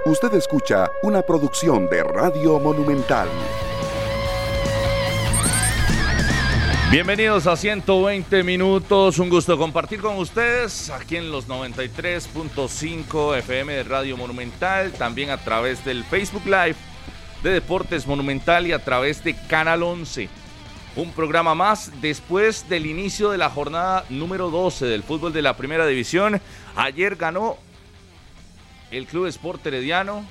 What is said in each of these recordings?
Usted escucha una producción de Radio Monumental. Bienvenidos a 120 minutos, un gusto compartir con ustedes aquí en los 93.5 FM de Radio Monumental, también a través del Facebook Live de Deportes Monumental y a través de Canal 11. Un programa más después del inicio de la jornada número 12 del fútbol de la Primera División. Ayer ganó el Club Sport Herediano,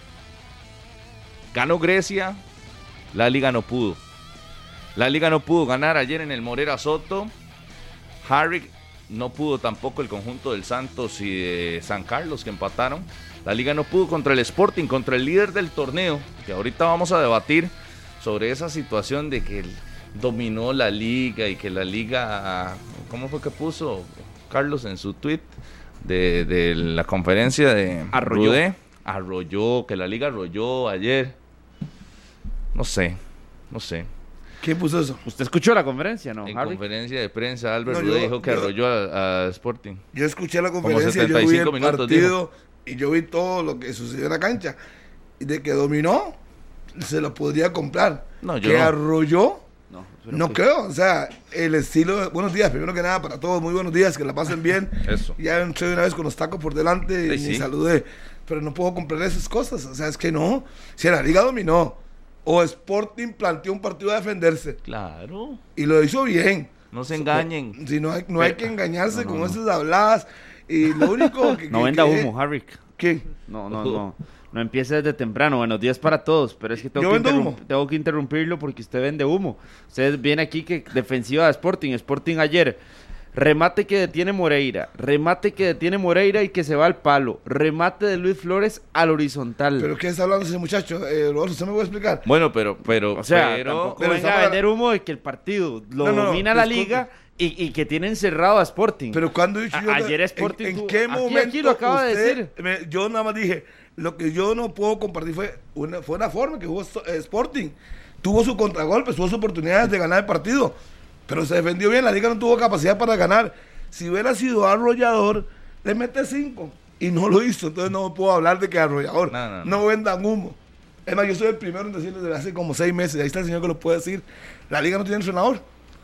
ganó Grecia, la Liga no pudo. La Liga no pudo ganar ayer en el Morera Soto. Harry no pudo tampoco el conjunto del Santos y de San Carlos que empataron. La Liga no pudo contra el Sporting, contra el líder del torneo, que ahorita vamos a debatir sobre esa situación de que dominó la Liga y que la Liga, ¿cómo fue que puso Carlos en su tweet de la conferencia de Rudé? Arrolló, que la Liga arrolló ayer. No sé. ¿Quién puso eso? ¿Usted escuchó la conferencia, no? En Harry? conferencia de prensa, Albert Rudé dijo que arrolló a Sporting. Yo escuché la conferencia, yo vi el partido y yo vi todo lo que sucedió en la cancha. Y de que dominó, se lo podría comprar. No, yo que no. Arrolló, No creo. O sea, el estilo... Buenos días, primero que nada, para todos, muy buenos días, que la pasen bien. Eso. Ya entré de una vez con los tacos por delante y Sí. saludé. Pero no puedo comprar esas cosas. O sea, es que no. Si la Liga dominó, o Sporting planteó un partido a defenderse. Claro. Y lo hizo bien. No se engañen. Si no hay que engañarse con esas habladas. Y lo único que... No venda humo, Harry. ¿Qué? No empiece desde temprano. Buenos días para todos, pero es que tengo que interrumpirlo porque usted vende humo. Usted viene aquí que defensiva de Sporting ayer, remate que detiene Moreira y que se va al palo, remate de Luis Flores al horizontal. ¿Pero qué está hablando ese muchacho? Rodolfo, ¿usted me puede explicar? Bueno, pero O sea, tampoco venga a vender humo de que el partido lo domina la Liga y que tiene encerrado a Sporting. Pero cuando he dicho yo... Ayer Sporting... ¿En qué momento aquí lo acaba de decir. Yo nada más dije, lo que yo no puedo compartir fue una forma que jugó Sporting. Tuvo su contragolpe, tuvo sus oportunidades de ganar el partido, pero se defendió bien, la Liga no tuvo capacidad para ganar. Si hubiera sido arrollador, le mete 5, y no lo hizo, entonces no puedo hablar de que arrollador. No vendan humo. Es más, yo soy el primero en decirlo desde hace como 6 meses, ahí está el señor que lo puede decir, la Liga no tiene entrenador.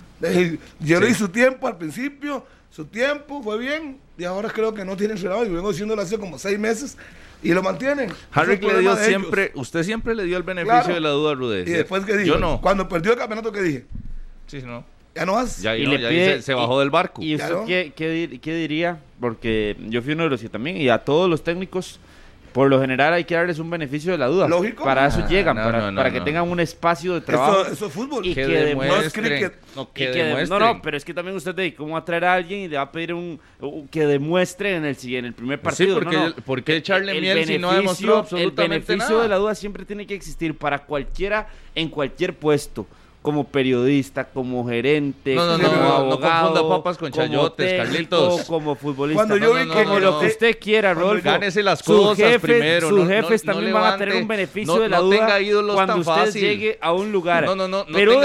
Yo le di su tiempo al principio, su tiempo fue bien, y ahora creo que no tiene entrenador, y vengo diciéndolo hace como 6 meses, y lo mantienen. Harry le dio siempre, usted siempre le dio el beneficio de la duda a Rudé. Y después que dijo, yo no. Cuando perdió el campeonato, ¿qué dije? Sí, no. Ya no vas. Ya se bajó del barco. ¿Y usted qué diría? Porque yo fui uno de los que también, y a todos los técnicos, por lo general hay que darles un beneficio de la duda. Lógico. Para eso llegan, para que tengan un espacio de trabajo. Eso es fútbol. Y que demuestren. demuestren. No, pero es que también usted dice cómo atraer a alguien y le va a pedir que demuestre en el primer partido. Sí, porque echarle miel si no demostró absolutamente nada. El beneficio de la duda siempre tiene que existir para cualquiera en cualquier puesto. Como periodista, como gerente, como abogado, no confunda papas con chayotes, Carlitos. Como futbolista, Cuando yo vi como lo que usted quiera, Rolfo. Gánese las cosas primero. Sus jefes también van a tener un beneficio de la duda tenga ídolos cuando tan usted fácil. Llegue a un lugar. Pero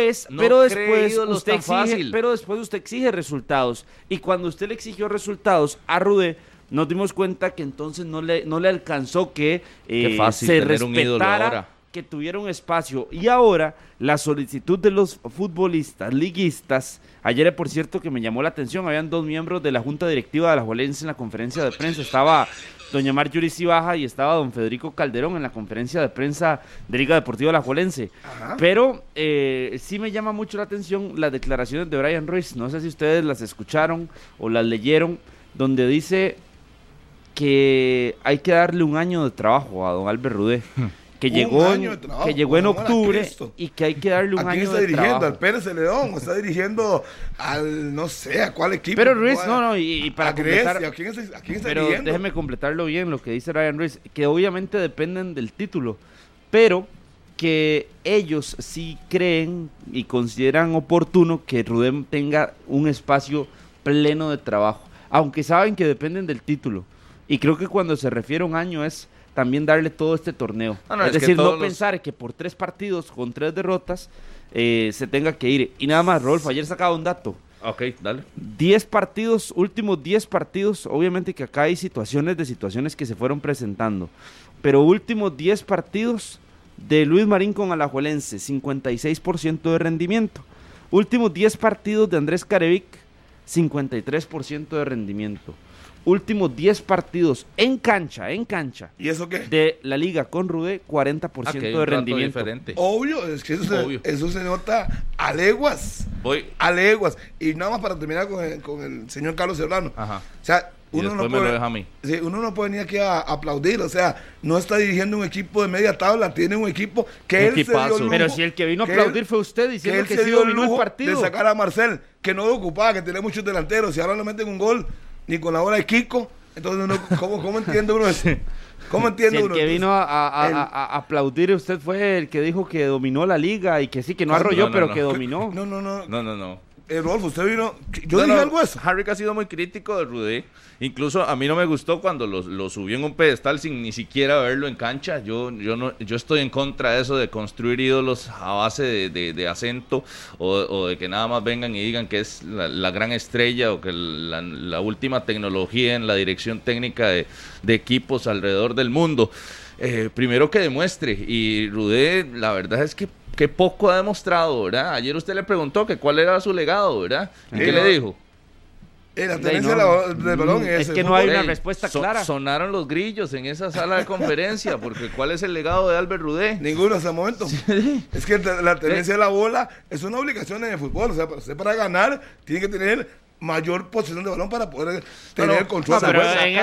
después usted exige resultados. Y cuando usted le exigió resultados a Rudé, nos dimos cuenta que entonces no le alcanzó que se respetara, que tuviera un espacio. Y ahora la solicitud de los futbolistas, liguistas, ayer por cierto que me llamó la atención, habían 2 miembros de la junta directiva de la Alajuelense en la conferencia de prensa, estaba doña Marjorie Cibaja y estaba don Federico Calderón en la conferencia de prensa de Liga Deportiva Alajuelense. Pero sí me llama mucho la atención las declaraciones de Brian Ruiz, no sé si ustedes las escucharon o las leyeron, donde dice que hay que darle un año de trabajo a don Albert Rudé. Que llegó en octubre y que hay que darle un año de trabajo. ¿A quién está dirigiendo? ¿Al Pérez Celedón? ¿O está dirigiendo al, no sé, a cuál equipo? Pero Ruiz, y para completar... ¿A quién está pero dirigiendo? Déjeme completarlo bien, lo que dice Ryan Ruiz, que obviamente dependen del título, pero que ellos sí creen y consideran oportuno que Rudé tenga un espacio pleno de trabajo, aunque saben que dependen del título. Y creo que cuando se refiere a un año es también darle todo este torneo. Es decir, no pensar que por 3 partidos con 3 derrotas se tenga que ir. Y nada más, Rolfo, ayer sacaba un dato. Ok, dale. 10 partidos, últimos 10 partidos, obviamente que acá hay situaciones que se fueron presentando, pero últimos 10 partidos de Luis Marín con Alajuelense, 56% de rendimiento. Últimos 10 partidos de Andrés Carevic, 53% de rendimiento. Últimos 10 partidos en cancha. ¿Y eso qué? De la liga con Rudé, 40% de rendimiento. Diferente. Obvio, es que eso se nota a leguas. A leguas. Y nada más para terminar con el señor Carlos Serrano. Ajá. O sea, uno no puede, me lo deja a mí. Sí, uno no puede venir aquí a aplaudir, o sea, no está dirigiendo un equipo de media tabla, tiene un equipo que él se dio lujo. Pero si el que vino a aplaudir fue usted diciendo que sí dominó el partido. De sacar a Marcel, que no lo ocupaba, que tenía muchos delanteros, y ahora no meten un gol ni con la bola de Kiko. Entonces ¿cómo entiende uno eso? ¿Cómo entiende uno? El que vino a aplaudir usted fue el que dijo que dominó la liga y que sí, que no arrolló, pero que dominó. No. Rodolfo, usted vino. Yo dije algo de eso. Harrick ha sido muy crítico de Rudé. Incluso a mí no me gustó cuando lo subió en un pedestal sin ni siquiera verlo en cancha. Yo estoy en contra de eso de construir ídolos a base de acento o de que nada más vengan y digan que es la gran estrella o que la última tecnología en la dirección técnica de equipos alrededor del mundo. Primero que demuestre. Y Rudé, la verdad es que poco ha demostrado, ¿verdad? Ayer usted le preguntó que cuál era su legado, ¿verdad? ¿Y qué le dijo? La tenencia del balón es que no hay una respuesta clara. Sonaron los grillos en esa sala de conferencia, porque ¿cuál es el legado de Albert Rudé? Ninguno hasta el momento. Sí. Es que la tenencia de la bola es una obligación en el fútbol. O sea, para ganar, tiene que tener mayor posesión de balón para poder tener control. Pero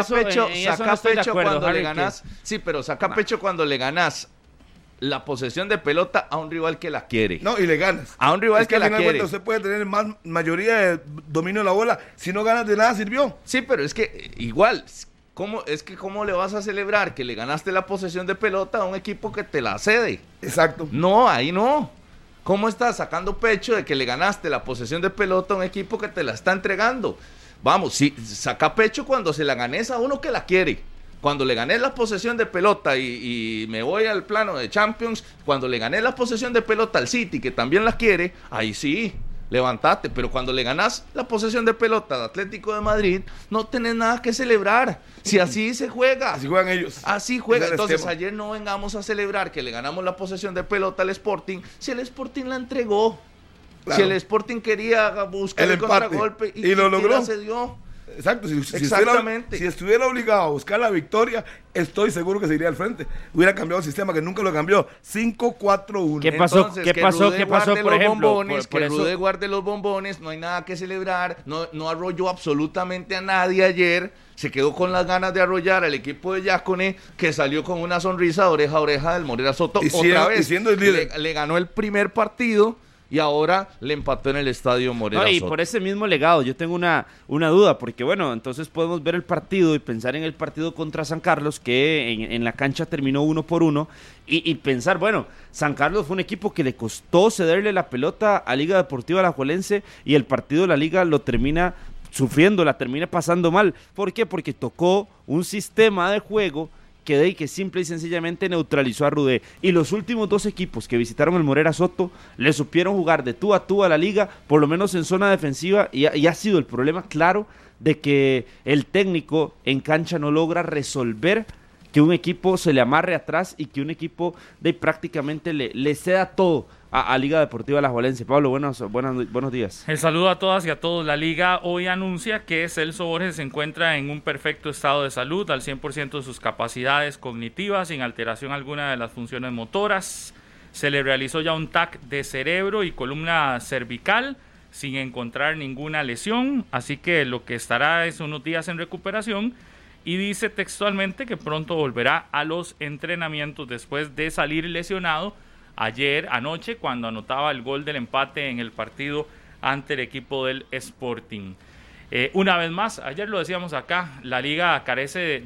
saca pecho cuando le ganas. Sí, pero saca pecho cuando le ganas la posesión de pelota a un rival que la quiere. No, y le ganas. A un rival que la quiere. Usted puede tener más mayoría de dominio de la bola. Si no ganas de nada, sirvió. Sí, pero es que igual, ¿cómo le vas a celebrar que le ganaste la posesión de pelota a un equipo que te la cede? Exacto. No, ahí no. ¿Cómo estás sacando pecho de que le ganaste la posesión de pelota a un equipo que te la está entregando? Vamos, sí, saca pecho cuando se la ganes a uno que la quiere. Cuando le gané la posesión de pelota y me voy al plano de Champions, cuando le gané la posesión de pelota al City, que también la quiere, ahí sí, levantate. Pero cuando le ganas la posesión de pelota al Atlético de Madrid, no tenés nada que celebrar. Si así se juega. Así juegan ellos. Así juega. Entonces ayer no vengamos a celebrar que le ganamos la posesión de pelota al Sporting, si el Sporting la entregó. Claro. Si el Sporting quería buscar el contragolpe y lo logró. Se dio. Exacto, si estuviera obligado a buscar la victoria, estoy seguro que se iría al frente. Hubiera cambiado el sistema, que nunca lo cambió. 5-4-1. ¿Qué pasó, por ejemplo? Que Rudé guarde los bombones, no hay nada que celebrar, no arrolló absolutamente a nadie ayer, se quedó con las ganas de arrollar al equipo de Yácone, que salió con una sonrisa de oreja a oreja del Morera Soto. Otra vez, siendo el líder. Le ganó el primer partido y ahora le empató en el estadio Morera Soto. Y por ese mismo legado, yo tengo una duda, porque bueno, entonces podemos ver el partido y pensar en el partido contra San Carlos, que en la cancha terminó 1-1, y pensar, bueno, San Carlos fue un equipo que le costó cederle la pelota a Liga Deportiva Alajuelense, y el partido de la Liga lo termina sufriendo, la termina pasando mal. ¿Por qué? Porque tocó un sistema de juego que simple y sencillamente neutralizó a Rudé. Y los últimos dos equipos que visitaron el Morera Soto le supieron jugar de tú a tú a la liga, por lo menos en zona defensiva, y ha sido el problema claro de que el técnico en cancha no logra resolver que un equipo se le amarre atrás y que un equipo prácticamente le ceda todo a Liga Deportiva Alajuelense. Pablo, buenos días. El saludo a todas y a todos. La Liga hoy anuncia que Celso Borges se encuentra en un perfecto estado de salud, al 100% de sus capacidades cognitivas, sin alteración alguna de las funciones motoras. Se le realizó ya un TAC de cerebro y columna cervical, sin encontrar ninguna lesión, así que lo que estará es unos días en recuperación, y dice textualmente que pronto volverá a los entrenamientos después de salir lesionado anoche, cuando anotaba el gol del empate en el partido ante el equipo del Sporting. Una vez más, ayer lo decíamos acá, la liga carece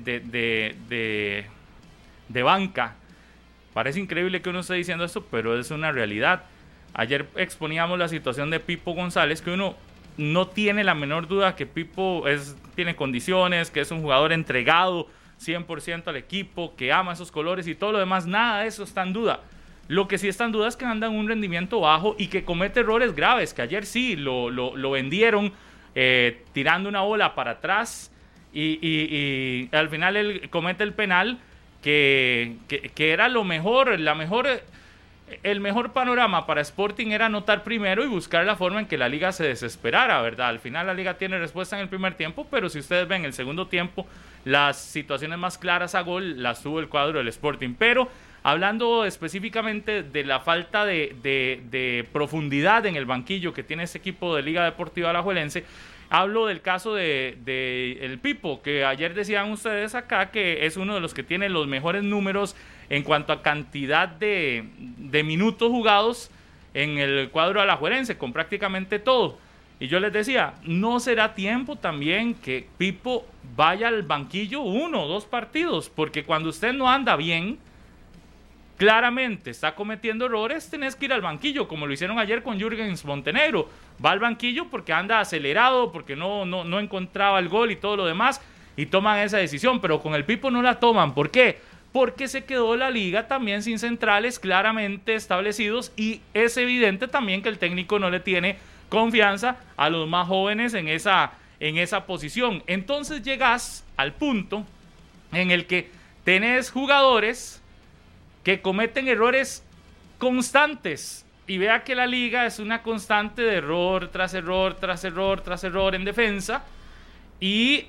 de banca. Parece increíble que uno esté diciendo esto, pero es una realidad. Ayer exponíamos la situación de Pipo González, que uno no tiene la menor duda que Pipo tiene condiciones, que es un jugador entregado 100% al equipo, que ama esos colores y todo lo demás, nada de eso está en duda. Lo que sí está en duda es que anda en un rendimiento bajo y que comete errores graves, que ayer sí lo vendieron tirando una bola para atrás y al final él comete el penal que era el mejor panorama para Sporting era anotar primero y buscar la forma en que la liga se desesperara, ¿verdad? Al final la liga tiene respuesta en el primer tiempo, pero si ustedes ven el segundo tiempo, las situaciones más claras a gol las tuvo el cuadro del Sporting. Pero hablando específicamente de la falta de profundidad en el banquillo que tiene este equipo de Liga Deportiva Alajuelense, hablo del caso de el Pipo, que ayer decían ustedes acá que es uno de los que tiene los mejores números en cuanto a cantidad de minutos jugados en el cuadro alajuelense, con prácticamente todo. Y yo les decía, ¿no será tiempo también que Pipo vaya al banquillo 1 o 2 partidos? Porque cuando usted no anda bien, claramente está cometiendo errores, tenés que ir al banquillo, como lo hicieron ayer con Jürgens Montenegro. Va al banquillo porque anda acelerado, porque no encontraba el gol y todo lo demás, y toman esa decisión, pero con el Pipo no la toman. ¿Por qué? Porque se quedó la liga también sin centrales claramente establecidos, y es evidente también que el técnico no le tiene confianza a los más jóvenes en esa posición. Entonces llegas al punto en el que tenés jugadores que cometen errores constantes, y vea que la liga es una constante de error tras error, tras error, tras error en defensa, y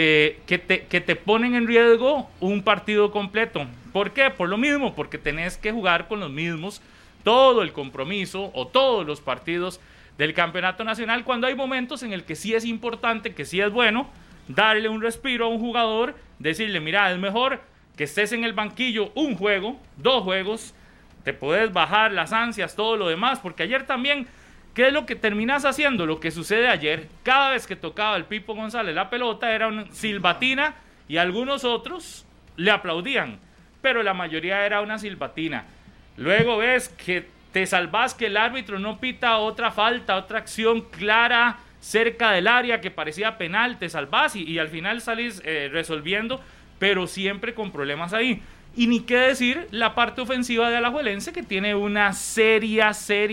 que te ponen en riesgo un partido completo. ¿Por qué? Por lo mismo, porque tenés que jugar con los mismos todo el compromiso o todos los partidos del campeonato nacional, cuando hay momentos en el que sí es importante, que sí es bueno darle un respiro a un jugador, decirle, mira, es mejor que estés en el banquillo un juego, 2 juegos, te puedes bajar las ansias, todo lo demás, porque ayer también, ¿qué es lo que terminas haciendo? Lo que sucede ayer, cada vez que tocaba el Pipo González la pelota era una silbatina, y algunos otros le aplaudían, pero la mayoría era una silbatina. Luego ves que te salvas, que el árbitro no pita otra falta, otra acción clara cerca del área que parecía penal, te salvas y al final salís resolviendo, pero siempre con problemas ahí. Y ni qué decir la parte ofensiva de Alajuelense, que tiene una seria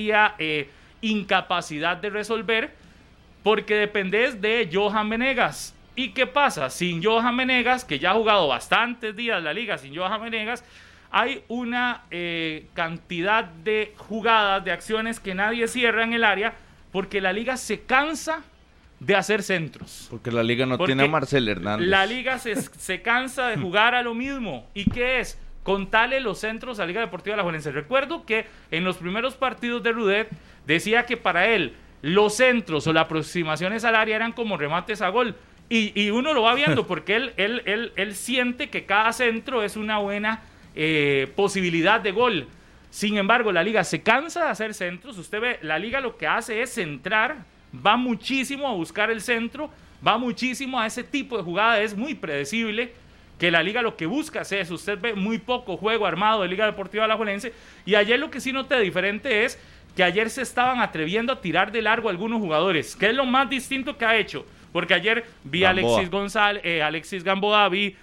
incapacidad de resolver, porque dependés de Johan Venegas. ¿Y qué pasa? Sin Johan Venegas, que ya ha jugado bastantes días la liga sin Johan Venegas, hay una cantidad de jugadas, de acciones que nadie cierra en el área, porque la liga se cansa de hacer centros. Porque la liga no tiene a Marcel Hernández. La liga se cansa de jugar a lo mismo. ¿Y qué es? Contarle los centros a Liga Deportiva Alajuelense. Recuerdo que en los primeros partidos de Rudet decía que para él los centros o las aproximaciones al área eran como remates a gol. Y uno lo va viendo porque él siente que cada centro es una buena posibilidad de gol. Sin embargo, la liga se cansa de hacer centros. Usted ve, la liga lo que hace es centrar, va muchísimo a buscar el centro, va muchísimo a ese tipo de jugada. Es muy predecible que la liga lo que busca es eso. Usted ve muy poco juego armado de Liga Deportiva Alajuelense, y ayer lo que sí noté diferente es que ayer se estaban atreviendo a tirar de largo algunos jugadores, que es lo más distinto que ha hecho, porque ayer vi a Alexis González, Alexis Gamboa, vi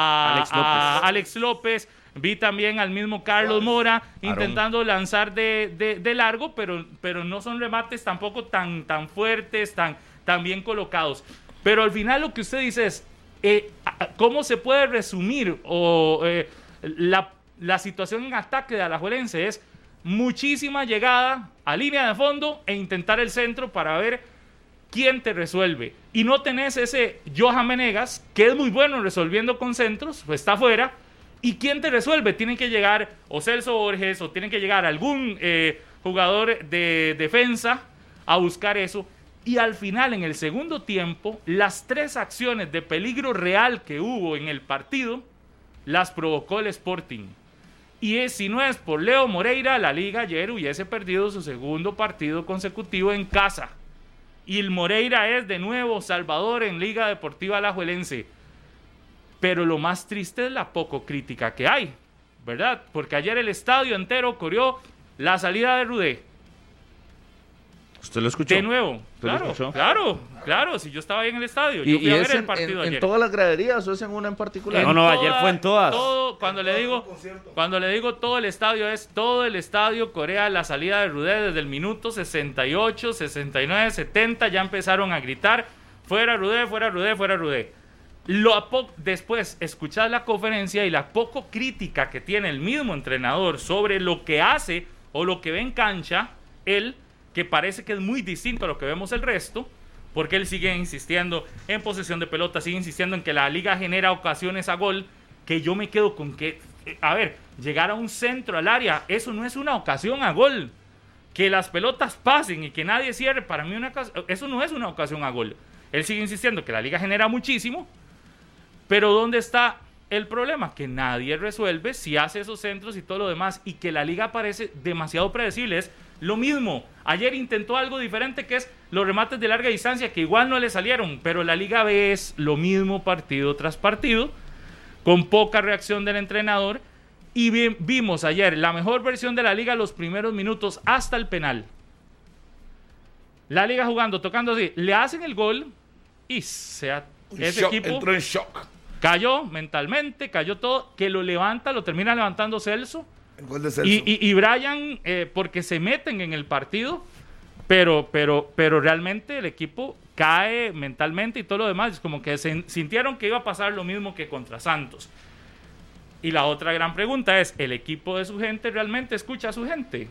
a Alex López, vi también al mismo Carlos Mora intentando lanzar de largo, pero no son remates tampoco tan fuertes, tan bien colocados. Pero al final lo que usted dice es, ¿cómo se puede resumir la situación en ataque de Alajuelense? Es muchísima llegada a línea de fondo e intentar el centro para ver quién te resuelve. Y no tenés ese Johan Venegas, que es muy bueno resolviendo con centros, pues está afuera. ¿Y quién te resuelve? Tienen que llegar o Celso Borges o tienen que llegar algún jugador de defensa a buscar eso. Y al final, en el segundo tiempo, las 3 acciones de peligro real que hubo en el partido las provocó el Sporting. Y si no es por Leo Moreira, la liga ayer hubiese perdido su segundo partido consecutivo en casa. Y el Moreira es de nuevo salvador en Liga Deportiva Alajuelense. Pero lo más triste es la poco crítica que hay, ¿verdad? Porque ayer el estadio entero corrió la salida de Rudé. ¿Usted lo escuchó? De nuevo, claro, si yo estaba ahí en el estadio, yo fui a ver el partido ayer. ¿En todas las graderías o es en una en particular? No, ayer fue en todas. Cuando le digo todo el estadio, es todo el estadio Corea, la salida de Rudé desde el minuto 68, 69, 70, ya empezaron a gritar, fuera Rudé, fuera Rudé, fuera Rudé. Después escuchar la conferencia y la poco crítica que tiene el mismo entrenador sobre lo que hace o lo que ve en cancha, él, que parece que es muy distinto a lo que vemos el resto, porque él sigue insistiendo en posesión de pelota, sigue insistiendo en que la liga genera ocasiones a gol, que yo me quedo con que, llegar a un centro al área, eso no es una ocasión a gol. Que las pelotas pasen y que nadie cierre, para mí eso no es una ocasión a gol. Él sigue insistiendo que la liga genera muchísimo, pero ¿dónde está el problema? Que nadie resuelve si hace esos centros y todo lo demás, y que la liga parece demasiado predecible. Es lo mismo. Ayer intentó algo diferente, que es los remates de larga distancia, que igual no le salieron, pero la Liga B es lo mismo partido tras partido, con poca reacción del entrenador, y vimos ayer la mejor versión de la Liga los primeros minutos hasta el penal. La Liga jugando, tocando así, le hacen el gol y ese equipo entró en shock. Cayó mentalmente, cayó todo, que lo termina levantando Celso. El gol de Celso. Y Brian, porque se meten en el partido, pero realmente el equipo cae mentalmente y todo lo demás. Es como que sintieron que iba a pasar lo mismo que contra Santos. Y la otra gran pregunta es, ¿el equipo de su gente realmente escucha a su gente?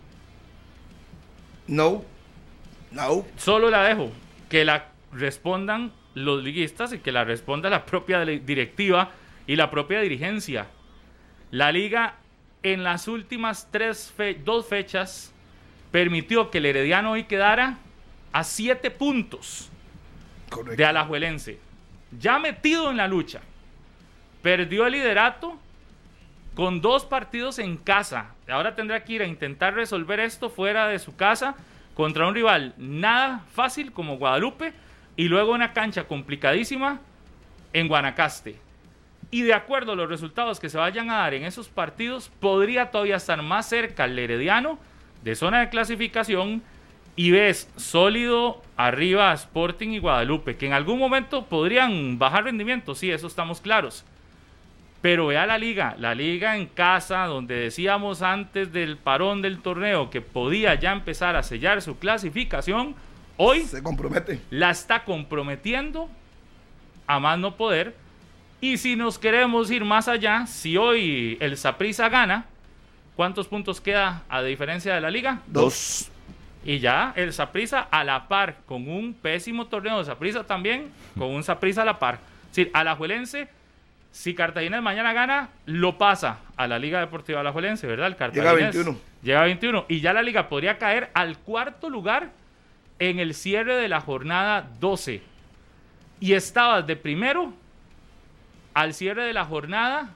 No. Solo la dejo, que la respondan los liguistas y que la responda la propia directiva y la propia dirigencia. La liga en las últimas 2 fechas permitió que el Herediano hoy quedara a 7 puntos. Correcto. De Alajuelense, ya metido en la lucha. Perdió el liderato con 2 partidos en casa. Ahora tendrá que ir a intentar resolver esto fuera de su casa contra un rival nada fácil como Guadalupe, y luego una cancha complicadísima en Guanacaste. Y de acuerdo a los resultados que se vayan a dar en esos partidos, podría todavía estar más cerca el Herediano de zona de clasificación, y ves sólido arriba a Sporting y Guadalupe, que en algún momento podrían bajar rendimiento, sí, eso estamos claros. Pero vea la liga en casa, donde decíamos antes del parón del torneo que podía ya empezar a sellar su clasificación, hoy se compromete. La está comprometiendo a más no poder. Y si nos queremos ir más allá, si hoy el Saprissa gana, ¿cuántos puntos queda a diferencia de la liga? 2. Y ya el Saprissa a la par, con un pésimo torneo de Saprissa también, con un Saprissa a la par. Es decir, Alajuelense, si Cartaginés mañana gana, lo pasa a la Liga Deportiva Alajuelense, ¿verdad? El Cartaginés llega a 21. Y ya la liga podría caer al 4º lugar en el cierre de la jornada 12. Y estabas de primero al cierre de la jornada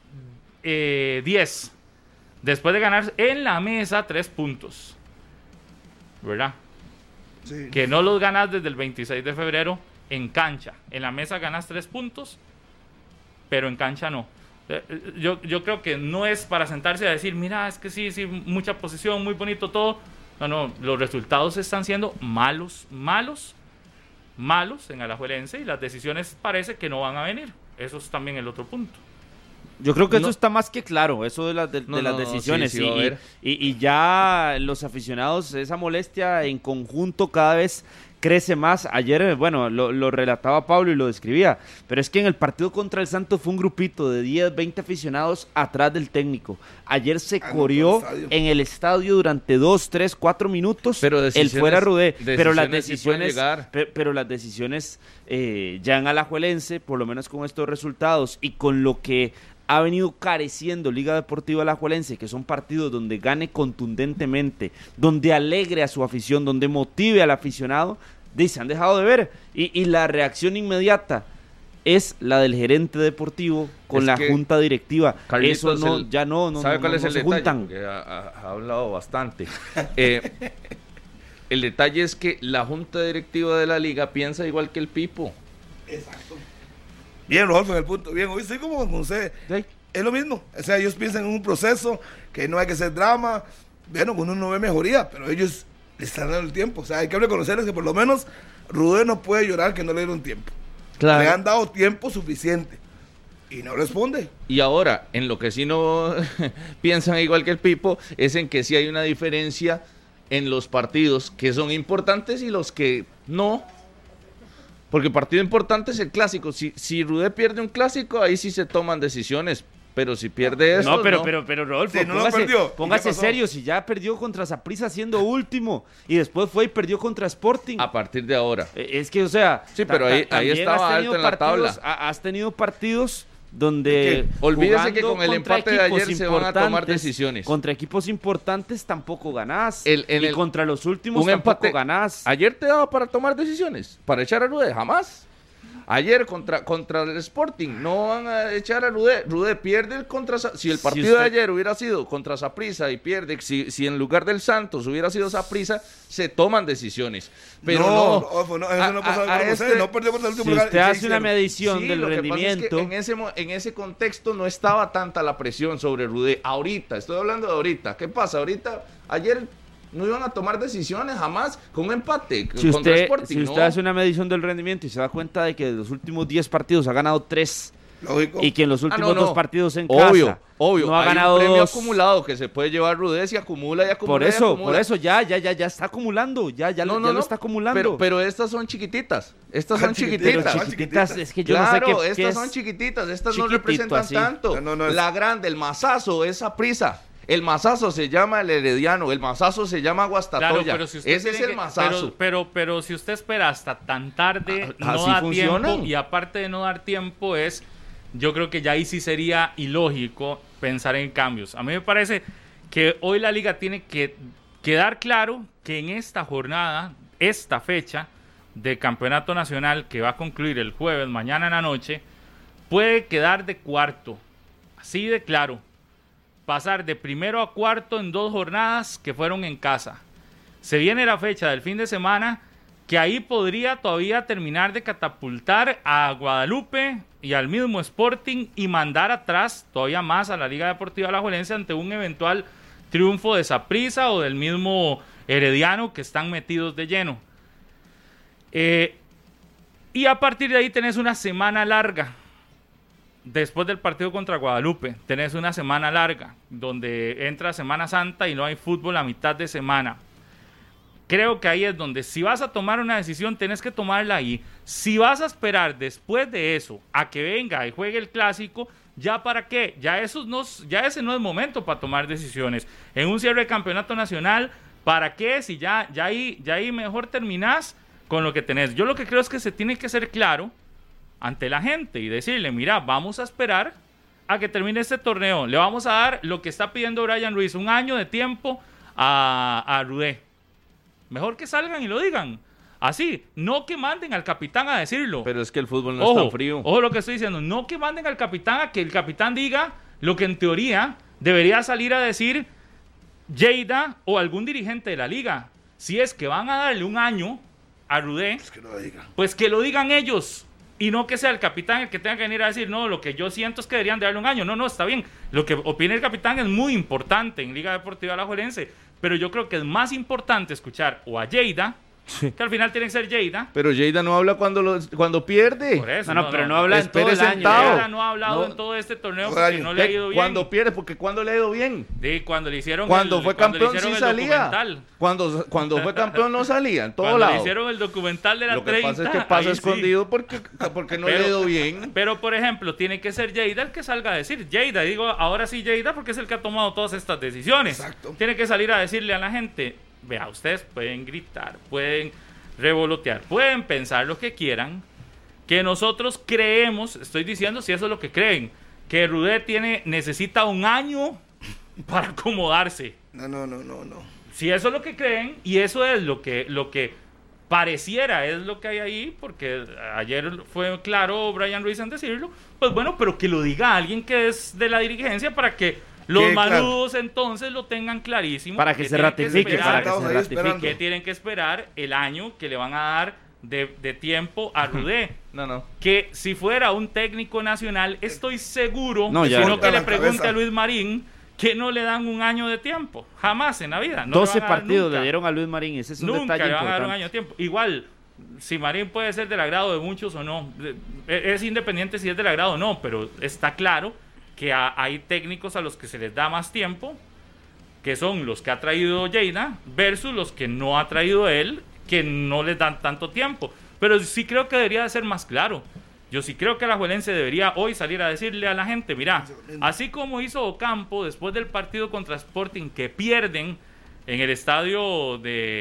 10. Después de ganar en la mesa 3 puntos. ¿Verdad? Sí. Que no los ganas desde el 26 de febrero en cancha. En la mesa ganas 3 puntos, pero en cancha no. Yo creo que no es para sentarse a decir, mira, es que sí, mucha posición, muy bonito todo. No, los resultados están siendo malos en Alajuelense, y las decisiones parece que no van a venir. Eso es también el otro punto. Yo creo que eso está más que claro, eso de las decisiones. Sí, y ya los aficionados, esa molestia en conjunto cada vez crece más. Ayer, bueno, lo relataba Pablo y lo describía, pero es que en el partido contra el Santos fue un grupito de 10, 20 aficionados atrás del técnico. Ayer se corrió en el estadio durante 2, 3, 4 minutos, pero el fuera Rudé, pero las decisiones ya en Alajuelense, por lo menos con estos resultados y con lo que ha venido careciendo Liga Deportiva Alajuelense, que son partidos donde gane contundentemente, donde alegre a su afición, donde motive al aficionado, se han dejado de ver. Y la reacción inmediata es la del gerente deportivo con la junta directiva. Carlitos, eso no ¿sabe cuál es el detalle? Juntan. Porque ha hablado bastante. El detalle es que la junta directiva de la liga piensa igual que el Pipo. Exacto. Bien, Rodolfo, en el punto. Bien, hoy estoy como con usted. ¿Sí? Es lo mismo. O sea, ellos piensan en un proceso, que no hay que hacer drama. Bueno, uno no ve mejoría, pero ellos le están dando el tiempo. O sea, hay que reconocerles que por lo menos Rudé no puede llorar que no le dieron tiempo. Claro. Le han dado tiempo suficiente y no responde. Y ahora, en lo que sí no piensan igual que el Pipo, es en que sí hay una diferencia en los partidos que son importantes y los que no. Porque el partido importante es el clásico. Si Rudé pierde un clásico, ahí sí se toman decisiones. Pero si pierde esto, no. Pero Rodolfo, sí, póngase serio. Si ya perdió contra Saprissa siendo último y después fue y perdió contra Sporting. A partir de ahora. Es que, o sea... Sí, pero ahí estaba alto en la tabla. Has tenido partidos donde... Olvídese que con el empate de ayer se van a tomar decisiones. Contra equipos importantes tampoco ganás. Y contra los últimos tampoco ganás. Ayer te daba para tomar decisiones, para echar a Rudé, jamás. Ayer contra el Sporting no van a echar a Rudé. Rudé pierde si el partido de ayer hubiera sido contra Saprissa y pierde, si en lugar del Santos hubiera sido Saprissa, se toman decisiones. Pero eso no pasa. No perdió contra el último lugar. Si usted hace una medición del rendimiento. Es que en ese contexto no estaba tanta la presión sobre Rudé. Ahorita, estoy hablando de ahorita. ¿Qué pasa? Ahorita, ayer no iban a tomar decisiones jamás con un empate contra Sporting. Si usted hace una medición del rendimiento y se da cuenta de que de los últimos 10 partidos ha ganado 3. Lógico. Y que en los últimos 2 partidos en casa no ha ganado 2. Hay un premio acumulado que se puede llevar Rudé, y acumula. Por eso ya está acumulando, ya lo está acumulando. Pero estas son chiquititas. Estas son chiquititas. Es que yo no sé qué estas son chiquititas, estas no representan así tanto. La grande, el mazazo es Saprissa. El mazazo se llama el Herediano, el mazazo se llama Guastatoya. Claro, ese es el mazazo. Pero si usted espera hasta tan tarde, no da tiempo. Y aparte de no dar tiempo yo creo que ya ahí sí sería ilógico pensar en cambios. A mí me parece que hoy la liga tiene que quedar claro que en esta jornada, esta fecha de campeonato nacional que va a concluir el jueves, mañana en la noche, puede quedar de cuarto. Así de claro. Pasar de primero a cuarto en 2 jornadas que fueron en casa. Se viene la fecha del fin de semana que ahí podría todavía terminar de catapultar a Guadalupe y al mismo Sporting y mandar atrás todavía más a la Liga Deportiva Alajuelense ante un eventual triunfo de Saprissa o del mismo Herediano que están metidos de lleno. Y a partir de ahí tenés una semana larga. Después del partido contra Guadalupe, tenés una semana larga, donde entra Semana Santa y no hay fútbol a mitad de semana. Creo que ahí es donde, si vas a tomar una decisión, tenés que tomarla ahí. Si vas a esperar después de eso a que venga y juegue el clásico, ¿ya para qué? Ya ese no es momento para tomar decisiones. En un cierre de campeonato nacional, ¿para qué? Si ya ahí mejor terminás con lo que tenés. Yo lo que creo es que se tiene que ser claro ante la gente y decirle, mira, vamos a esperar a que termine este torneo. Le vamos a dar lo que está pidiendo Brian Ruiz, 1 año de tiempo a Rudé. Mejor que salgan y lo digan. Así, no que manden al capitán a decirlo. Pero es que el fútbol no es tan frío. Ojo lo que estoy diciendo. No que manden al capitán a que el capitán diga lo que en teoría debería salir a decir Lleida o algún dirigente de la liga. Si es que van a darle 1 año a Rudé, pues que lo digan ellos. Y no que sea el capitán el que tenga que venir a decir, no, lo que yo siento es que deberían de darle 1 año. No, está bien. Lo que opine el capitán es muy importante en Liga Deportiva Alajuelense. Pero yo creo que es más importante escuchar o a Lleida, que al final tiene que ser Lleida. Pero Lleida no habla cuando pierde. Por eso, pero no habla en todo el año. Lleida no ha hablado en todo este torneo porque no le ha ido bien. Cuando pierde, porque cuando le ha ido bien. Cuando le hicieron fue campeón sí salía. Cuando fue campeón no salía, en todo lado. Cuando le hicieron el documental de la 30. Lo que pasa es que pasa escondido porque no le ha ido bien. Pero, por ejemplo, tiene que ser Lleida el que salga a decir. Lleida, digo ahora sí Lleida porque es el que ha tomado todas estas decisiones. Exacto. Tiene que salir a decirle a la gente, vea, ustedes pueden gritar, pueden revolotear, pueden pensar lo que quieran, que nosotros creemos, estoy diciendo si eso es lo que creen, que Rudé necesita 1 año para acomodarse. No. Si eso es lo que creen y eso es lo que pareciera es lo que hay ahí, porque ayer fue claro Brian Ruiz en decirlo, pues bueno, pero que lo diga alguien que es de la dirigencia para que los maludos entonces lo tengan clarísimo. Para que se ratifique. Que tienen que esperar el año que le van a dar de tiempo a Rudé. No. Que si fuera un técnico nacional, estoy seguro, que le pregunte a Luis Marín, que no le dan un año de tiempo, jamás en la vida. No 12 partidos le dieron a Luis Marín, ese es un detalle importante. Nunca le van a dar un año de tiempo. Igual, si Marín puede ser del agrado de muchos o no, es independiente si es del agrado o no, pero está claro que hay técnicos a los que se les da más tiempo, que son los que ha traído Lleida, versus los que no ha traído él, que no les dan tanto tiempo. Pero sí creo que debería de ser más claro. Yo sí creo que la Alajuelense debería hoy salir a decirle a la gente, mira, así como hizo Ocampo después del partido contra Sporting, que pierden en el estadio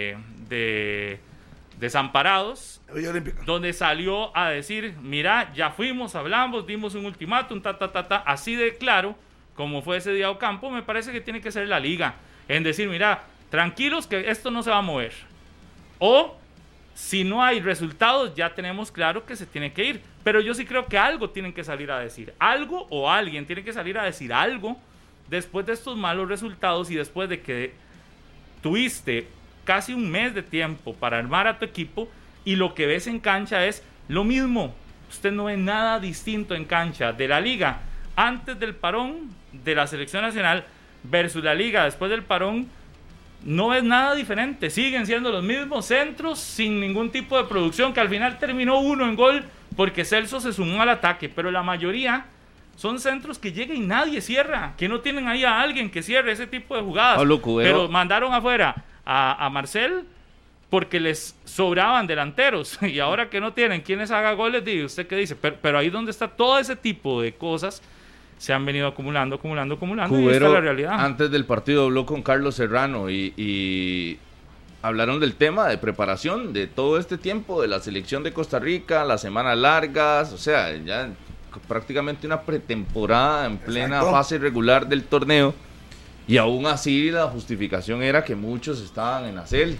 de Desamparados, donde salió a decir, mira, ya fuimos, hablamos, dimos un ultimátum, así de claro como fue ese día Ocampo, me parece que tiene que ser la liga, en decir, mira, tranquilos que esto no se va a mover. O, si no hay resultados, ya tenemos claro que se tiene que ir. Pero yo sí creo que algo tienen que salir a decir. Algo o alguien tiene que salir a decir algo después de estos malos resultados y después de que tuviste casi un mes de tiempo para armar a tu equipo y lo que ves en cancha es lo mismo. Usted no ve nada distinto en cancha de la liga antes del parón de la selección nacional versus la liga después del parón. No es nada diferente, siguen siendo los mismos centros sin ningún tipo de producción, que al final terminó uno en gol porque Celso se sumó al ataque, pero la mayoría son centros que llega y nadie cierra, que no tienen ahí a alguien que cierre ese tipo de jugadas. Pero mandaron afuera a Marcel porque les sobraban delanteros y ahora que no tienen quien les haga goles, ¿usted qué dice? Pero ahí donde está todo ese tipo de cosas se han venido acumulando Cubero, y esta es la realidad. Antes del partido habló con Carlos Serrano y hablaron del tema de preparación de todo este tiempo de la selección de Costa Rica, las semanas largas, o sea, ya prácticamente una pretemporada en plena fase regular del torneo, y aún así la justificación era que muchos estaban en la CL,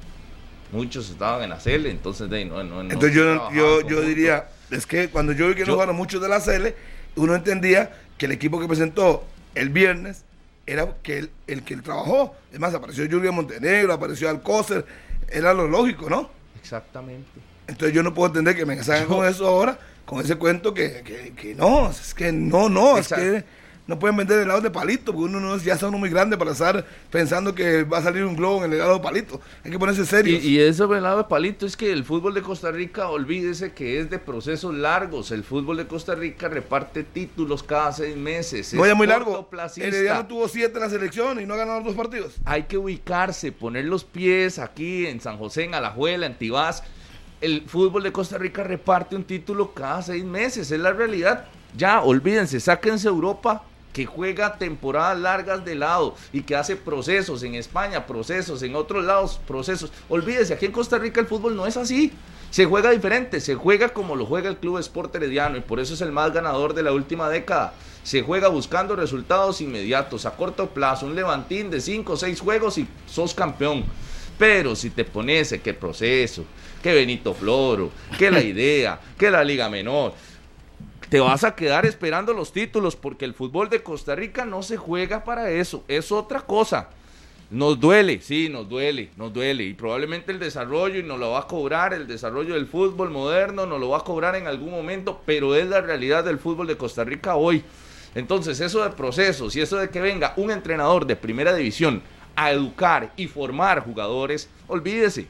entonces entonces yo diría, es que cuando yo vi que no jugaron muchos de la CL, uno entendía que el equipo que presentó el viernes era que el que trabajó. Es más, apareció Julián Montenegro, apareció Alcócer, era lo lógico, ¿no? Exactamente. Entonces yo no puedo entender que me salgan con eso ahora, con ese cuento que no, es que no, es que no pueden vender helados de palito, porque uno ya está muy grande para estar pensando que va a salir un globo en el helado de palito. Hay que ponerse serios. Y eso del helado de palito es que el fútbol de Costa Rica, olvídese que es de procesos largos. El fútbol de Costa Rica reparte títulos cada 6 meses. No, ya muy largo. Herediano tuvo 7 en la selección y no ha ganado 2 partidos. Hay que ubicarse, poner los pies aquí en San José, en Alajuela, en Tibás. El fútbol de Costa Rica reparte un título cada 6 meses, es la realidad. Ya, olvídense, sáquense Europa, que juega temporadas largas de lado y que hace procesos en España, procesos en otros lados, procesos. Olvídese, aquí en Costa Rica el fútbol no es así. Se juega diferente, se juega como lo juega el Club Sport Herediano y por eso es el más ganador de la última década. Se juega buscando resultados inmediatos, a corto plazo, un levantín de 5 o 6 juegos y sos campeón. Pero si te pones que proceso, que Benito Floro, que la idea, que la Liga Menor, te vas a quedar esperando los títulos porque el fútbol de Costa Rica no se juega para eso, es otra cosa. Nos duele, sí, nos duele y probablemente el desarrollo, y nos lo va a cobrar el desarrollo del fútbol moderno, nos lo va a cobrar en algún momento, pero es la realidad del fútbol de Costa Rica hoy. Entonces eso de procesos y eso de que venga un entrenador de primera división a educar y formar jugadores, olvídese,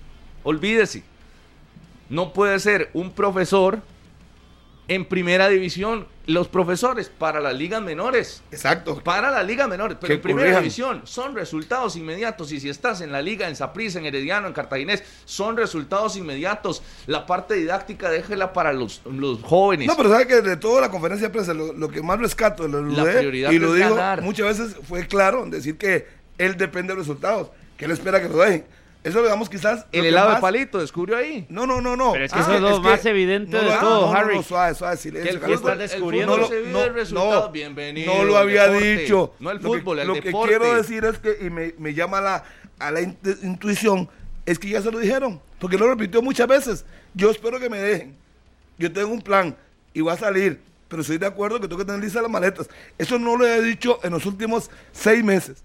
no puede ser un profesor en primera división, los profesores para las ligas menores. Exacto. Para las ligas menores, pero en primera división son resultados inmediatos. Y si estás en la liga, en Saprissa, en Herediano, en Cartaginés, son resultados inmediatos. La parte didáctica déjela para los jóvenes. No, pero sabe que de toda la conferencia de prensa, lo que más rescato, la prioridad y lo digo ganar. Muchas veces fue claro en decir que él depende de los resultados, que él espera que lo dejen. Eso lo digamos quizás... El helado de palito, descubrió ahí. No. Pero es que eso es lo más evidente de todo, Harry. No, suave, silencio. Que el fútbol descubriendo resultados, bienvenido. No lo había dicho. No el fútbol, el deporte. Lo que quiero decir es que, y me llama a la intuición, es que ya se lo dijeron, porque lo repitió muchas veces. Yo espero que me dejen. Yo tengo un plan y voy a salir, pero estoy de acuerdo que tengo que tener listas las maletas. Eso no lo he dicho en los últimos 6 meses.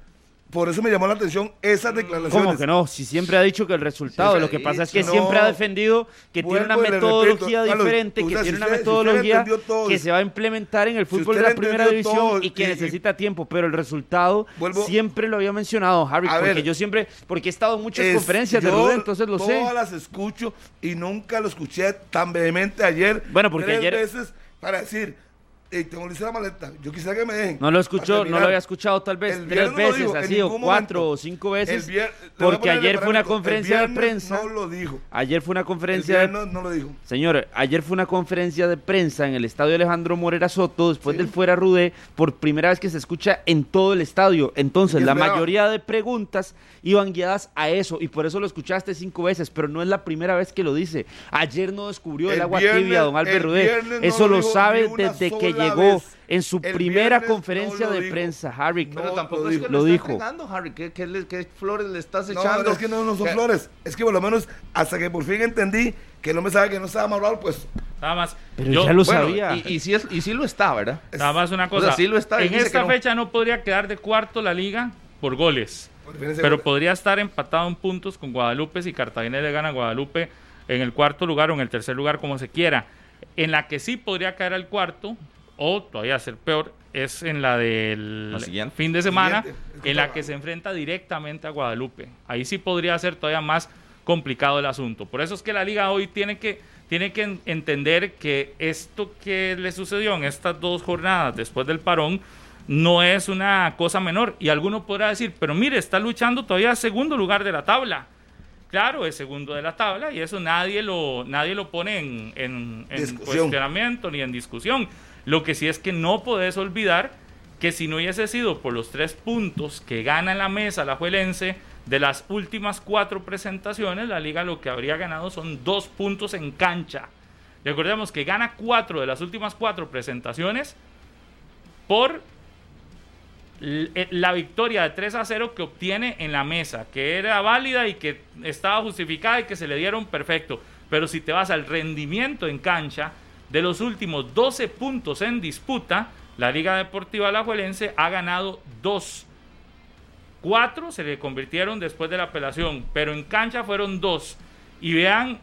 Por eso me llamó la atención esas declaraciones. ¿Cómo que no? Si siempre ha dicho que el resultado, lo que pasa es que siempre ha defendido que tiene una metodología diferente, que tiene una metodología que se va a implementar en el fútbol de la primera división y que necesita tiempo, pero el resultado siempre lo había mencionado, Harry, porque he estado en muchas conferencias de Rudé, entonces lo sé. Todas las escucho y nunca lo escuché tan vehemente ayer. Bueno, porque ayer veces para decir, tengo lista la maleta, yo quisiera que me dejen. No lo escuchó, no lo había escuchado tal vez 3 veces, así, o 4 o 5 veces, porque ayer fue una conferencia de prensa. No lo dijo. Ayer fue una conferencia no lo dijo. Señor, ayer fue una conferencia de prensa en el estadio Alejandro Morera Soto, después del fuera Rudé, por primera vez que se escucha en todo el estadio. Entonces, la mayoría de preguntas iban guiadas a eso, y por eso lo escuchaste 5 veces, pero no es la primera vez que lo dice. Ayer no descubrió el agua tibia, don Albert Rudé. Eso lo sabe desde que llegó en su primera conferencia de prensa, Harry. Pero tampoco es que lo está entregando, Harry. ¿Qué flores le estás echando? No, es que no son flores. Es que por lo menos hasta que por fin entendí que el hombre sabe que no estaba amarrado, pues. Nada más. Pero ya lo sabía. Y sí lo está, ¿verdad? Nada más una cosa. Sí lo está, en esta fecha no podría quedar de cuarto la liga por goles. Pero podría estar empatado en puntos con Guadalupe si Cartagena le gana a Guadalupe en el cuarto lugar o en el tercer lugar, como se quiera. En la que sí podría caer al cuarto, o todavía ser peor, es en la del fin de semana, en la que se enfrenta directamente a Guadalupe. Ahí sí podría ser todavía más complicado el asunto. Por eso es que la liga hoy tiene que entender que esto que le sucedió en estas 2 jornadas después del parón no es una cosa menor. Y alguno podrá decir, pero mire, está luchando todavía a segundo lugar de la tabla. Claro, es segundo de la tabla y eso nadie lo pone en cuestionamiento ni en discusión. Lo que sí es que no podés olvidar que si no hubiese sido por los 3 puntos que gana en la mesa la Alajuelense de las últimas 4 presentaciones, la liga lo que habría ganado son 2 puntos en cancha. Recordemos que gana 4 de las últimas 4 presentaciones por la victoria de 3-0 que obtiene en la mesa, que era válida y que estaba justificada y que se le dieron perfecto. Pero si te vas al rendimiento en cancha, de los últimos 12 puntos en disputa, la Liga Deportiva Alajuelense ha ganado 2. 4 se le convirtieron después de la apelación, pero en cancha fueron 2. Y vean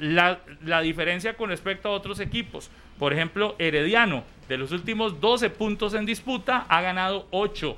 la diferencia con respecto a otros equipos. Por ejemplo, Herediano, de los últimos 12 puntos en disputa, ha ganado 8.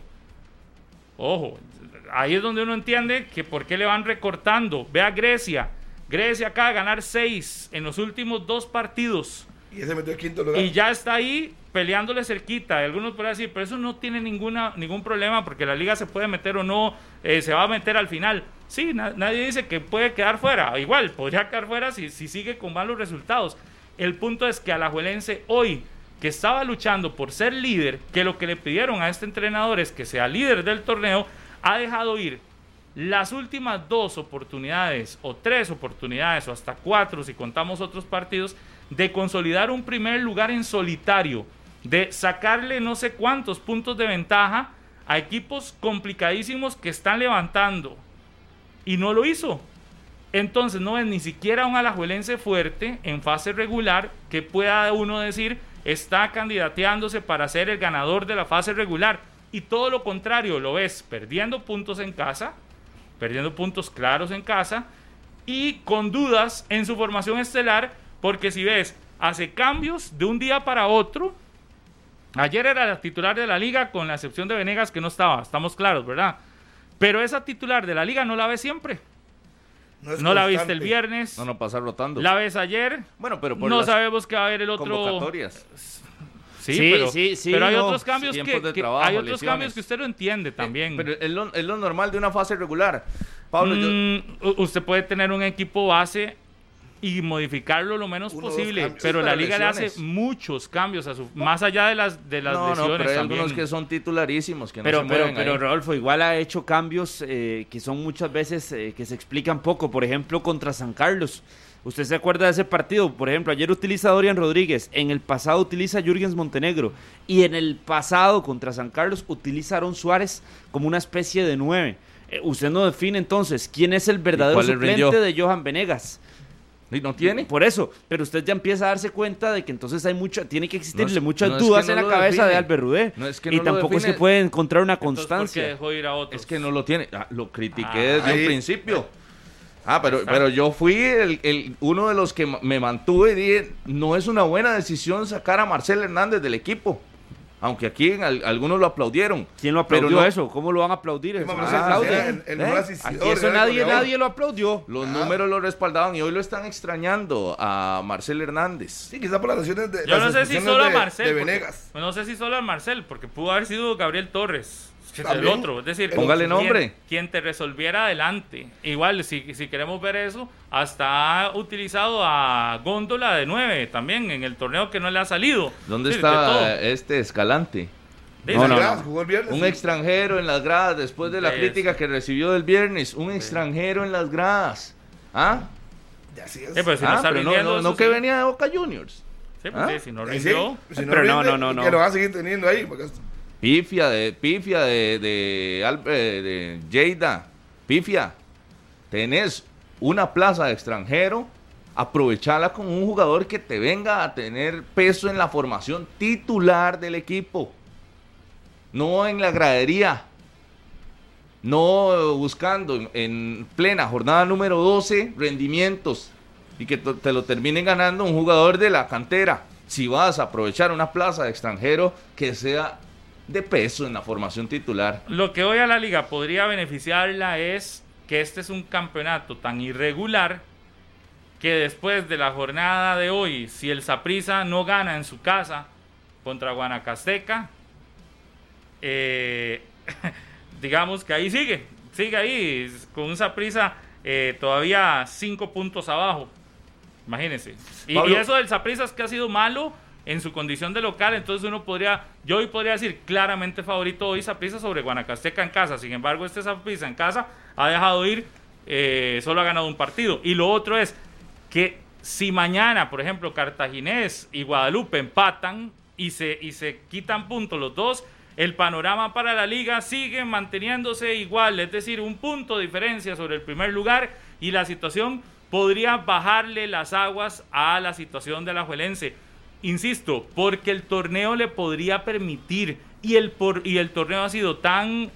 Ojo, ahí es donde uno entiende que por qué le van recortando. Ve a Grecia. Grecia acaba de ganar 6 en los últimos 2 partidos. Y se metió en quinto lugar. Y ya está ahí peleándole cerquita. Algunos podrán decir, pero eso no tiene ningún problema porque la liga se puede meter o no, se va a meter al final. Sí, nadie dice que puede quedar fuera. Igual, podría quedar fuera si sigue con malos resultados. El punto es que Alajuelense hoy, que estaba luchando por ser líder, que lo que le pidieron a este entrenador es que sea líder del torneo, ha dejado ir las últimas 2 oportunidades o 3 oportunidades o hasta 4 si contamos otros partidos, de consolidar un primer lugar en solitario, de sacarle no sé cuántos puntos de ventaja a equipos complicadísimos que están levantando, y no lo hizo. Entonces no es ni siquiera un alajuelense fuerte en fase regular que pueda uno decir está candidateándose para ser el ganador de la fase regular, y todo lo contrario, lo ves perdiendo puntos en casa, perdiendo puntos claros en casa y con dudas en su formación estelar, porque si ves, hace cambios de un día para otro. Ayer era la titular de la liga, con la excepción de Venegas, que no estaba, estamos claros, ¿verdad? Pero esa titular de la liga no la ves siempre. No la viste el viernes. No pasa rotando. La ves ayer. Bueno, pero por no sabemos qué va a haber el otro. Convocatorias. Sí, pero hay otros cambios hay otros cambios que usted lo entiende también. Pero es lo normal de una fase regular. Pablo, usted puede tener un equipo base y modificarlo lo menos posible, pero la liga le hace muchos cambios más allá de las lesiones. Pero hay también. algunos que son titularísimos que pero Rodolfo, igual ha hecho cambios que son muchas veces que se explican poco. Por ejemplo, contra San Carlos, usted se acuerda de ese partido. Por ejemplo, ayer utiliza a Dorian Rodríguez, en el pasado utiliza a Jürgens Montenegro, y en el pasado contra San Carlos utiliza a Aaron Suárez como una especie de 9. Usted no define entonces quién es el verdadero suplente de Johan Venegas. ¿Y no tiene? Por eso, pero usted ya empieza a darse cuenta de que entonces tiene que existirle muchas dudas en la cabeza de Albert Rudé. Y tampoco es que puede encontrar una constancia. ¿Por qué dejó ir a otros? Es que no lo tiene. Lo critiqué desde un principio. Pero yo fui uno de los que me mantuve y dije, no es una buena decisión sacar a Marcel Hernández del equipo. Aunque aquí algunos lo aplaudieron. ¿Quién lo aplaudió eso? ¿Cómo lo van a aplaudir? Aquí eso nadie lo aplaudió. Los números lo respaldaban y hoy lo están extrañando a Marcel Hernández. Sí, quizás por las lesiones de Yo no sé si solo a Marcel. No sé si solo a Marcel, porque pudo haber sido Gabriel Torres. El otro, es decir, póngale nombre. Quien te resolviera adelante. Igual, si queremos ver eso, hasta ha utilizado a Góndola de 9 también en el torneo que no le ha salido. ¿Dónde está este Escalante? Jugó el viernes, un extranjero en las gradas después de la crítica que recibió del viernes. Un extranjero en las gradas. Así es. Pero si no que venía de Boca Juniors. Sí, pues si no rindió. Pero no. Que lo van a seguir teniendo ahí. Porque... Pifia de Lleida. Pifia. Tenés una plaza de extranjero, aprovechala con un jugador que te venga a tener peso en la formación titular del equipo. No en la gradería. No buscando en plena jornada número 12 rendimientos y que te lo terminen ganando un jugador de la cantera. Si vas a aprovechar una plaza de extranjero, que sea de peso en la formación titular. Lo que hoy a la liga podría beneficiarla es que este es un campeonato tan irregular que después de la jornada de hoy, si el Saprissa no gana en su casa contra Guanacasteca, digamos que ahí sigue ahí con un Saprissa todavía 5 puntos abajo, imagínense. Y eso del Saprissa es que ha sido malo en su condición de local, entonces yo hoy podría decir claramente favorito hoy Saprissa sobre Guanacasteca en casa. Sin embargo, este Saprissa en casa ha dejado ir, solo ha ganado un partido. Y lo otro es que si mañana, por ejemplo, Cartaginés y Guadalupe empatan y se quitan puntos los dos, el panorama para la liga sigue manteniéndose igual, es decir, un punto de diferencia sobre el primer lugar, y la situación podría bajarle las aguas a la situación de Alajuelense. Insisto, porque el torneo le podría permitir, y el torneo ha sido tan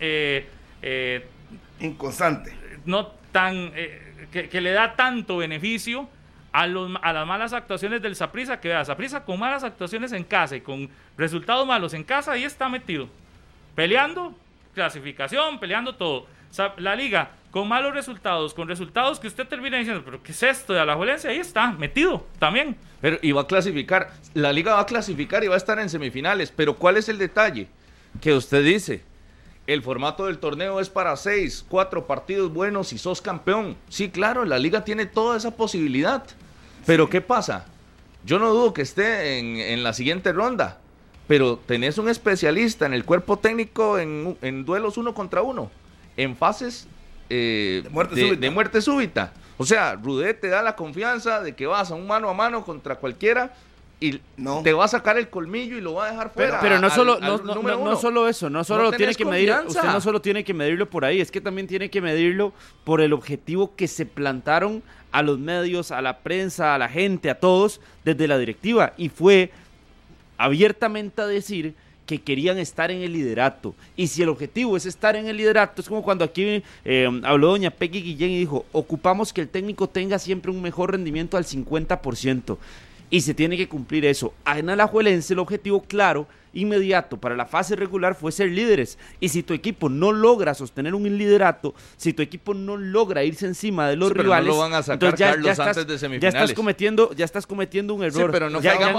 inconstante, no tan que le da tanto beneficio a las malas actuaciones del Saprissa, que vea, Saprissa con malas actuaciones en casa y con resultados malos en casa, ahí está metido, peleando clasificación, peleando todo. La liga con malos resultados, con resultados que usted termina diciendo, pero ¿qué es esto de Alajuelense? Ahí está, metido también. Pero y va a clasificar, la liga va a clasificar y va a estar en semifinales, pero ¿cuál es el detalle? Que usted dice, el formato del torneo es para 4 partidos buenos y sos campeón. Sí, claro, la liga tiene toda esa posibilidad, pero ¿qué pasa? Yo no dudo que esté en la siguiente ronda, pero tenés un especialista en el cuerpo técnico en duelos 1 contra 1, en fases de muerte súbita. O sea, Rudé te da la confianza de que vas a un mano a mano contra cualquiera y te va a sacar el colmillo y lo va a dejar fuera. Pero no solo eso, no solo lo tiene que medir, usted no solo tiene que medirlo por ahí, es que también tiene que medirlo por el objetivo que se plantaron a los medios, a la prensa, a la gente, a todos, desde la directiva, y fue abiertamente a decir que querían estar en el liderato. Y si el objetivo es estar en el liderato, es como cuando aquí habló doña Peggy Guillén y dijo, ocupamos que el técnico tenga siempre un mejor rendimiento al 50%. Y se tiene que cumplir eso. En Alajuelense el objetivo claro, inmediato para la fase regular fue ser líderes. Y si tu equipo no logra sostener un liderato, si tu equipo no logra irse encima de los rivales, no lo van a sacar, Carlos, antes de semifinales. Ya estás cometiendo un error. Sí, pero no ya en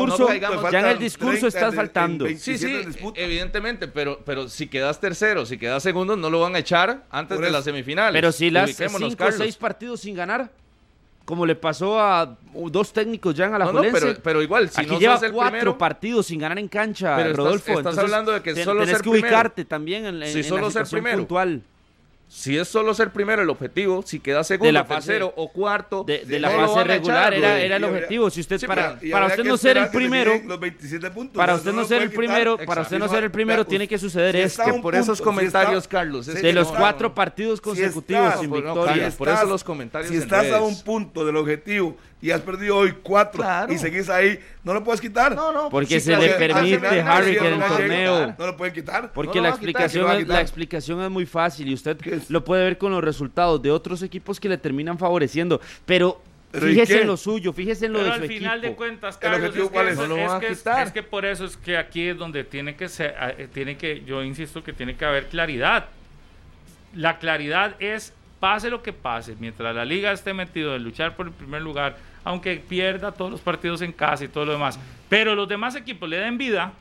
el discurso estás faltando. Sí, evidentemente, pero si quedas tercero, si quedas segundo, no lo van a echar antes de las semifinales. Pero si las 5 o 6 partidos sin ganar, como le pasó a 2 técnicos ya en Alajuelense. Pero igual, si aquí no lleva sos el 4 primero, partidos sin ganar en cancha, pero Rodolfo. Estás hablando de que solo tenés ser que ubicarte también en solo la ser situación primero. puntual. Si es solo ser primero el objetivo, si queda segundo, tercero o cuarto, de la fase regular era el objetivo. Si usted para usted no ser el primero, los 27 puntos, para usted no ser el primero, tiene que suceder esto. Que por esos comentarios, Carlos, de los 4 partidos consecutivos sin victoria. Por eso los comentarios. Si estás a un punto del objetivo y has perdido hoy 4 y seguís ahí, no lo puedes quitar. Porque se le permite, Harry, que en el torneo. No lo pueden quitar. Porque la explicación es muy fácil y usted lo puede ver con los resultados de otros equipos que le terminan favoreciendo. Pero fíjese en lo suyo, fíjese en lo de su equipo. Pero al final de cuentas, Carlos, es que por eso es que aquí es donde tiene que yo insisto que tiene que haber claridad. La claridad es, pase lo que pase, mientras la liga esté metido en luchar por el primer lugar, aunque pierda todos los partidos en casa y todo lo demás, pero los demás equipos le den vida,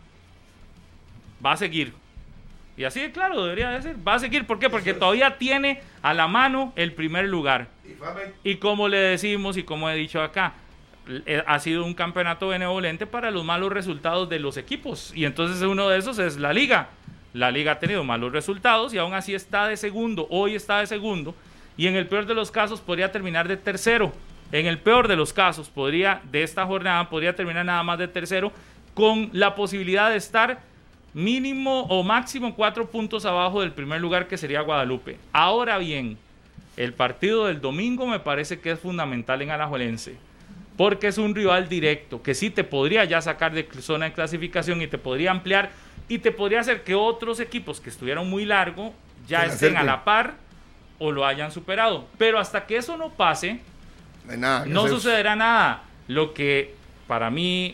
va a seguir. Y así de claro debería de ser, va a seguir. ¿Por qué? Porque todavía tiene a la mano el primer lugar. Y como le decimos y como he dicho acá, ha sido un campeonato benevolente para los malos resultados de los equipos. Y entonces uno de esos es la liga. La liga ha tenido malos resultados y aún así está de segundo. Hoy está de segundo. Y en el peor de los casos podría terminar de tercero. En el peor de los casos de esta jornada podría terminar nada más de tercero, con la posibilidad de estar mínimo o máximo 4 puntos abajo del primer lugar, que sería Guadalupe. Ahora bien, el partido del domingo me parece que es fundamental en Alajuelense, porque es un rival directo que sí te podría ya sacar de zona de clasificación y te podría ampliar y te podría hacer que otros equipos que estuvieron muy largo ya estén a la par o lo hayan superado. Pero hasta que eso no pase, no sucederá nada. Lo que para mí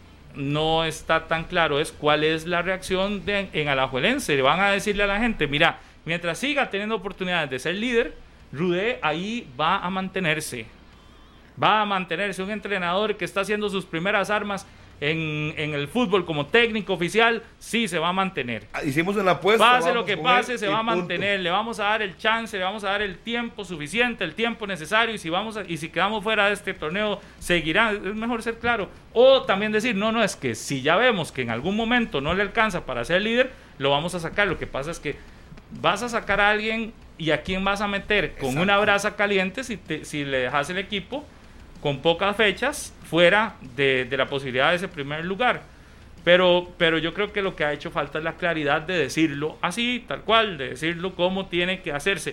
no está tan claro es cuál es la reacción en Alajuelense. Le van a decirle a la gente, mira, mientras siga teniendo oportunidades de ser líder, Rudé ahí va a mantenerse. Un entrenador que está haciendo sus primeras armas en el fútbol como técnico oficial, sí se va a mantener. Hicimos una apuesta. Pase lo que pase, se va a mantener. Le vamos a dar el chance, le vamos a dar el tiempo suficiente, el tiempo necesario. Y si quedamos fuera de este torneo, seguirá. Es mejor ser claro. O también decir, no, es que si ya vemos que en algún momento no le alcanza para ser líder, lo vamos a sacar. Lo que pasa es que vas a sacar a alguien y a quién vas a meter con una brasa caliente si le dejas el equipo con pocas fechas fuera de la posibilidad de ese primer lugar. Pero yo creo que lo que ha hecho falta es la claridad de decirlo así, tal cual, de decirlo como tiene que hacerse.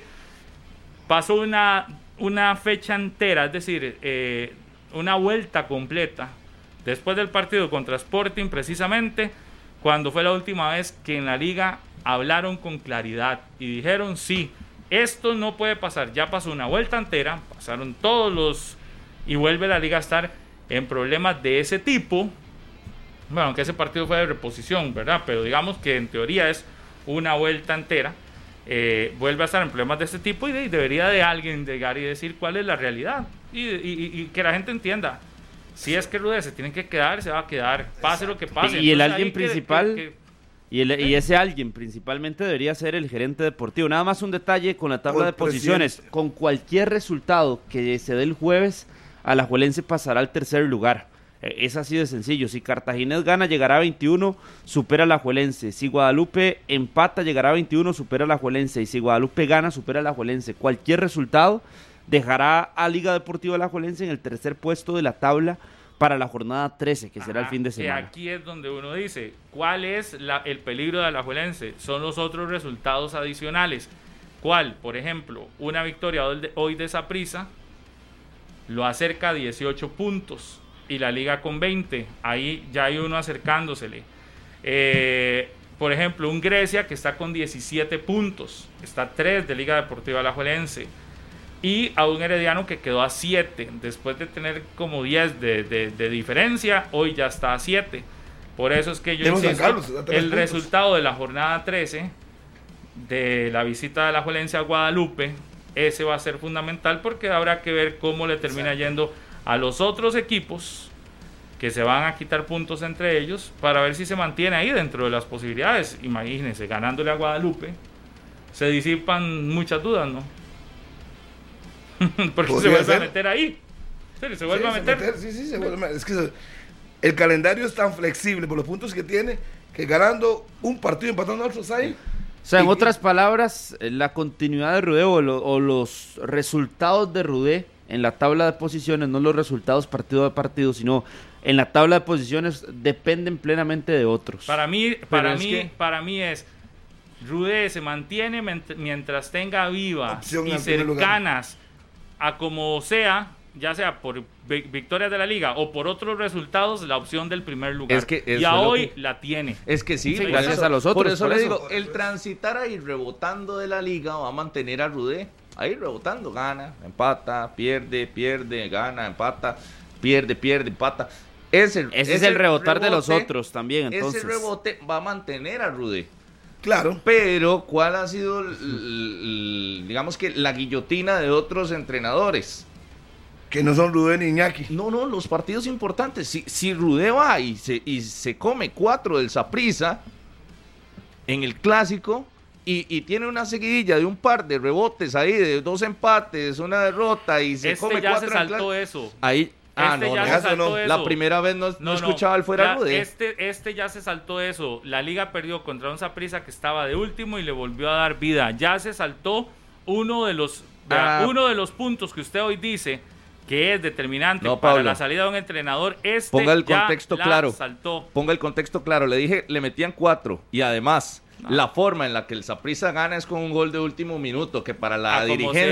Pasó una fecha entera, es decir, una vuelta completa después del partido contra Sporting, precisamente cuando fue la última vez que en la liga hablaron con claridad y dijeron, sí, esto no puede pasar. Ya pasó una vuelta entera, pasaron todos y vuelve la liga a estar en problemas de ese tipo. Bueno, aunque ese partido fue de reposición, ¿verdad? Pero digamos que en teoría es una vuelta entera. Vuelve a estar en problemas de este tipo y debería de alguien llegar y decir cuál es la realidad. Y que la gente entienda. Si es que Rudé se tiene que quedar, se va a quedar. Pase lo que pase. Y el alguien principal... Y ese alguien principalmente debería ser el gerente deportivo. Nada más un detalle con la tabla de posiciones. Con cualquier resultado que se dé el jueves, Alajuelense pasará al tercer lugar. Es así de sencillo. Si Cartaginés gana, llegará a 21, supera a Alajuelense. Si Guadalupe empata, llegará a 21, supera a Alajuelense. Y si Guadalupe gana, supera a Alajuelense. Cualquier resultado dejará a Liga Deportiva Alajuelense en el tercer puesto de la tabla para la jornada 13, que será el fin de semana. Y aquí es donde uno dice, ¿cuál es el peligro de Alajuelense? Son los otros resultados adicionales. ¿Cuál? Por ejemplo, una victoria hoy de Saprissa lo acerca a 18 puntos y la liga con 20. Ahí ya hay uno acercándosele. Por ejemplo, un Grecia que está con 17 puntos. Está 3 de Liga Deportiva Alajuelense. Y a un Herediano que quedó a 7. Después de tener como 10 de diferencia, hoy ya está a 7. Por eso es que yo insisto, el resultado de la jornada 13 de la visita de Alajuelense a Guadalupe, ese va a ser fundamental porque habrá que ver cómo le termina yendo a los otros equipos que se van a quitar puntos entre ellos para ver si se mantiene ahí dentro de las posibilidades. Imagínense, ganándole a Guadalupe se disipan muchas dudas, ¿no? Porque se vuelve a meter ahí. Se vuelve a meter. Sí, se vuelve a meter. Es que el calendario es tan flexible por los puntos que tiene que ganando un partido, empatando a otros ahí. O sea, en otras palabras, la continuidad de Rudé o los resultados de Rudé en la tabla de posiciones, no los resultados partido a partido, sino en la tabla de posiciones dependen plenamente de otros. Para mí es Rudé se mantiene mientras tenga viva y cercanas a como sea, ya sea por victorias de la liga o por otros resultados, la opción del primer lugar. Y a hoy la tiene. Es que sí, gracias a los otros. Por eso le digo, el transitar ahí rebotando de la liga va a mantener a Rudé ahí rebotando, gana, empata, pierde, gana, empata, pierde, empata. Ese es el rebotar de los otros también, entonces. Ese rebote va a mantener a Rudé. Claro. Pero, ¿cuál ha sido, digamos que, la guillotina de otros entrenadores? Que no son Rudé ni Iñaki. No, los partidos importantes. Si Rudé va y se come 4 del Saprissa en el Clásico y tiene una seguidilla de un par de rebotes ahí, de 2 empates, una derrota y se come 4 ya se saltó eso. Ahí... ya se saltó eso. La primera vez no escuchaba el fuera Rudé. Este ya se saltó eso. La liga perdió contra un Saprissa que estaba de último y le volvió a dar vida. Ya se saltó uno de los puntos que usted hoy dice que es determinante para la salida de un entrenador. Ponga el contexto claro. Saltó. Ponga el contexto claro. Le dije, le metían 4 y además la forma en la que el Saprissa gana es con un gol de último minuto, que para la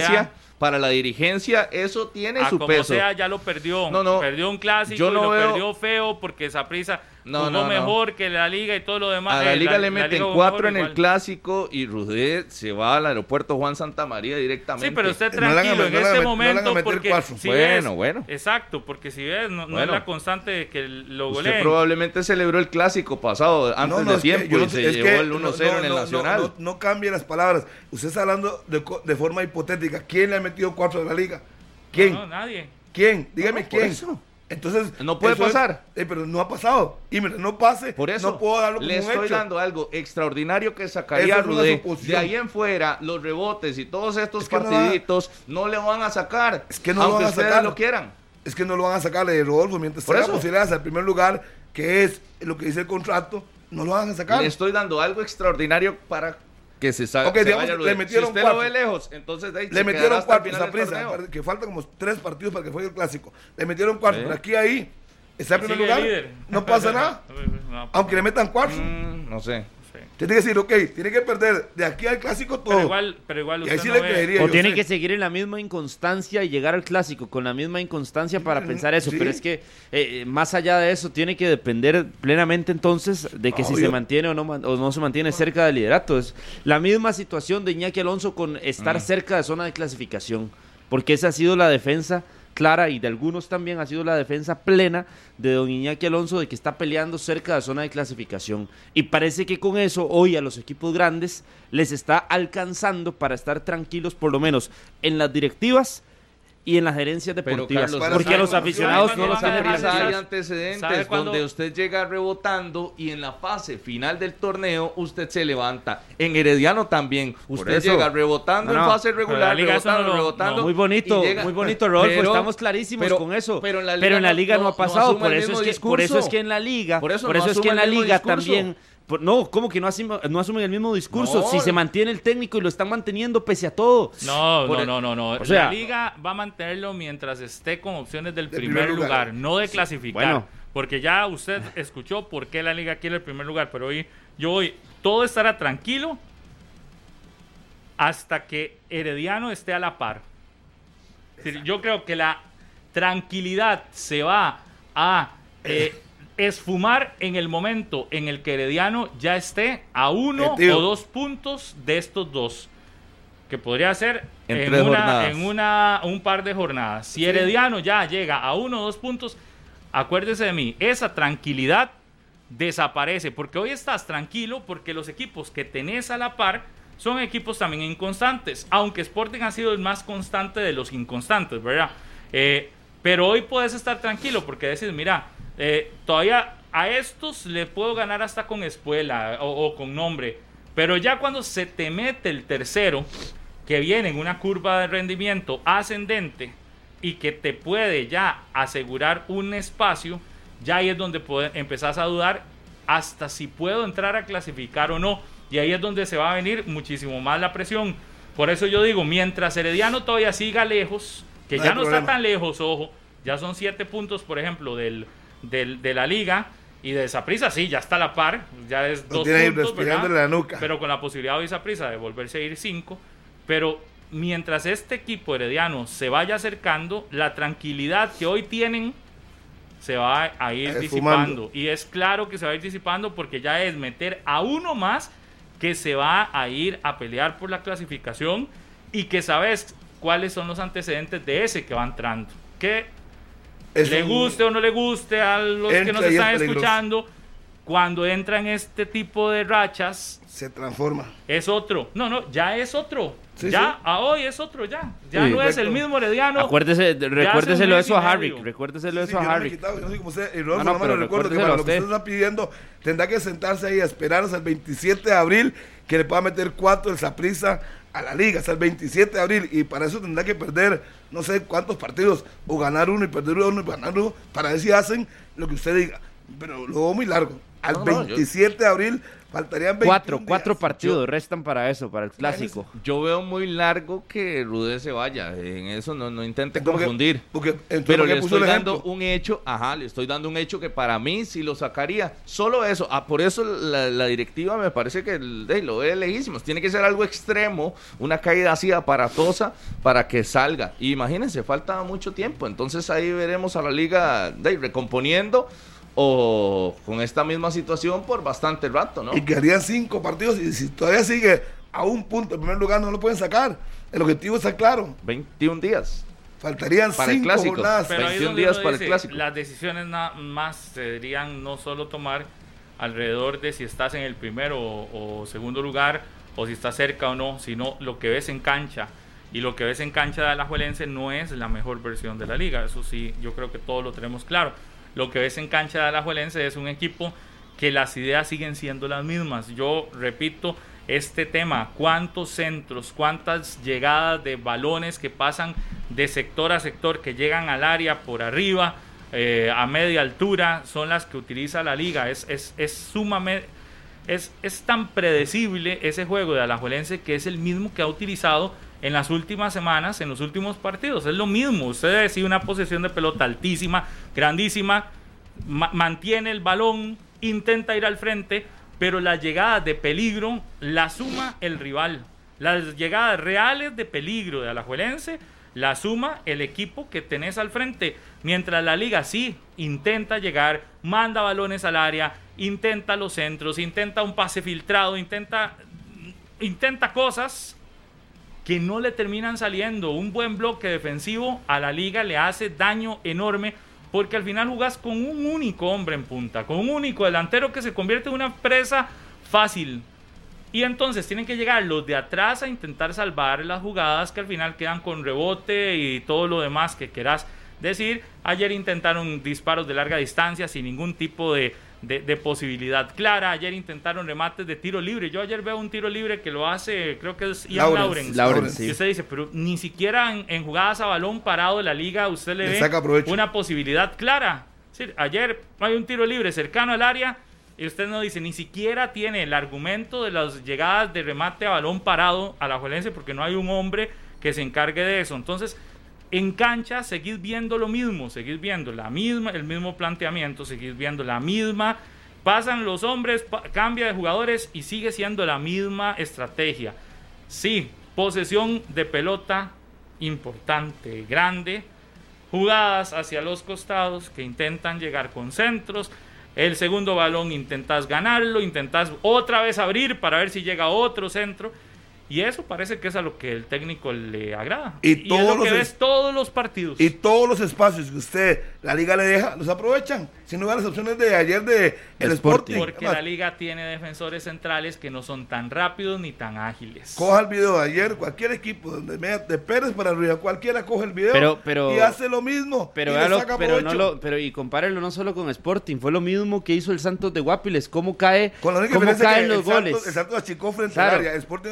dirigencia eso tiene su peso. Como sea, ya lo perdió. Perdió un clásico perdió feo porque Saprissa jugó mejor que la liga y todo lo demás. A la liga le meten 4 en el clásico y Rudé se va al aeropuerto Juan Santamaría directamente. Sí, pero usted tranquilo en este momento porque bueno. Exacto, porque si ves, no es la constante que lo goleen. Usted probablemente celebró el clásico pasado antes de tiempo y se llevó el 1-0 en el Nacional. No cambie las palabras. Usted está hablando de forma hipotética. ¿Quién le ha metido 4 de la liga? ¿Quién? No, nadie. ¿Quién? Dígame quién. Eso. Entonces, no puede pasar. Pero no ha pasado. Y mira, no pase. Por eso no puedo darlo como le estoy dando algo extraordinario que sacaría a Rudé. De ahí en fuera, los rebotes y todos estos partiditos no le van a sacar. Es que no lo van a sacar. Lo quieran. Es que no lo van a sacar de Rodolfo mientras tenga posibilidades al primer lugar, que es lo que dice el contrato, no lo van a sacar. Le estoy dando algo extraordinario para que se salga. Okay, digamos, le metieron si usted 4. Lo ve lejos, entonces ahí le metieron 4 a Saprissa, que faltan como 3 partidos para que juegue el clásico. Le metieron 4, pero aquí ahí está en primer lugar, no pasa nada. Aunque le metan 4. No sé. Tiene que decir, tiene que perder de aquí al clásico todo. Pero igual usted no ve. O tiene que seguir en la misma inconstancia y llegar al clásico con la misma inconstancia para pensar eso. Sí. Pero es que más allá de eso tiene que depender plenamente entonces de que si se mantiene o no se mantiene cerca del liderato. Es la misma situación de Iñaki Alonso con estar cerca de zona de clasificación. Porque esa ha sido la defensa clara y de algunos también ha sido la defensa plena de don Iñaki Alonso, de que está peleando cerca de zona de clasificación, y parece que con eso hoy a los equipos grandes les está alcanzando para estar tranquilos, por lo menos en las directivas y en las gerencias deportivas, porque a los aficionados no los tiene prisa. Hay antecedentes donde usted llega rebotando y en la fase final del torneo usted se levanta. En Herediano también usted llega rebotando en fase regular, rebotando. Muy bonito, Rodolfo, estamos clarísimos con eso. Pero en la liga no ha pasado, por eso es que en la liga también. No, ¿cómo que no asumen el mismo discurso? Si se mantiene el técnico y lo están manteniendo pese a todo. No. O sea, la liga va a mantenerlo mientras esté con opciones del primer lugar, no de clasificar. Bueno. Porque ya usted escuchó por qué la liga quiere el primer lugar, pero hoy todo estará tranquilo hasta que Herediano esté a la par. Yo creo que la tranquilidad se va a esfumar en el momento en el que Herediano ya esté a 1 o 2 puntos de estos dos, que podría ser en un par de jornadas. Si Herediano ya llega a 1 o 2 puntos, acuérdese de mí, esa tranquilidad desaparece, porque hoy estás tranquilo porque los equipos que tenés a la par son equipos también inconstantes, aunque Sporting ha sido el más constante de los inconstantes, ¿verdad? Pero hoy puedes estar tranquilo porque decís, mira, todavía a estos le puedo ganar hasta con espuela o con nombre, pero ya cuando se te mete el tercero, que viene en una curva de rendimiento ascendente y que te puede ya asegurar un espacio, ya ahí es donde empezás a dudar hasta si puedo entrar a clasificar o no. Y ahí es donde se va a venir muchísimo más la presión. Por eso yo digo, mientras Herediano todavía siga lejos, que ya no está tan lejos, ojo, ya son 7 puntos, por ejemplo, de la liga, y de Saprissa sí, ya está a la par, ya es 2 puntos, la nuca. Pero con la posibilidad de Saprissa de volverse a ir 5, pero mientras este equipo herediano se vaya acercando, la tranquilidad que hoy tienen se va a ir disipando, y es claro que se va a ir disipando porque ya es meter a uno más que se va a ir a pelear por la clasificación y que sabes cuáles son los antecedentes de ese que va entrando, que le guste o no le guste a los que nos están escuchando, cuando entra en este tipo de rachas se transforma, es otro, ya es otro, a hoy es otro, ya no es el mismo Herediano. Recuérdeselo eso a Harry, recuérdeselo eso a Harry. Yo no sé cómo no me lo recuerdo, que para lo que usted está pidiendo tendrá que sentarse ahí a esperar hasta el 27 de abril que le pueda meter 4 el Saprissa a la liga, hasta el 27 de abril, y para eso tendrá que perder no sé cuántos partidos, o ganar uno y perder uno y ganar uno, para ver si hacen lo que usted diga, pero lo veo muy largo. Al 27 de abril faltarían 4 partidos restan para eso, para el clásico. Yo veo muy largo que Rudé se vaya. En eso no intente confundir. Pero le estoy dando un hecho, le estoy dando un hecho que para mí sí lo sacaría. Solo eso. Por eso la directiva me parece que lo ve lejísimo. Tiene que ser algo extremo, una caída así aparatosa para que salga. Y imagínense, falta mucho tiempo. Entonces ahí veremos a la liga recomponiendo, o con esta misma situación por bastante rato, ¿no? Y quedarían 5 partidos, y si todavía sigue a un punto en primer lugar, no lo pueden sacar. El objetivo está claro. 21 días. Faltarían 5 jornadas. Pero 21 días para el clásico. Las decisiones más se deberían no solo tomar alrededor de si estás en el primero o segundo lugar, o si estás cerca o no, sino lo que ves en cancha. Y lo que ves en cancha de Alajuelense no es la mejor versión de la liga. Eso sí, yo creo que todos lo tenemos claro. Lo que ves en cancha de Alajuelense es un equipo que las ideas siguen siendo las mismas. Yo repito este tema, cuántos centros, cuántas llegadas de balones que pasan de sector a sector, que llegan al área por arriba, a media altura, son las que utiliza la liga. Es sumamente, es tan predecible ese juego de Alajuelense, que es el mismo que ha utilizado en las últimas semanas, en los últimos partidos. Es lo mismo. Usted decide una posesión de pelota altísima, grandísima, mantiene el balón, intenta ir al frente, pero las llegadas de peligro la suma el rival. Las llegadas reales de peligro de Alajuelense la suma el equipo que tenés al frente. Mientras la liga sí intenta llegar, manda balones al área, intenta los centros, intenta un pase filtrado, intenta cosas que no le terminan saliendo. Un buen bloque defensivo a la liga le hace daño enorme, porque al final jugás con un único hombre en punta, con un único delantero que se convierte en una presa fácil. Y entonces tienen que llegar los de atrás a intentar salvar las jugadas que al final quedan con rebote y todo lo demás que querás decir. Ayer intentaron disparos de larga distancia sin ningún tipo de posibilidad clara. Ayer intentaron remates de tiro libre. Yo ayer veo un tiro libre que lo hace, creo que es Ian Lawrence. Sí. Y usted dice, pero ni siquiera en jugadas a balón parado de la liga usted le ve una posibilidad clara. Sí, ayer hay un tiro libre cercano al área y usted no dice, ni siquiera tiene el argumento de las llegadas de remate a balón parado a Alajuelense, porque no hay un hombre que se encargue de eso. Entonces, en cancha seguís viendo lo mismo, seguís viendo el mismo planteamiento, seguís viendo la misma, pasan los hombres, cambia de jugadores y sigue siendo la misma estrategia. Sí, posesión de pelota importante, grande, jugadas hacia los costados que intentan llegar con centros, el segundo balón intentas ganarlo, intentas otra vez abrir para ver si llega otro centro. Y eso parece que es a lo que el técnico le agrada. Y es lo que ves todos los partidos. Y todos los espacios que la liga le deja, los aprovechan. Si no, las opciones de ayer de el Sporting. Porque la liga tiene defensores centrales que no son tan rápidos ni tan ágiles. Coja el video de ayer, cualquier equipo, de Pérez para arriba, cualquiera coge el video y hace lo mismo. Y compárelo no solo con Sporting, fue lo mismo que hizo el Santos de Guapiles. ¿Cómo caen los goles? El Santos achicó frente al área, el Sporting achicó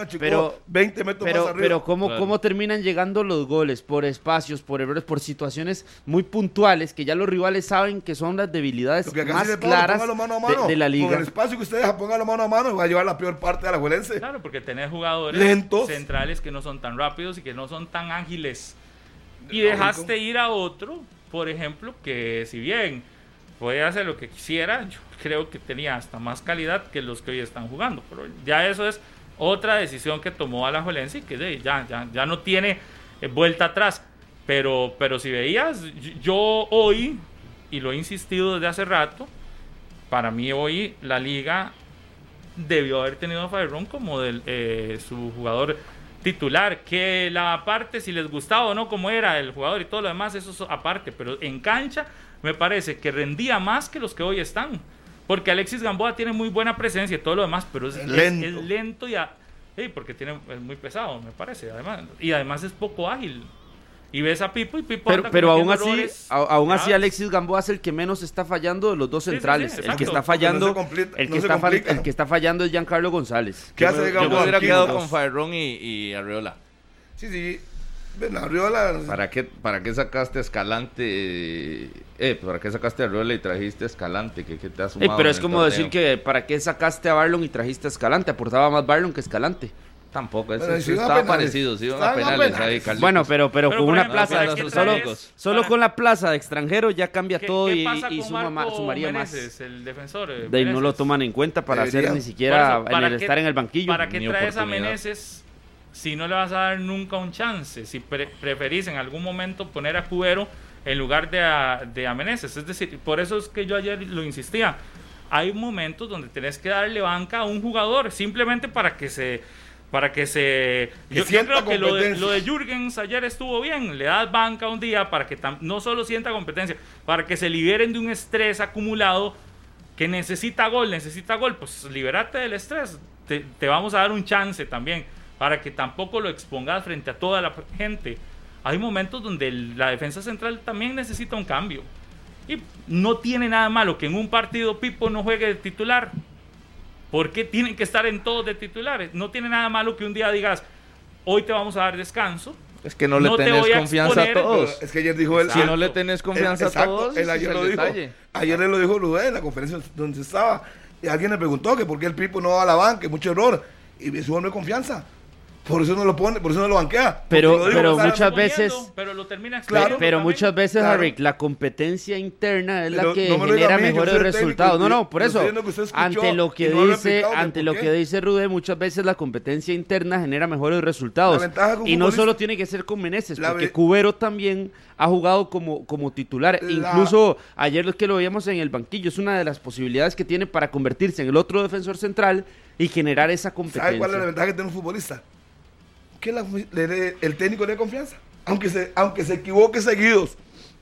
20 metros más arriba. Pero ¿cómo terminan llegando los goles? Por espacios, por errores, por situaciones muy puntuales que ya los rivales saben que son las debilidades más claras de la liga. Con el espacio que usted deja, póngalo mano a mano y va a llevar la peor parte de la Alajuelense. Claro, porque tenés jugadores lentos, centrales que no son tan rápidos y que no son tan ágiles. Y dejaste ir a otro, por ejemplo, que si bien podía hacer lo que quisiera, yo creo que tenía hasta más calidad que los que hoy están jugando. Pero ya eso es otra decisión que tomó Alajuelense y que ya no tiene vuelta atrás. Pero si veías, yo hoy, y lo he insistido desde hace rato, para mí hoy la liga debió haber tenido a Farrón como su jugador titular, que la parte, si les gustaba o no cómo era el jugador y todo lo demás, eso es aparte, pero en cancha me parece que rendía más que los que hoy están, porque Alexis Gamboa tiene muy buena presencia y todo lo demás, pero es lento porque es muy pesado, me parece, además es poco ágil. Y ves a Pipo y Pipo pero aún así Alexis Gamboa es el que menos está fallando de los dos centrales. El que está fallando el que está fallando es Giancarlo González. ¿Qué hace Gamboa? Yo me hubiera quedado con Farrón y Arriola. Sí. Bueno, Arriola. ¿Para qué sacaste a Escalante? ¿Para qué sacaste a Arriola y trajiste a Escalante? ¿Qué te ha sumado? Pero es como decir que ¿para qué sacaste a Barlon y trajiste a Escalante? Aportaba más Barlon que Escalante. Tampoco, eso estaba parecido, sí, iban a penales ahí, Carlitos. Bueno, pero con una plaza, solo con la plaza de extranjero ya cambia todo y sumaría más. El defensor, de ahí no lo toman en cuenta para hacer ni siquiera estar en el banquillo. ¿Para qué traes a Meneses si no le vas a dar nunca un chance? Si preferís en algún momento poner a Cubero en lugar de a Meneses. Es decir, por eso es que yo ayer lo insistía. Hay momentos donde tenés que darle banca a un jugador simplemente para que yo creo que lo de Jürgens ayer estuvo bien. Le das banca un día para que no solo sienta competencia, para que se liberen de un estrés acumulado que necesita gol. Pues libérate del estrés. Te vamos a dar un chance también para que tampoco lo expongas frente a toda la gente. Hay momentos donde la defensa central también necesita un cambio. Y no tiene nada malo que en un partido Pipo no juegue de titular. ¿Por qué tienen que estar en todos de titulares? No tiene nada malo que un día digas, hoy te vamos a dar descanso. Es que no le tenés confianza a todos. Es que ayer dijo él. Si no le tenés confianza a todos, ayer lo dijo. Ayer él lo dijo Rudé en la conferencia donde estaba. Y alguien le preguntó que por qué el Pipo no va a la banca, que mucho error. Y es su hombre de confianza. Por eso no lo pone, por eso no lo banquea. Pero muchas veces, pero lo termina muchas veces, Harry, la competencia interna es la que genera mejores resultados. Por eso, ante lo que dice Rudé, muchas veces la competencia interna genera mejores resultados. Y no solo tiene que ser con Meneses, porque Cubero también ha jugado como titular. Incluso ayer que lo veíamos en el banquillo, es una de las posibilidades que tiene para convertirse en el otro defensor central y generar esa competencia. ¿Sabe cuál es la ventaja que tiene un futbolista? Que el técnico le dé confianza, aunque se equivoque seguidos,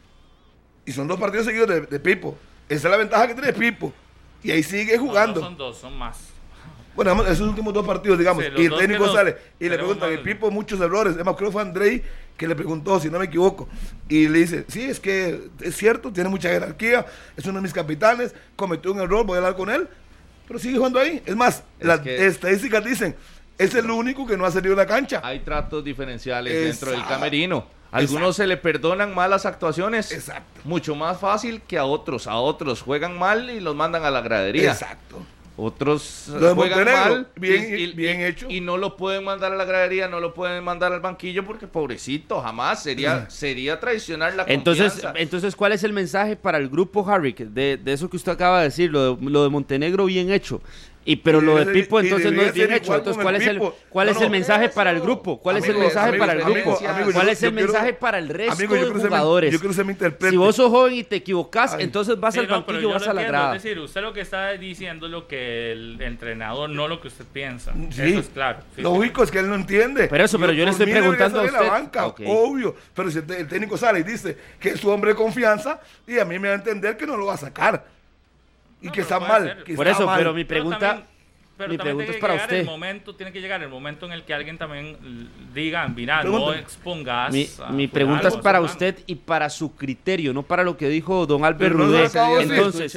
y son 2 partidos seguidos de Pipo. Esa es la ventaja que tiene Pipo, y ahí sigue jugando. No son 2, son más. Bueno, esos últimos 2 partidos, digamos, y el técnico sale y le pregunta que Pipo muchos errores. Es más, creo que fue Andrei que le preguntó, si no me equivoco, y le dice, sí, es que es cierto, tiene mucha jerarquía, es uno de mis capitanes, cometió un error, voy a hablar con él, pero sigue jugando ahí. Es más, las estadísticas dicen, es el único que no ha salido de la cancha. Hay tratos diferenciales dentro del camerino. Algunos se le perdonan malas actuaciones. Exacto. Mucho más fácil que a otros. A otros juegan mal y los mandan a la gradería. Exacto. Otros juegan mal, bien hecho. Y no lo pueden mandar a la gradería, no lo pueden mandar al banquillo porque pobrecito, jamás sería traicionar la confianza. Entonces, ¿cuál es el mensaje para el grupo, Harry? De eso que usted acaba de decir, lo de Montenegro bien hecho. Pero lo de Pipo entonces no es bien hecho. Entonces, ¿cuál es el mensaje para el grupo? ¿Cuál es el mensaje para el grupo? ¿Cuál es el mensaje para el resto de jugadores? Yo quiero ser mi intérprete. Si vos sos joven y te equivocás, entonces vas al banquillo, vas a la grada. Es decir, usted lo que está diciendo es lo que el entrenador, no lo que usted piensa. Sí, eso es claro. Lo único es que él no entiende. Pero yo le estoy preguntando a usted. La banca, obvio. Pero si el técnico sale y dice que es su hombre de confianza, y a mí me va a entender que no lo va a sacar. Y que está mal. Por eso, pero mi pregunta... Pero mi pregunta es para usted. Tiene que llegar el momento en el que alguien también diga, mira, no expongas. Mi pregunta es para usted y para su criterio, no para lo que dijo don Albert Rudé. Entonces,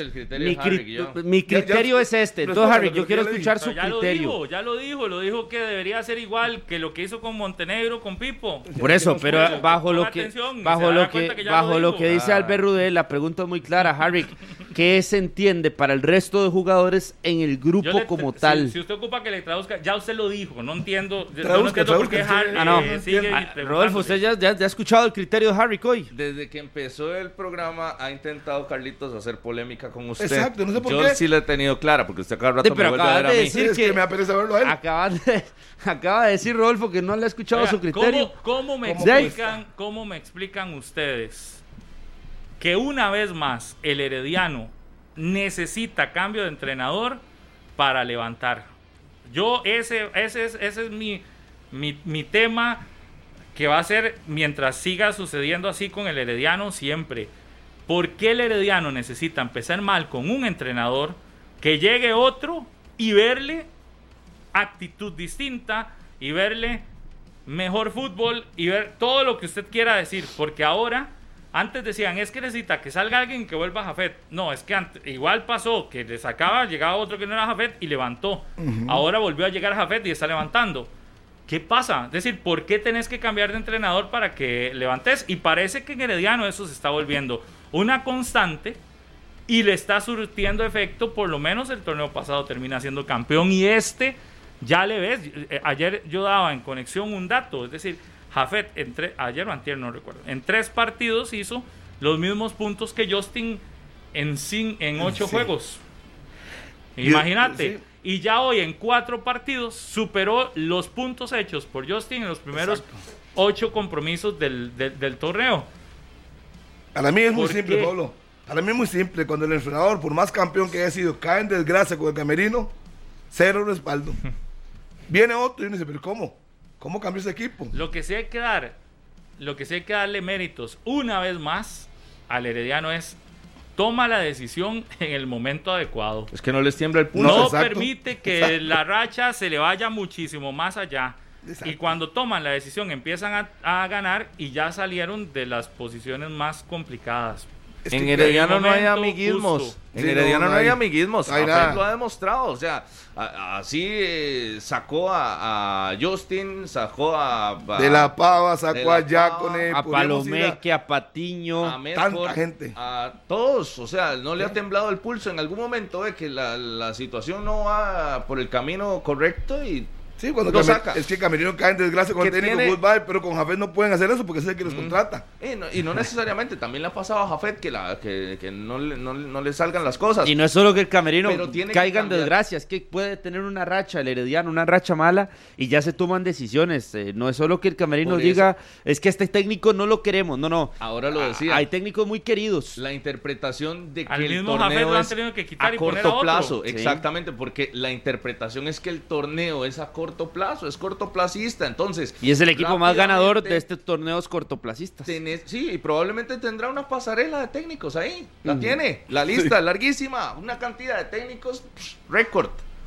mi criterio es este. Entonces, Harry, yo quiero escuchar su criterio. Ya lo dijo que debería ser igual que lo que hizo con Montenegro, con Pipo. Por eso, pero bajo lo que dice Albert Rudé, la pregunta es muy clara, Harry. ¿Qué se entiende para el resto de jugadores en el grupo como tal? Si usted ocupa que le traduzca, ya usted lo dijo, no entiendo. No entiendo por qué Harry sigue Rodolfo, usted ya ha escuchado el criterio de Harry Coy. Desde que empezó el programa ha intentado Carlitos hacer polémica con usted. Exacto, no sé por qué. Yo sí la he tenido clara, porque usted cada rato me vuelve a ver a mí. Es que me apetece verlo a él. Acaba de decir Rodolfo que no le ha escuchado su criterio. ¿Cómo me explican ustedes que una vez más el Herediano necesita cambio de entrenador para levantar? Ese es mi tema, que va a ser mientras siga sucediendo así con el Herediano siempre. ¿Por qué el Herediano necesita empezar mal con un entrenador, que llegue otro y verle actitud distinta y verle mejor fútbol y ver todo lo que usted quiera decir? Porque ahora, antes decían, es que necesita que salga alguien que vuelva a Jafet. No, es que igual pasó que le sacaba, llegaba otro que no era Jafet y levantó. Ahora volvió a llegar Jafet y está levantando. ¿Qué pasa? Es decir, ¿por qué tenés que cambiar de entrenador para que levantes? Y parece que en Herediano eso se está volviendo una constante y le está surtiendo efecto. Por lo menos el torneo pasado termina siendo campeón y ya le ves. Ayer yo daba en conexión un dato, es decir, Jafet, ayer o antier, no recuerdo, en 3 partidos hizo los mismos puntos que Justin en 8 juegos. Imagínate. Sí. Y ya hoy en 4 partidos superó los puntos hechos por Justin en los primeros 8 compromisos del torneo. Para mí es muy simple, Pablo. Para mí es muy simple. Cuando el entrenador, por más campeón que haya sido, cae en desgracia con el camerino, 0 respaldo. Viene otro y uno dice, pero ¿cómo? ¿Cómo cambió ese equipo? Lo que sí hay que darle méritos una vez más al Herediano es: toma la decisión en el momento adecuado. Es que no les tiembla el pulso. No permite que la racha se le vaya muchísimo más allá. Exacto. Y cuando toman la decisión empiezan a ganar y ya salieron de las posiciones más complicadas. En Herediano no hay amiguismos. En Herediano no hay amiguismos. Jafet lo ha demostrado. O sea, así sacó a Justin, sacó a De la Pava, sacó a Yacone, a Palomeque, a Patiño, a Medford, tanta gente. A todos. O sea, no le ha temblado el pulso. En algún momento ve que la situación no va por el camino correcto y sí, cuando es que Camerino cae en desgracia con el técnico fútbol, pero con Jafet no pueden hacer eso porque es el que los contrata. Y no necesariamente, también le ha pasado a Jafet que no le salgan las cosas. Y no es solo que el Camerino caiga en desgracia, es que puede tener una racha, el Herediano, una racha mala, y ya se toman decisiones. No es solo que el Camerino diga, es que este técnico no lo queremos, no. Ahora lo decía. Hay técnicos muy queridos. La interpretación de que al el torneo es a corto plazo, exactamente, porque la interpretación es que el torneo es a corto plazo, es cortoplacista, entonces y es el equipo más ganador de estos torneos cortoplacistas. Sí, y probablemente tendrá una pasarela de técnicos ahí, la tiene, la lista larguísima, una cantidad de técnicos, récord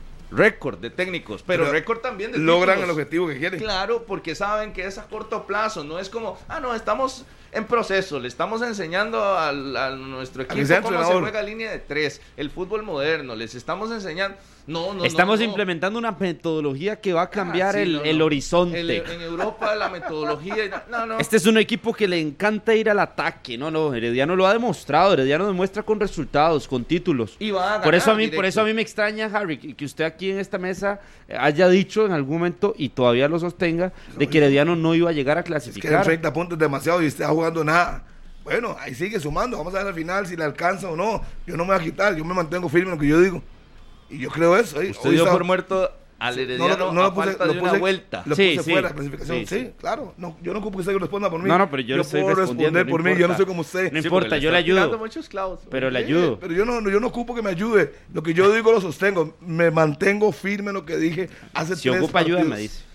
de técnicos, pero récord también de logran títulos. El objetivo que quieren. Claro, porque saben que es a corto plazo, no es como, estamos en proceso, le estamos enseñando a nuestro equipo cómo se juega línea de 3, el fútbol moderno, les estamos enseñando. Estamos implementando una metodología que va a cambiar el horizonte. En Europa la metodología. Este es un equipo que le encanta ir al ataque. Herediano lo ha demostrado. Herediano demuestra con resultados, con títulos. Y va a ganar por eso a mí me extraña, Harry, que usted aquí en esta mesa haya dicho en algún momento y todavía lo sostenga de que Herediano no iba a llegar a clasificar. Es que 30 puntos es demasiado y está jugando nada. Bueno, ahí sigue sumando. Vamos a ver al final si le alcanza o no. Yo no me voy a quitar. Yo me mantengo firme en lo que yo digo. Y yo creo eso. Usted dio por muerto al Herediano a falta de una vuelta. Lo puse fuera de la clasificación. Sí, claro. No, yo no ocupo que usted responda por mí. Pero yo puedo responder por mí. Yo no soy como usted. No importa, yo le ayudo. Pero le ayudo. Pero yo no ocupo que me ayude. Lo que yo digo lo sostengo. Me mantengo firme en lo que dije hace 3 partidos. Si ocupa ayuda, me dice.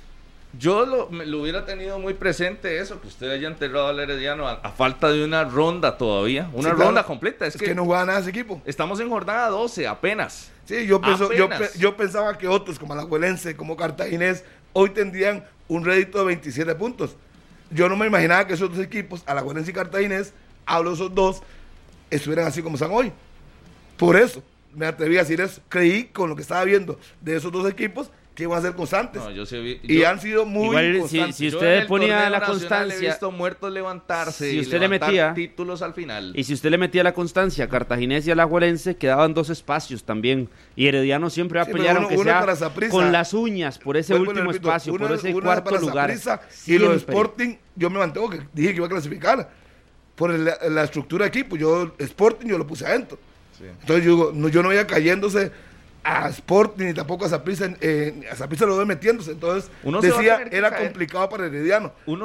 Yo lo hubiera tenido muy presente eso, que usted haya enterrado al Herediano a falta de una ronda todavía, una ronda completa. Es que no juega nada ese equipo. Estamos en jornada 12 apenas. Sí, yo pensaba que otros como Alajuelense, como Cartaginés, hoy tendrían un rédito de 27 puntos. Yo no me imaginaba que esos dos equipos, Alajuelense y Cartaginés, hablo de esos dos, estuvieran así como están hoy. Por eso me atreví a decir eso. Creí con lo que estaba viendo de esos dos equipos que iban a ser constantes. No, y han sido muy constantes. Si usted ponía la constancia, he visto muertos levantarse si usted le metía títulos al final. Y si usted le metía la constancia a Cartaginés y a Alajuelense, quedaban 2 espacios también. Y Herediano siempre va a pelear, aunque sea con las uñas, por ese último espacio, por ese cuarto lugar. Y lo de Sporting, yo me mantengo que dije que iba a clasificar por la estructura de equipo. Sporting yo lo puse adentro. Sí. Entonces yo no veía cayéndose a Sporting ni tampoco a Saprissa. A Saprissa lo ve metiéndose. Entonces decía, era complicado para Herediano. Uno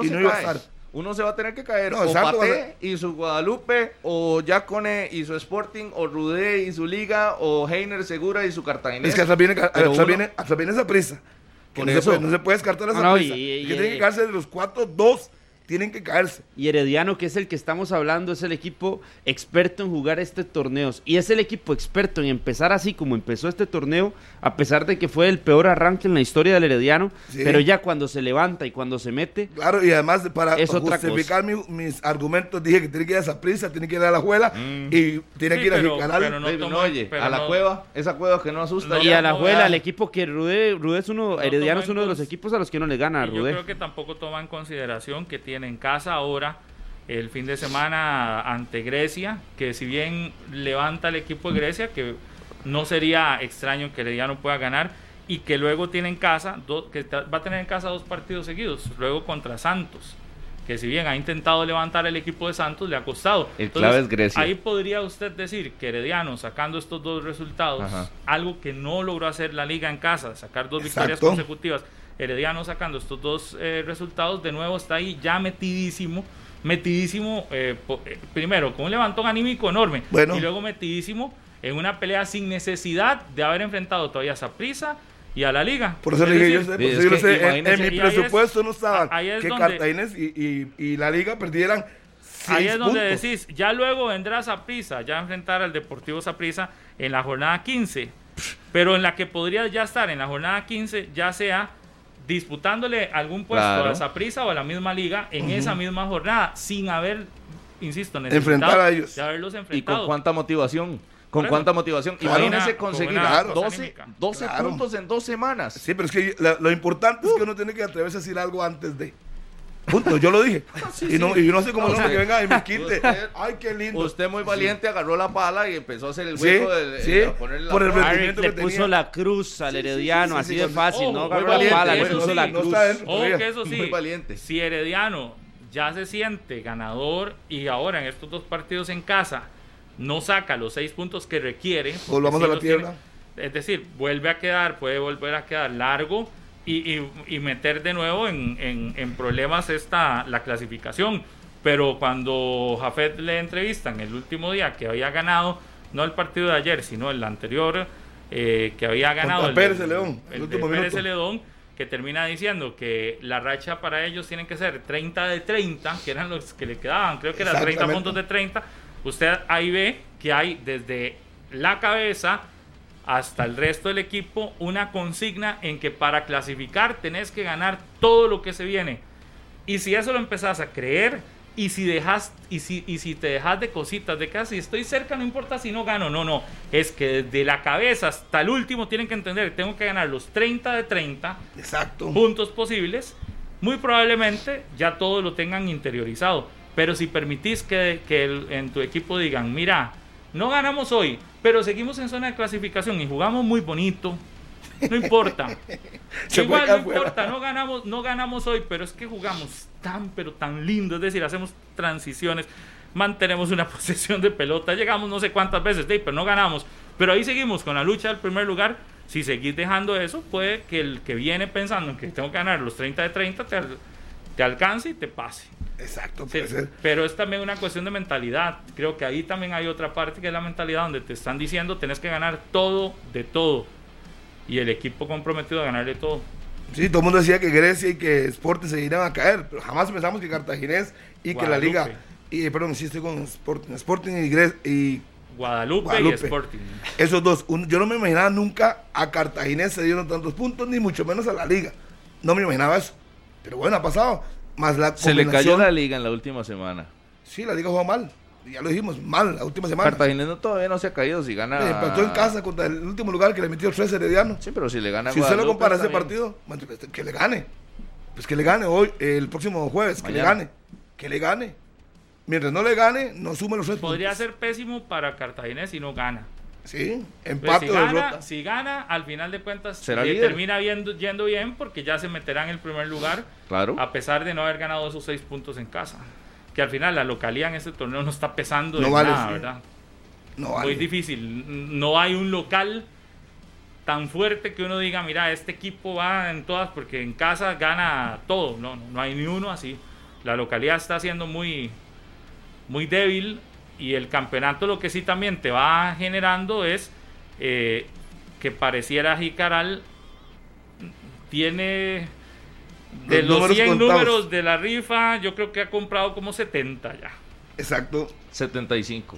se va a tener que caer. O Paté y su Guadalupe, o Yacone y su Sporting, o Rudé y su Liga, o Heiner Segura y su Cartaginés. Es que hasta viene Saprissa. Que no se puede descartar a Saprissa. Que tiene que caerse de los 4, 2 tienen que caerse. Y Herediano, que es el que estamos hablando, es el equipo experto en jugar torneos. Y es el equipo experto en empezar así como empezó este torneo, a pesar de que fue el peor arranque en la historia del Herediano. Sí. Pero ya cuando se levanta y cuando se mete. Claro, y además para justificar mis argumentos, dije que tiene que ir a Saprissa, tiene que ir a la Juela y tiene que ir a Jicaral. A la cueva, esa cueva que no asusta. Y a la Juela, el equipo que Rudé es uno, Herediano es uno de los equipos a los que no le gana a Rudé. Yo creo que tampoco toma en consideración que tiene en casa ahora el fin de semana ante Grecia, que si bien levanta el equipo de Grecia, que no sería extraño que Herediano pueda ganar, y que luego tiene en casa va a tener en casa 2 partidos seguidos, luego contra Santos, que si bien ha intentado levantar el equipo de Santos, le ha costado. Clave es Grecia. Ahí podría usted decir que Herediano, sacando estos 2 resultados, algo que no logró hacer la Liga en casa, sacar 2 victorias consecutivas, Herediano sacando estos 2 resultados, de nuevo está ahí ya metidísimo, primero con un levantón anímico enorme, y luego metidísimo en una pelea sin necesidad de haber enfrentado todavía a Saprissa y a la Liga. Por eso le dije, en mi presupuesto no estaba que Cartaginés y la Liga perdieran 6 ahí es donde puntos. Decís, ya luego vendrá Saprissa, ya a enfrentar al Deportivo Saprissa en la jornada 15, pero en la que podría ya estar en la jornada 15, ya sea disputándole algún puesto a Saprissa o a la misma Liga en esa misma jornada, sin haber, insisto, enfrentar a ellos. De haberlos enfrentado. ¿Y con cuánta motivación? ¿Cuánta motivación? Claro, imagínense conseguir 12 puntos en 2 semanas. Sí, pero es que lo importante es que uno tiene que atreverse a decir algo antes de. Punto, yo lo dije. Y yo no sé cómo que venga y me quite. Ay, qué lindo. Usted muy valiente agarró la pala y empezó a hacer el hueco de ponerle por el rendimiento que le puso la cruz al Herediano, así de fácil, ¿no? Agarró la pala, le puso la cruz. Que eso sí, muy valiente. Si Herediano ya se siente ganador y ahora en estos 2 partidos en casa no saca los 6 puntos que requiere, volvamos a la tierra. Es decir, puede volver a quedar largo y meter de nuevo en problemas la clasificación. Pero cuando Jafet le entrevistan el último día que había ganado, no el partido de ayer, sino el anterior, que había ganado el Pérez León, el de Pérez León, que termina diciendo que la racha para ellos tienen que ser 30 de 30, que eran los que le quedaban, creo que eran 30 puntos de 30. Usted ahí ve que hay desde la cabeza hasta el resto del equipo una consigna en que para clasificar tenés que ganar todo lo que se viene. Y si eso lo empezás a creer, y si te dejas de cositas, de que si estoy cerca no importa si no gano, no, es que desde la cabeza hasta el último tienen que entender que tengo que ganar los 30 de 30 puntos posibles. Muy probablemente ya todos lo tengan interiorizado, pero si permitís que en tu equipo digan, mira, no ganamos hoy, pero seguimos en zona de clasificación y jugamos muy bonito, no importa. Igual no importa, no ganamos hoy, pero es que jugamos tan lindo, es decir, hacemos transiciones, mantenemos una posesión de pelota, llegamos no sé cuántas veces, pero no ganamos. Pero ahí seguimos con la lucha del primer lugar. Si seguís dejando eso, puede que el que viene pensando en que tengo que ganar los 30 de 30 te alcance y te pase. Exacto, sí, pero es también una cuestión de mentalidad. Creo que ahí también hay otra parte que es la mentalidad, donde te están diciendo tenés que ganar todo de todo, y el equipo comprometido a ganarle todo. Sí, todo el mundo decía que Grecia y que Sporting se irían a caer, pero jamás pensamos que Cartaginés y Guadalupe. Que la Liga, perdón, sí estoy con Sporting y Grecia y Guadalupe y Sporting. Esos dos, yo no me imaginaba nunca a Cartaginés se dieron tantos puntos, ni mucho menos a la Liga. No me imaginaba eso. Pero bueno, ha pasado. Más la se le cayó la Liga en la última semana. Sí, la Liga jugó mal. Ya lo dijimos, mal la última semana. Cartaginés todavía no se ha caído si gana. Empató en casa contra el último lugar que le metió 3 Herediano. Sí, pero si le gana si usted lo compara ese partido, que le gane. Pues que le gane hoy, el próximo jueves, mañana. Que le gane. Mientras no le gane, no sume los 3 puntos. Podría ser pésimo para Cartaginés si no gana. Sí, empate pues o derrota. Si gana, al final de cuentas termina yendo bien porque ya se meterá en el primer lugar. Claro. A pesar de no haber ganado esos 6 puntos en casa. Que al final la localidad en este torneo no está pesando de nada, ¿verdad? No vale. Muy difícil. No hay un local tan fuerte que uno diga, mira, este equipo va en todas porque en casa gana todo. No hay ni uno así. La localidad está siendo muy, muy débil y el campeonato lo que sí también te va generando es que pareciera Jicaral tiene... De los 100 contados. Números de la rifa, yo creo que ha comprado como 70 ya. Exacto. 75.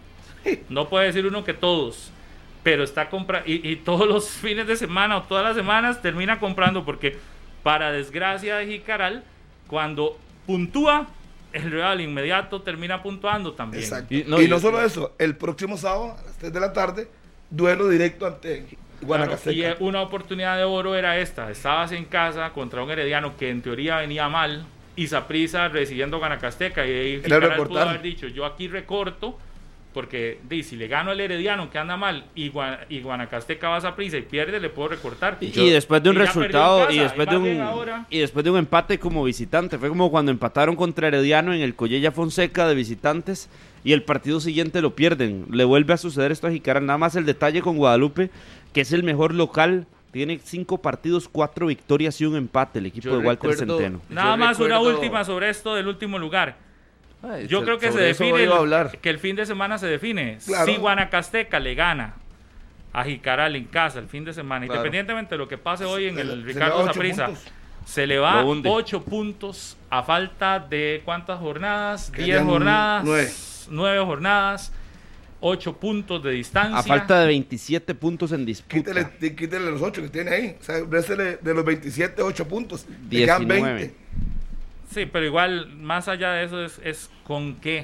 No puede decir uno que todos, pero está comprando. Y todos los fines de semana o todas las semanas termina comprando, porque para desgracia de Jicaral, cuando puntúa, el rival inmediato termina puntuando también. Exacto. Y no solo eso, el próximo sábado a las 3 de la tarde, duelo directo ante Guanacasteca. Claro, y una oportunidad de oro era esta. Estabas en casa contra un Herediano que en teoría venía mal y Saprissa recibiendo Guanacasteca y ahí Jicaral pudo haber dicho, yo aquí recorto porque si le gano al Herediano que anda mal y Guanacasteca va a Saprissa y pierde, le puedo recortar. Y después de un resultado y después de un empate como visitante, fue como cuando empataron contra Herediano en el Collella Fonseca de visitantes y el partido siguiente lo pierden. Le vuelve a suceder esto a Jicaral. Nada más el detalle con Guadalupe, que es el mejor local, tiene 5 partidos, 4 victorias y un empate el equipo de Walter Centeno. Nada más una última sobre esto del último lugar. Yo creo que se define que el fin de semana se define. Claro. Si Guanacasteca le gana a Jicaral en casa el fin de semana, claro, independientemente de lo que pase hoy en el Ricardo Saprissa, se le va 8 puntos a falta de ¿cuántas jornadas? 10 jornadas, 9 jornadas. 8 puntos de distancia. A falta de 27 puntos en disputa. Quítele los 8 que tiene ahí. O sea, réstele de los 27, 8 puntos. 19. Le quedan 20. Sí, pero igual, más allá de eso, es con qué.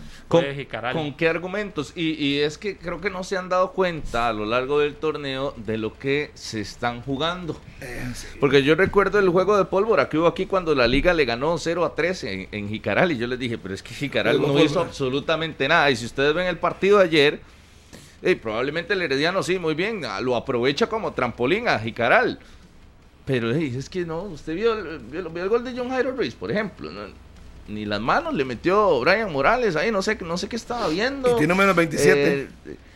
¿Con qué argumentos? Y es que creo que no se han dado cuenta a lo largo del torneo de lo que se están jugando. Sí. Porque yo recuerdo el juego de pólvora que hubo aquí cuando la Liga le ganó 0-3 en Jicaral. Y yo les dije, pero es que Jicaral no hizo absolutamente nada. Y si ustedes ven el partido de ayer, probablemente el Herediano sí, muy bien, lo aprovecha como trampolín a Jicaral. Pero es que no, usted vio el gol de John Jairo Ruiz, por ejemplo, ¿no? Ni las manos le metió Brian Morales ahí, no sé qué estaba viendo. Y tiene menos 27.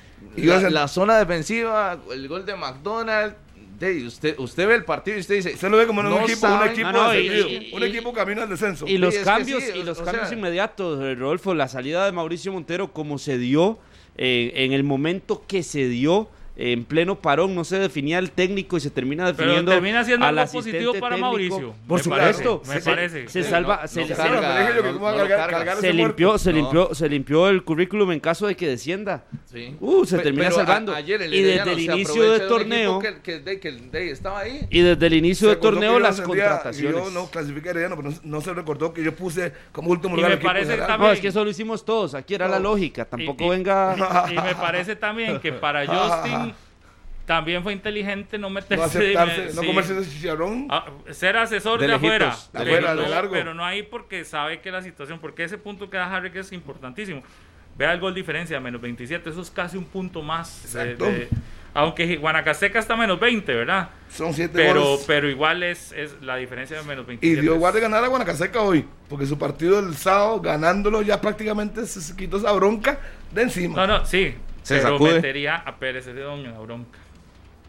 La zona defensiva, el gol de McDonald. Usted ve el partido y usted dice, usted lo ve como un equipo camino al descenso. Y los cambios inmediatos, Rodolfo, la salida de Mauricio Montero como se dio, en el momento que se dio, en pleno parón, no se definía el técnico y se termina definiendo. Pero termina siendo algo positivo para técnico. Mauricio. Por supuesto. Me parece. Se salva, se limpió el currículum en caso de que descienda. Sí. Se termina salvando. Y desde el inicio del torneo que estaba ahí. Y desde el inicio del torneo las contrataciones. Yo no clasifiqué Herediano, pero no se recordó que yo puse como último lugar. No, es que eso lo hicimos todos. Aquí era la lógica. Tampoco venga. Y me parece también que para Justin también fue inteligente no meterse, no comerse ese chicharrón, ser asesor de afuera, largo. Pero no ahí porque sabe que la situación, porque ese punto que da Harry que es importantísimo. Vea el gol diferencia, menos 27, eso es casi un punto más. Exacto. Aunque Guanacasteca está menos 20, ¿verdad? Son 7 goles. Pero igual es la diferencia de menos 27. Y dio igual de ganar a Guanacasteca hoy, porque su partido del sábado, ganándolo ya prácticamente se quitó esa bronca de encima. Sí. Pero metería a Pérez Celedón en la bronca.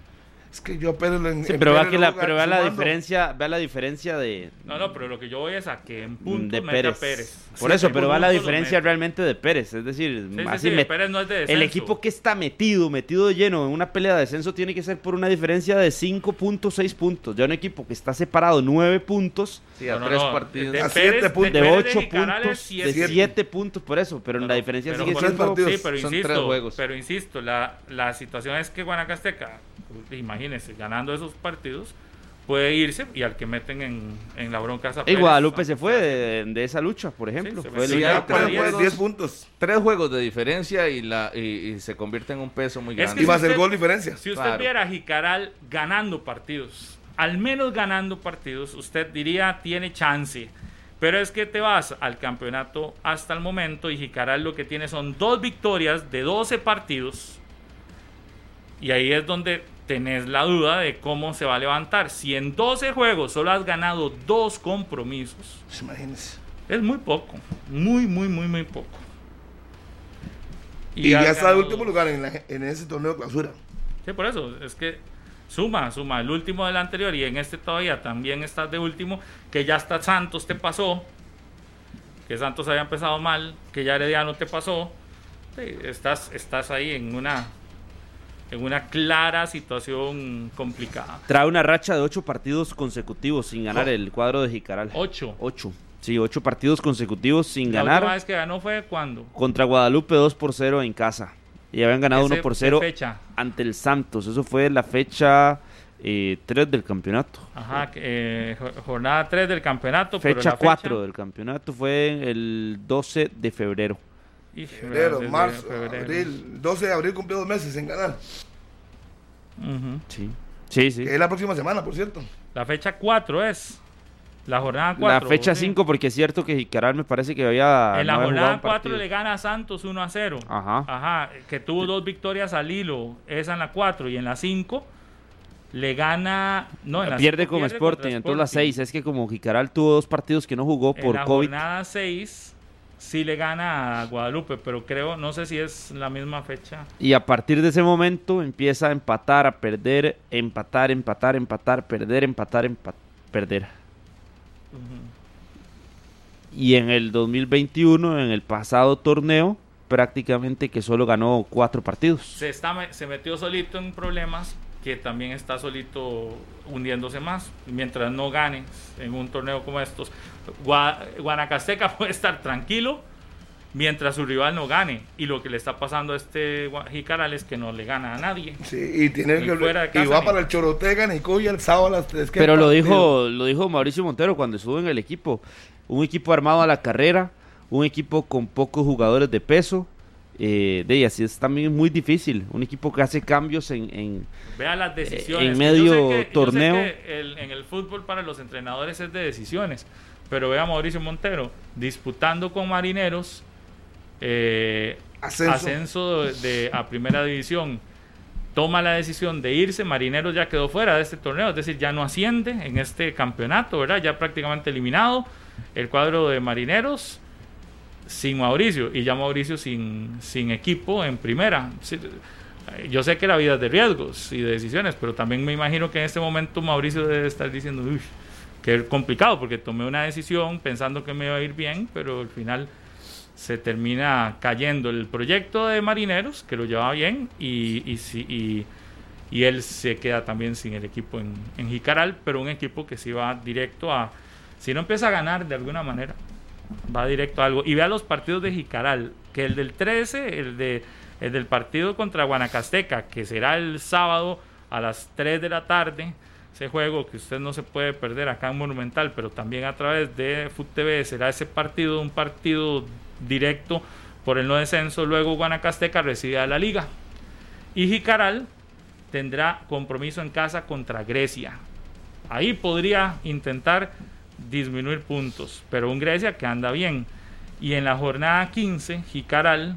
Es que yo Pérez pero vea la diferencia de... No, pero lo que yo voy es a que en punto de mete a Pérez. Por eso, pero va la diferencia realmente de Pérez. Es decir, Pérez no es de descenso. El equipo que está metido de lleno en una pelea de descenso tiene que ser por una diferencia de 5 puntos, 6 puntos. Ya un equipo que está separado 9 puntos, a 3 partidos, a 7 puntos, de 8 puntos, de 7 puntos, por eso. Pero la diferencia sigue siendo... Sí, pero son 3 juegos. Pero insisto, la situación es que Guanacasteca, imagínense, ganando esos partidos, puede irse y al que meten en la bronca y Guadalupe se fue de esa lucha, por ejemplo. Fue 10 puntos. 3 juegos de diferencia y se convierte en un peso muy grande. Y va a ser gol diferencia. Si usted viera a Jicaral ganando partidos, al menos ganando partidos, usted diría tiene chance. Pero es que te vas al campeonato hasta el momento y Jicaral lo que tiene son 2 victorias de 12 partidos. Y ahí es donde tenés la duda de cómo se va a levantar. Si en 12 juegos solo has ganado 2 compromisos, imagínense, es muy poco, muy poco. Y ya está en último lugar en ese torneo de clausura. Sí, por eso, es que suma el último del anterior y en este todavía también estás de último, que ya está Santos te pasó, que Santos había empezado mal, que ya Herediano te pasó. Sí, estás ahí en una clara situación complicada. Trae una racha de 8 partidos consecutivos sin ganar el cuadro de Jicaral. 8. Sí, 8 partidos consecutivos sin ganar. La última vez que ganó fue ¿cuándo? Contra Guadalupe 2-0 en casa. Y habían ganado 1-0 ante el Santos. Eso fue la fecha 3 del campeonato. Ajá, jornada 3 del campeonato. Fecha 4 del campeonato fue el 12 de febrero. Febrero, marzo, abril. 12 de abril cumplió 2 meses sin ganar. Sí. Que es la próxima semana, por cierto. La fecha 4 es. La jornada 4. La fecha 5, porque es cierto que Jicaral me parece que había... En la jornada 4 le gana a Santos 1-0. Ajá. Que tuvo 2 victorias al hilo. Esa en la 4 y en la 5 le gana... No, en la pierde con Sporting, entonces la 6. Es que como Jicaral tuvo 2 partidos que no jugó por COVID. En la jornada 6... sí le gana a Guadalupe, pero no sé si es la misma fecha. Y a partir de ese momento empieza a empatar, a perder, empatar, perder, perder. Y en el 2021, en el pasado torneo, prácticamente que solo ganó 4 partidos. Se metió solito en problemas, que también está solito hundiéndose más. Mientras no ganes en un torneo como estos, Guanacasteca puede estar tranquilo mientras su rival no gane, y lo que le está pasando a este Jicaral es que no le gana a nadie. Sí, y va para el Chorotega, Nicoya el sábado a las 3. Pero lo dijo Mauricio Montero cuando estuvo en el equipo. Un equipo armado a la carrera, un equipo con pocos jugadores de peso. Así es también muy difícil. Un equipo que hace cambios vea las decisiones en medio torneo. Yo sé que en el fútbol para los entrenadores es de decisiones, pero vea a Mauricio Montero disputando con Marineros ascenso a primera división. Toma la decisión de irse. Marineros ya quedó fuera de este torneo, es decir, ya no asciende en este campeonato, ¿verdad? Ya prácticamente eliminado el cuadro de Marineros, sin Mauricio, y ya Mauricio sin equipo en primera. Yo sé que la vida es de riesgos y de decisiones, pero también me imagino que en este momento Mauricio debe estar diciendo, uy, qué complicado, porque tomé una decisión pensando que me iba a ir bien, pero al final se termina cayendo el proyecto de Marineros, que lo llevaba bien, y él se queda también sin el equipo en Jicaral, pero un equipo que sí va directo a, si no empieza a ganar de alguna manera, va directo a algo. Y vea los partidos de Jicaral, que el del 13, el del partido contra Guanacasteca, que será el sábado a las 3 de la tarde, ese juego que usted no se puede perder acá en Monumental, pero también a través de FUTV será ese partido, un partido directo por el no descenso. Luego Guanacasteca recibe a la Liga y Jicaral tendrá compromiso en casa contra Grecia. Ahí podría intentar disminuir puntos, pero un Grecia que anda bien. Y en la jornada 15 Jicaral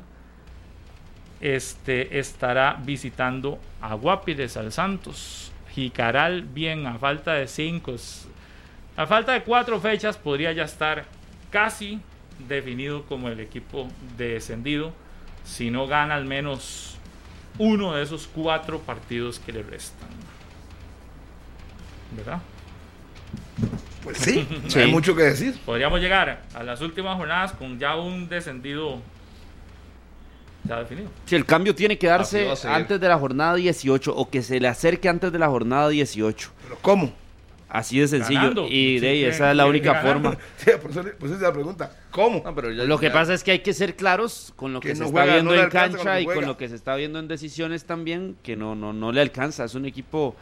estará visitando a Guapiles, al Santos. Jicaral bien, a falta de 4 fechas podría ya estar casi definido como el equipo descendido, si no gana al menos uno de esos 4 partidos que le restan. ¿verdad? Pues sí, sí. Hay mucho que decir. Podríamos llegar a las últimas jornadas con ya un descendido ya definido. Si el cambio tiene que darse antes de la jornada 18 o que se le acerque antes de la jornada 18. ¿Pero cómo? Así de sencillo. Ganando. Y de esa es la única forma. Sí, por eso es la pregunta. ¿Cómo? No, pero lo que pasa es que hay que ser claros con lo que se está viendo en cancha y con lo que se está viendo en decisiones también, que no le alcanza. Es un equipo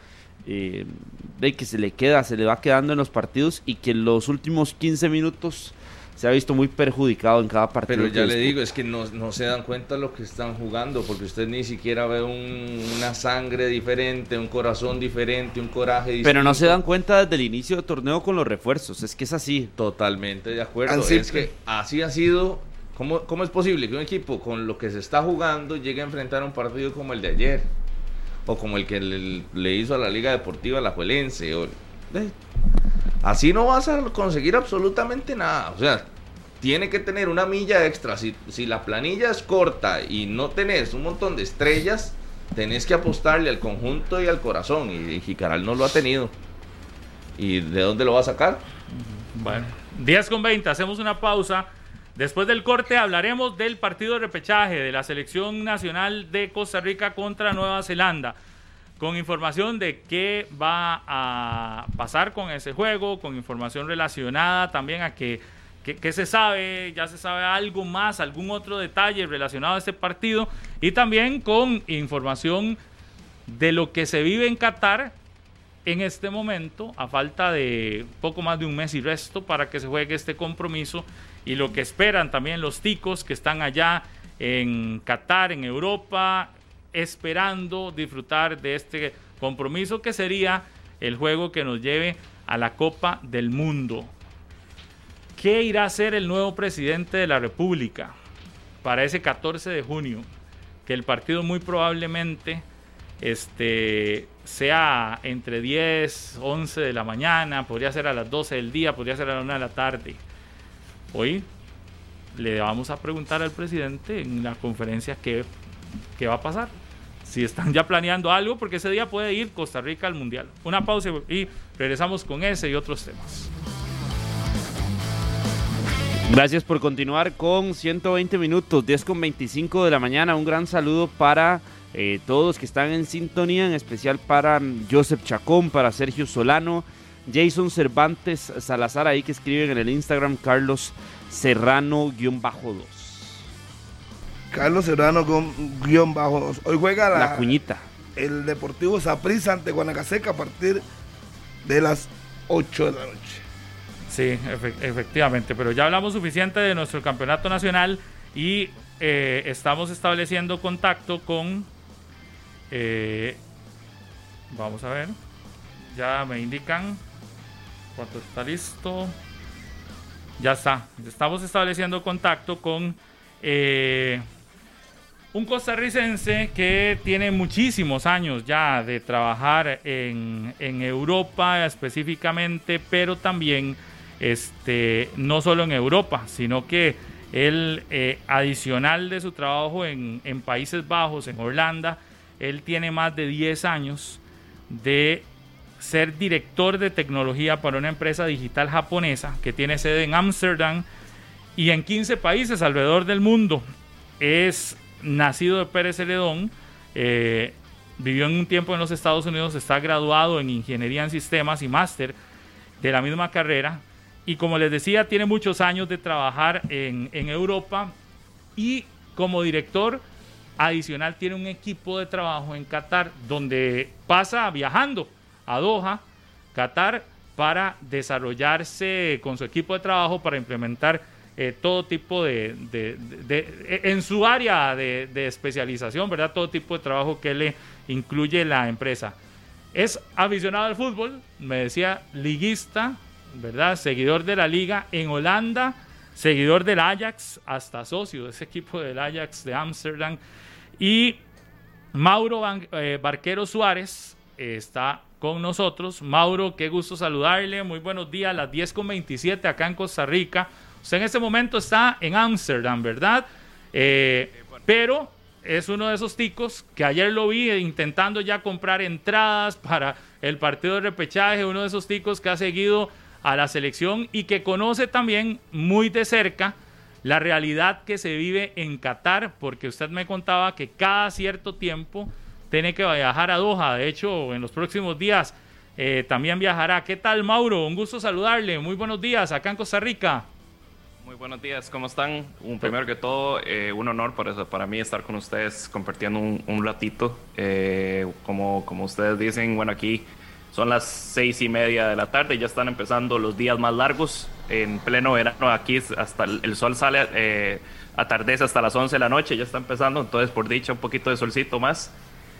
de que se le va quedando en los partidos y que en los últimos 15 minutos se ha visto muy perjudicado en cada partido. Pero ya le digo, es que no se dan cuenta de lo que están jugando, porque usted ni siquiera ve una sangre diferente, un corazón diferente, un coraje distinto. Pero no se dan cuenta desde el inicio del torneo con los refuerzos, es que es así. Totalmente de acuerdo, es que así ha sido. ¿Cómo es posible que un equipo con lo que se está jugando llegue a enfrentar un partido como el de ayer? O como el que le hizo a la Liga Deportiva Alajuelense. Así no vas a conseguir absolutamente nada. O sea, tiene que tener una milla extra. Si la planilla es corta y no tenés un montón de estrellas, tenés que apostarle al conjunto y al corazón. Y Jicaral no lo ha tenido. ¿Y de dónde lo va a sacar? Bueno, 10:20, hacemos una pausa. Después del corte hablaremos del partido de repechaje de la Selección Nacional de Costa Rica contra Nueva Zelanda, con información de qué va a pasar con ese juego, con información relacionada también a qué se sabe, ya se sabe algo más, algún otro detalle relacionado a este partido, y también con información de lo que se vive en Qatar en este momento, a falta de poco más de un mes y resto para que se juegue este compromiso, y lo que esperan también los ticos que están allá en Qatar, en Europa, esperando disfrutar de este compromiso que sería el juego que nos lleve a la Copa del Mundo. ¿Qué irá a hacer el nuevo presidente de la República para ese 14 de junio? Que el partido muy probablemente sea entre 10, 11 de la mañana, podría ser a las 12 del día, podría ser a la 1 de la tarde. Hoy le vamos a preguntar al presidente en la conferencia qué va a pasar. Si están ya planeando algo, porque ese día puede ir Costa Rica al Mundial. Una pausa y regresamos con ese y otros temas. Gracias por continuar con 120 minutos, 10:25 de la mañana. Un gran saludo para todos que están en sintonía, en especial para Joseph Chacón, para Sergio Solano, Jason Cervantes Salazar, ahí que escriben en el Instagram, Carlos Serrano-2. Carlos Serrano _2. Hoy juega la Cuñita. El Deportivo Saprissa ante Guanacasteca a partir de las 8 de la noche. Sí, efectivamente, pero ya hablamos suficiente de nuestro campeonato nacional y estamos estableciendo contacto con... vamos a ver, ya me indican cuánto está listo. Ya está, estamos estableciendo contacto con un costarricense que tiene muchísimos años ya de trabajar en Europa específicamente, pero también no solo en Europa, sino que él, adicional de su trabajo en Países Bajos, en Holanda, él tiene más de 10 años de ser director de tecnología para una empresa digital japonesa que tiene sede en Ámsterdam y en 15 países alrededor del mundo. Es nacido de Pérez Celedón, vivió en un tiempo en los Estados Unidos, está graduado en Ingeniería en Sistemas y máster de la misma carrera, y como les decía, tiene muchos años de trabajar en Europa, y como director adicional tiene un equipo de trabajo en Qatar, donde pasa viajando a Doha, Qatar, para desarrollarse con su equipo de trabajo para implementar todo tipo en su área de especialización, ¿verdad? Todo tipo de trabajo que le incluye la empresa. Es aficionado al fútbol, me decía, liguista, ¿verdad? Seguidor de la liga en Holanda, seguidor del Ajax, hasta socio de ese equipo del Ajax de Ámsterdam. Y Mauro Barquero Suárez está con nosotros. Mauro, qué gusto saludarle, muy buenos días, a las 10:27 acá en Costa Rica. Usted en este momento está en Ámsterdam, ¿verdad? Pero es uno de esos ticos que ayer lo vi intentando ya comprar entradas para el partido de repechaje, uno de esos ticos que ha seguido a la selección y que conoce también muy de cerca la realidad que se vive en Qatar, porque usted me contaba que cada cierto tiempo tiene que viajar a Doha. De hecho, en los próximos días también viajará. ¿Qué tal, Mauro? Un gusto saludarle. Muy buenos días acá en Costa Rica. Muy buenos días, ¿cómo están? Primero que todo, un honor para mí estar con ustedes compartiendo un ratito. Como ustedes dicen, bueno, aquí son las 6:30 de la tarde, ya están empezando los días más largos. En pleno verano, aquí hasta el sol sale, atardece hasta las 11 de la noche, ya está empezando, entonces por dicha un poquito de solcito más.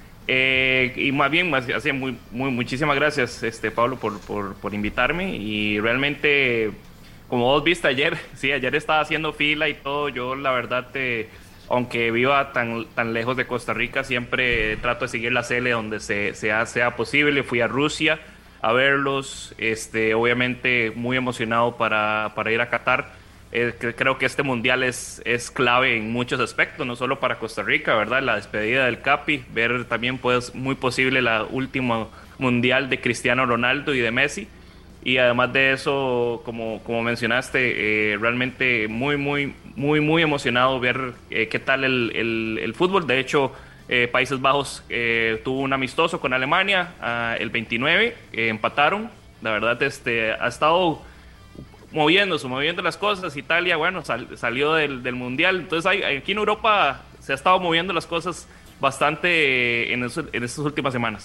Y más bien, así, muchísimas gracias, Pablo, por invitarme. Y realmente, como vos viste ayer, sí, ayer estaba haciendo fila y todo. Yo, la verdad, aunque viva tan lejos de Costa Rica, siempre trato de seguir la CL donde sea posible. Fui a Rusia a verlos, obviamente muy emocionado para ir a Qatar. Creo que este mundial es clave en muchos aspectos, no solo para Costa Rica, ¿verdad? La despedida del Capi, ver también pues muy posible la última mundial de Cristiano Ronaldo y de Messi. Y además de eso, como mencionaste, realmente muy emocionado ver qué tal el fútbol. De hecho, Países Bajos tuvo un amistoso con Alemania el 29, empataron. La verdad, ha estado moviendo las cosas. Italia, bueno, salió del Mundial. Entonces, aquí en Europa se ha estado moviendo las cosas bastante en estas últimas semanas.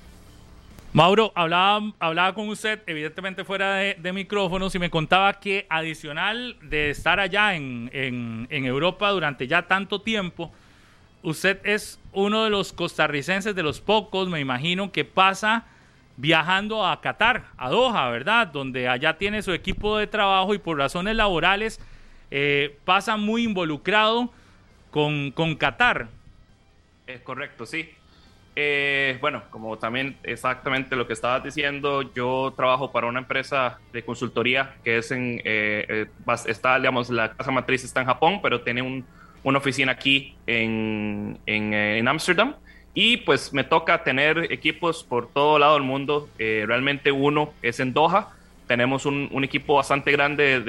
Mauro, hablaba con usted, evidentemente fuera de micrófonos, y me contaba que adicional de estar allá en Europa durante ya tanto tiempo, usted es uno de los costarricenses, de los pocos, me imagino, que pasa viajando a Qatar, a Doha, ¿verdad? Donde allá tiene su equipo de trabajo y por razones laborales pasa muy involucrado con Qatar. Es correcto, sí. Bueno, como también exactamente lo que estabas diciendo, yo trabajo para una empresa de consultoría que es está, digamos, la casa matriz está en Japón, pero tiene una oficina aquí en Ámsterdam. Y pues me toca tener equipos por todo lado del mundo. Realmente uno es en Doha. Tenemos un equipo bastante grande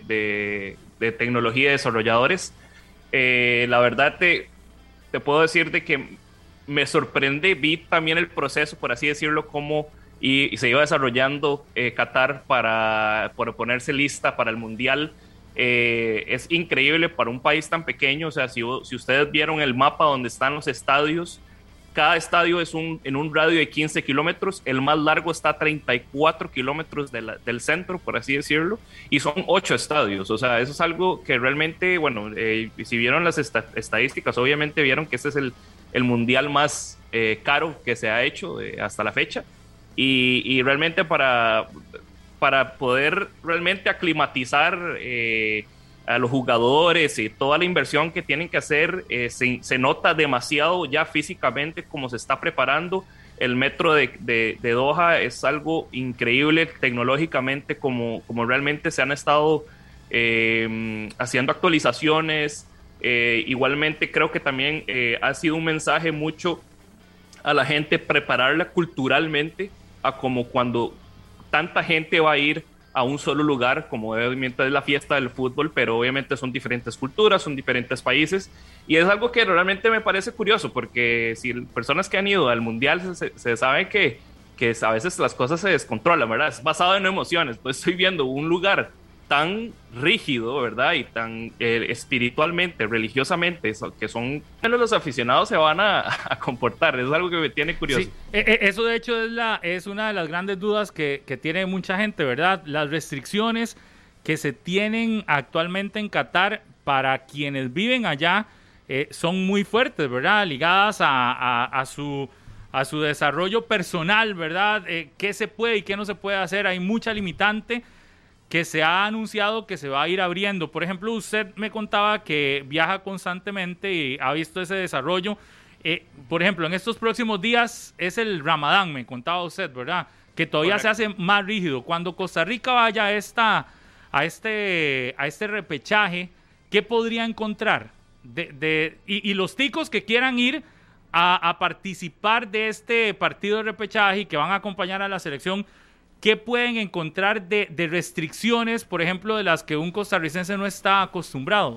de tecnología y desarrolladores. La verdad te puedo decir de que me sorprende, vi también el proceso, por así decirlo, cómo y se iba desarrollando Qatar para ponerse lista para el Mundial. Es increíble para un país tan pequeño. O sea, si ustedes vieron el mapa donde están los estadios, cada estadio es en un radio de 15 kilómetros, el más largo está a 34 kilómetros del centro, por así decirlo, y son 8 estadios. O sea, eso es algo que realmente, bueno, si vieron las estadísticas, obviamente vieron que este es el mundial más caro que se ha hecho hasta la fecha, y realmente para poder realmente aclimatizar a los jugadores y toda la inversión que tienen que hacer, se nota demasiado ya físicamente cómo se está preparando. El metro de Doha es algo increíble tecnológicamente, como realmente se han estado haciendo actualizaciones. Igualmente creo que también ha sido un mensaje mucho a la gente, prepararla culturalmente a como cuando tanta gente va a ir a un solo lugar, como obviamente es la fiesta del fútbol, pero obviamente son diferentes culturas, son diferentes países, y es algo que realmente me parece curioso, porque si personas que han ido al Mundial se sabe que a veces las cosas se descontrolan, ¿verdad? Es basado en emociones. Pues estoy viendo un lugar tan rígido, ¿verdad? Y tan espiritualmente, religiosamente, que son los aficionados se van a comportar. Es algo que me tiene curioso. Sí, eso de hecho es una de las grandes dudas que tiene mucha gente, ¿verdad? Las restricciones que se tienen actualmente en Qatar para quienes viven allá son muy fuertes, ¿verdad? Ligadas a su desarrollo personal, ¿verdad? ¿Qué se puede y qué no se puede hacer? Hay mucha limitante que se ha anunciado que se va a ir abriendo. Por ejemplo, usted me contaba que viaja constantemente y ha visto ese desarrollo. Por ejemplo, en estos próximos días es el Ramadán, me contaba usted, ¿verdad? Que todavía Correcto. Se hace más rígido. Cuando Costa Rica vaya a este repechaje, ¿qué podría encontrar? y los ticos que quieran ir a participar de este partido de repechaje y que van a acompañar a la selección, ¿qué pueden encontrar de restricciones, por ejemplo, de las que un costarricense no está acostumbrado?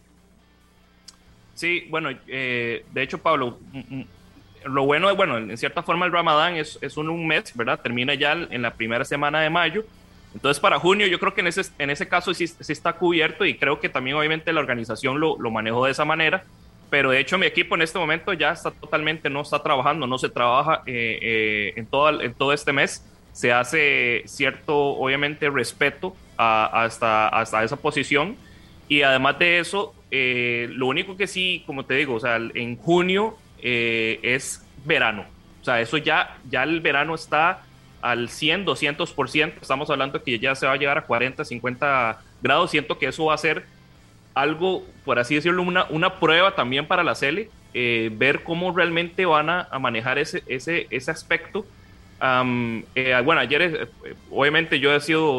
Sí, bueno, de hecho, Pablo, lo bueno es, bueno, en cierta forma el Ramadán es un mes, ¿verdad? Termina ya en la primera semana de mayo. Entonces, para junio, yo creo que en ese caso sí está cubierto, y creo que también, obviamente, la organización lo manejó de esa manera. Pero, de hecho, mi equipo en este momento ya no está trabajando, no se trabaja en todo este mes. Se hace cierto, obviamente, respeto hasta esa posición. Y además de eso, lo único que sí, como te digo, o sea, en junio es verano. O sea, eso ya el verano está al 100, 200%. Estamos hablando que ya se va a llegar a 40, 50 grados. Siento que eso va a ser algo, por así decirlo, una prueba también para la Sele, ver cómo realmente van a manejar ese aspecto. Bueno, ayer obviamente yo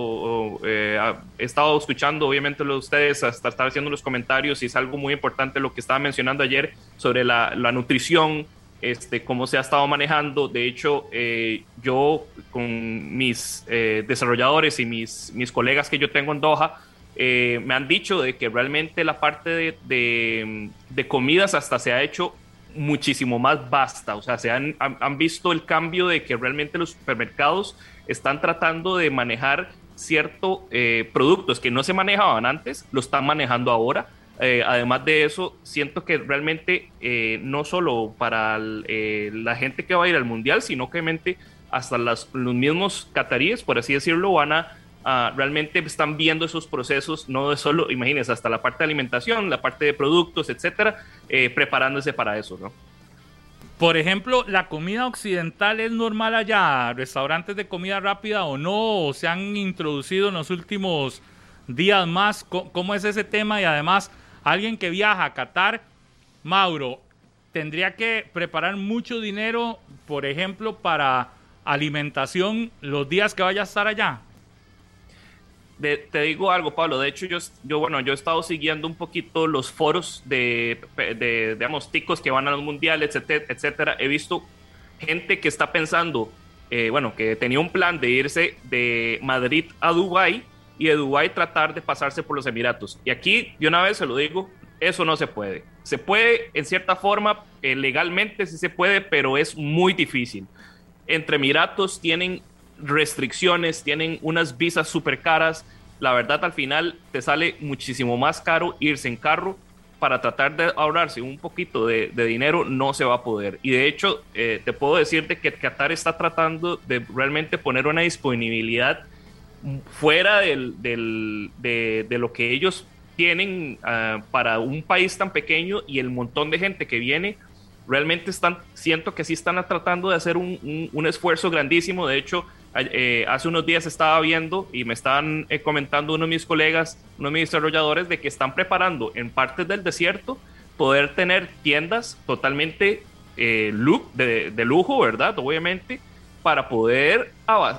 he estado escuchando obviamente lo de ustedes, hasta estar haciendo los comentarios, y es algo muy importante lo que estaba mencionando ayer sobre la nutrición, cómo se ha estado manejando. De hecho, yo con mis desarrolladores y mis colegas que yo tengo en Doha, me han dicho de que realmente la parte de comidas hasta se ha hecho muchísimo más vasta. O sea, han visto el cambio de que realmente los supermercados están tratando de manejar ciertos productos que no se manejaban antes, lo están manejando ahora. Además de eso, siento que realmente no solo para la gente que va a ir al Mundial, sino que realmente hasta los mismos cataríes, por así decirlo, realmente están viendo esos procesos, no de solo, imagínense, hasta la parte de alimentación, la parte de productos, etcétera, preparándose para eso, ¿no? Por ejemplo, ¿la comida occidental es normal allá? ¿Restaurantes de comida rápida o no? ¿O se han introducido en los últimos días más? ¿Cómo es ese tema? Y además, alguien que viaja a Qatar, Mauro, ¿tendría que preparar mucho dinero, por ejemplo, para alimentación los días que vaya a estar allá? Te digo algo, Pablo. De hecho, yo he estado siguiendo un poquito los foros digamos, ticos que van a los mundiales, etcétera. He visto gente que está pensando, que tenía un plan de irse de Madrid a Dubái, y de Dubái tratar de pasarse por los Emiratos. Y aquí, de una vez se lo digo, eso no se puede. Se puede, en cierta forma, legalmente sí se puede, pero es muy difícil. Entre Emiratos tienen restricciones, tienen unas visas súper caras. La verdad, al final te sale muchísimo más caro irse en carro. Para tratar de ahorrarse un poquito de dinero, no se va a poder. Y de hecho, te puedo decir de que Qatar está tratando de realmente poner una disponibilidad fuera de lo que ellos tienen para un país tan pequeño, y el montón de gente que viene. Realmente siento que sí están tratando de hacer un esfuerzo grandísimo. De hecho, hace unos días estaba viendo y me estaban comentando uno de mis colegas, uno de mis desarrolladores, de que están preparando en partes del desierto poder tener tiendas totalmente de lujo, ¿verdad? Obviamente, para poder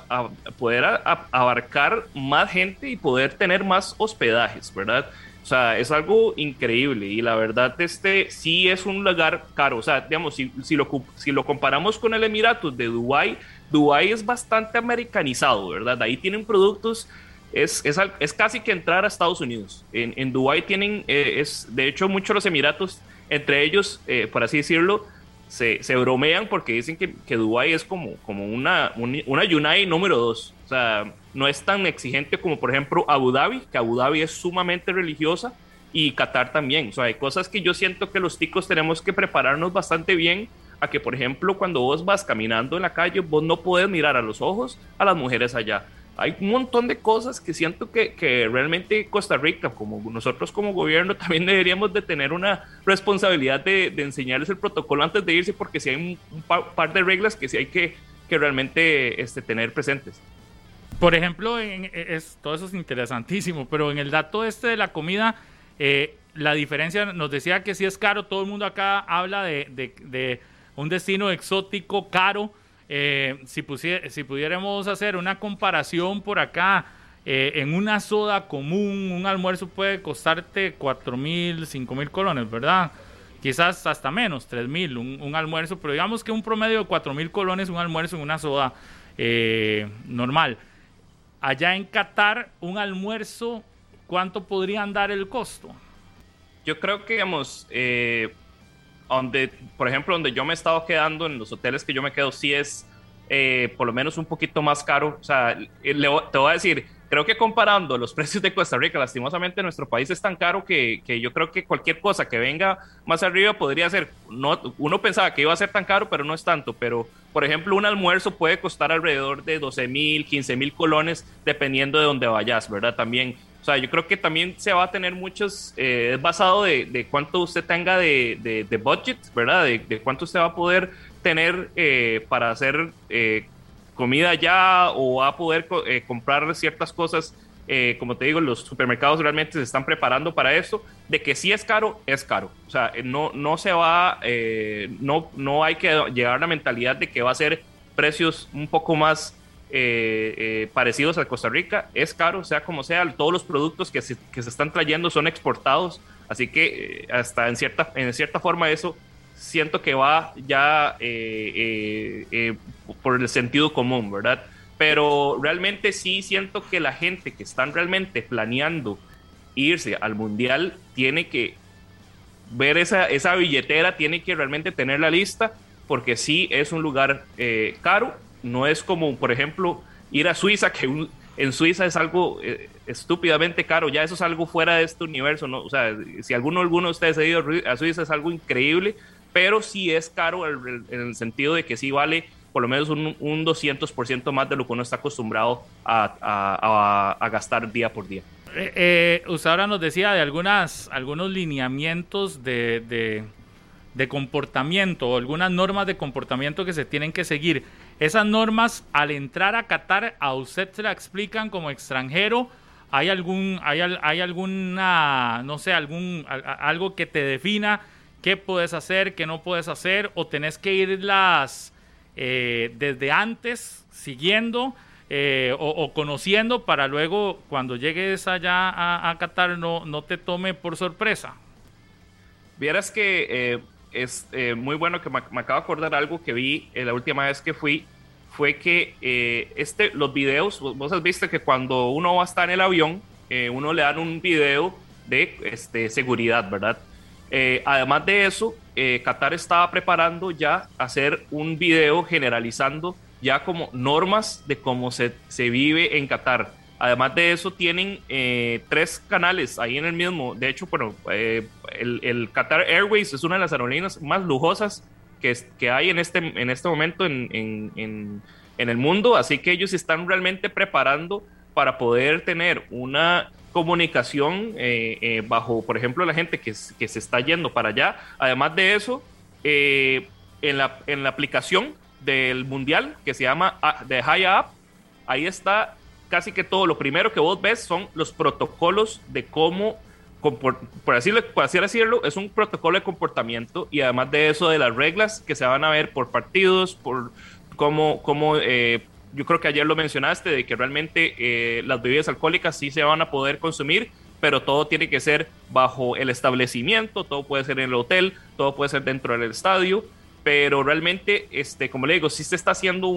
abarcar más gente y poder tener más hospedajes, ¿verdad? O sea, es algo increíble, y la verdad sí es un lugar caro. O sea, digamos, si lo comparamos con el Emiratos de Dubái, Dubái es bastante americanizado, ¿verdad? Ahí tienen productos, es casi que entrar a Estados Unidos. En Dubái tienen, de hecho, muchos los Emiratos, entre ellos, por así decirlo, se bromean porque dicen que Dubái es como una Yunai número 2. O sea, no es tan exigente como, por ejemplo, Abu Dhabi, que Abu Dhabi es sumamente religiosa, y Qatar también. O sea, hay cosas que yo siento que los ticos tenemos que prepararnos bastante bien, a que, por ejemplo, cuando vos vas caminando en la calle, vos no podés mirar a los ojos a las mujeres allá. Hay un montón de cosas que siento que realmente Costa Rica, como nosotros como gobierno, también deberíamos de tener una responsabilidad de enseñarles el protocolo antes de irse, porque sí hay un par de reglas que sí hay que realmente tener presentes. Por ejemplo, todo eso es interesantísimo, pero en el dato de la comida, la diferencia, nos decía que sí es caro. Todo el mundo acá habla de un destino exótico caro. Si pudiéramos hacer una comparación por acá, en una soda común, un almuerzo puede costarte 4.000, 5.000 colones, ¿verdad? Quizás hasta menos, 3.000, un almuerzo, pero digamos que un promedio de 4.000 colones, un almuerzo en una soda normal. Allá en Qatar, un almuerzo, ¿cuánto podría andar el costo? Yo creo que, digamos, por ejemplo, donde yo me he estado quedando, en los hoteles que yo me quedo, sí es por lo menos un poquito más caro. O sea, te voy a decir, creo que comparando los precios de Costa Rica, lastimosamente nuestro país es tan caro que yo creo que cualquier cosa que venga más arriba podría ser, uno pensaba que iba a ser tan caro, pero no es tanto. Pero, por ejemplo, un almuerzo puede costar alrededor de 12.000, 15.000 colones, dependiendo de dónde vayas, ¿verdad? También, o sea, yo creo que también se va a tener muchos, es basado de cuánto usted tenga de budget, ¿verdad? De cuánto usted va a poder tener para hacer comida ya, o va a poder comprar ciertas cosas. Como te digo, los supermercados realmente se están preparando para eso. De que sí es caro, es caro. O sea, no se va, no hay que llevar a la mentalidad de que va a ser precios un poco más parecidos a Costa Rica. Es caro, sea como sea. Todos los productos que se están trayendo son exportados, así que hasta en cierta forma eso siento que va ya por el sentido común, ¿verdad? Pero realmente sí siento que la gente que están realmente planeando irse al Mundial tiene que ver esa billetera, tiene que realmente tener la lista, porque sí es un lugar caro. No es como, por ejemplo, ir a Suiza, que en Suiza es algo estúpidamente caro. Ya eso es algo fuera de este universo, ¿no? O sea, si alguno de ustedes ha ido a Suiza, es algo increíble, pero sí es caro en el sentido de que sí vale por lo menos un 200% más de lo que uno está acostumbrado a gastar día por día. Usted ahora nos decía de algunos lineamientos de comportamiento, o algunas normas de comportamiento que se tienen que seguir. Esas normas, al entrar a Qatar, a usted se la explican como extranjero. ¿Hay alguna, no sé, algo que te defina qué puedes hacer, qué no puedes hacer, o tenés que irlas desde antes siguiendo o conociendo, para luego cuando llegues allá a Qatar no te tome por sorpresa? Vieras que es muy bueno, que me acabo de acordar algo que vi la última vez que fui, fue que los videos, vos has visto que cuando uno va a estar en el avión, uno le dan un video de seguridad, ¿verdad? Además de eso, Qatar estaba preparando ya hacer un video generalizando ya como normas de cómo se vive en Qatar. Además de eso, tienen 3 canales ahí en el mismo. De hecho, bueno, el Qatar Airways es una de las aerolíneas más lujosas que hay en este momento en el mundo. Así que ellos están realmente preparando para poder tener una comunicación bajo, por ejemplo, la gente que se está yendo para allá. Además de eso, en la aplicación del Mundial, que se llama The Haya App, ahí está casi que todo. Lo primero que vos ves son los protocolos de cómo, por así decirlo, es un protocolo de comportamiento, y además de eso, de las reglas que se van a ver por partidos, por cómo yo creo que ayer lo mencionaste, de que realmente las bebidas alcohólicas sí se van a poder consumir, pero todo tiene que ser bajo el establecimiento. Todo puede ser en el hotel, todo puede ser dentro del estadio, pero realmente, como le digo, sí se está haciendo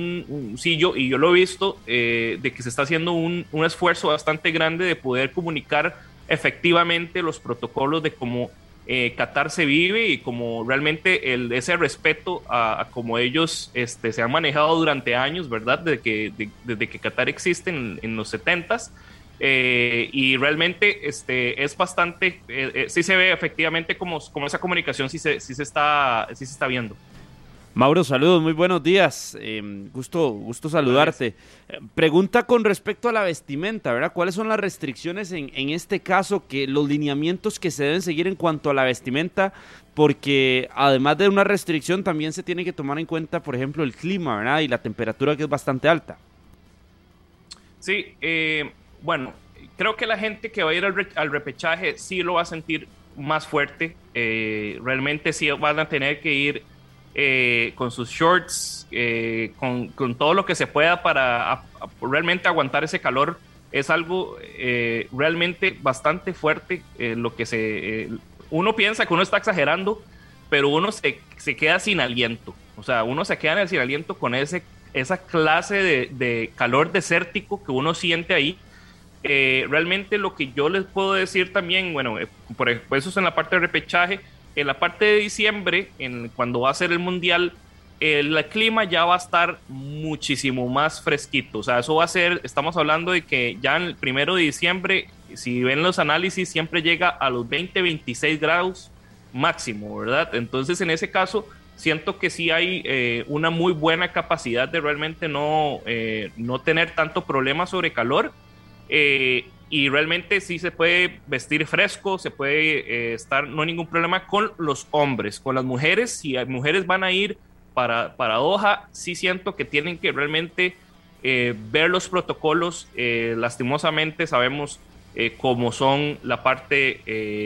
y yo lo he visto, de que se está haciendo un esfuerzo bastante grande de poder comunicar efectivamente los protocolos de cómo Qatar se vive, y como realmente ese respeto a cómo ellos se han manejado durante años, ¿verdad? Desde que Qatar existe en los 70s. Y realmente es bastante, sí se ve efectivamente como esa comunicación sí se está viendo. Mauro, saludos, muy buenos días, gusto saludarte. Pregunta con respecto a la vestimenta, ¿verdad? ¿Cuáles son las restricciones en este caso, los lineamientos que se deben seguir en cuanto a la vestimenta? Porque además de una restricción también se tiene que tomar en cuenta, por ejemplo, el clima, ¿verdad? Y la temperatura, que es bastante alta. Sí, bueno, creo que la gente que va a ir al repechaje sí lo va a sentir más fuerte. Realmente sí van a tener que ir con sus shorts, con todo lo que se pueda para realmente aguantar ese calor es algo realmente bastante fuerte. Lo que uno piensa que uno está exagerando, pero uno se queda sin aliento. O sea, uno se queda sin aliento con esa clase de calor desértico que uno siente ahí. Realmente lo que yo les puedo decir también, bueno, por eso es en la parte de repechaje. En la parte de diciembre, cuando va a ser el Mundial, el clima ya va a estar muchísimo más fresquito. O sea, eso va a ser, estamos hablando de que ya el 1 de diciembre, si ven los análisis, siempre llega a los 20-26 grados máximo, ¿verdad? Entonces, en ese caso, siento que sí hay una muy buena capacidad de realmente no tener tanto problema sobre calor. Y realmente sí se puede vestir fresco, se puede no hay ningún problema con los hombres. Con las mujeres, si las mujeres van a ir para Doha, sí siento que tienen que realmente ver los protocolos. Lastimosamente sabemos cómo son la parte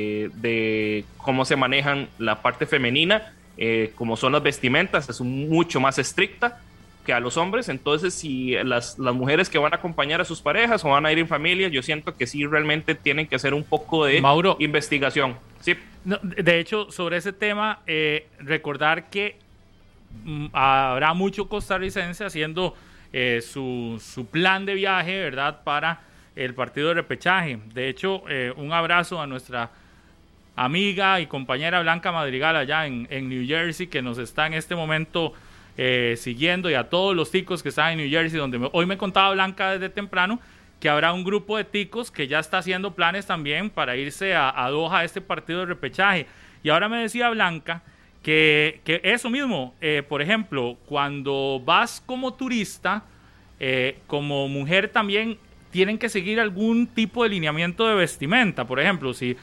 de cómo se manejan la parte femenina, cómo son las vestimentas, es mucho más estricta que a los hombres. Entonces, si las mujeres que van a acompañar a sus parejas o van a ir en familia, yo siento que sí realmente tienen que hacer un poco de investigación. Sí. No, de hecho, sobre ese tema, recordar que habrá mucho costarricense haciendo su plan de viaje, ¿verdad?, para el partido de repechaje. De hecho, un abrazo a nuestra amiga y compañera Blanca Madrigal allá en New Jersey, que nos está en este momento siguiendo, y a todos los ticos que están en New Jersey, donde hoy me contaba Blanca desde temprano que habrá un grupo de ticos que ya está haciendo planes también para irse a Doha a este partido de repechaje. Y ahora me decía Blanca que eso mismo, por ejemplo, cuando vas como turista, como mujer también tienen que seguir algún tipo de lineamiento de vestimenta. Por ejemplo, si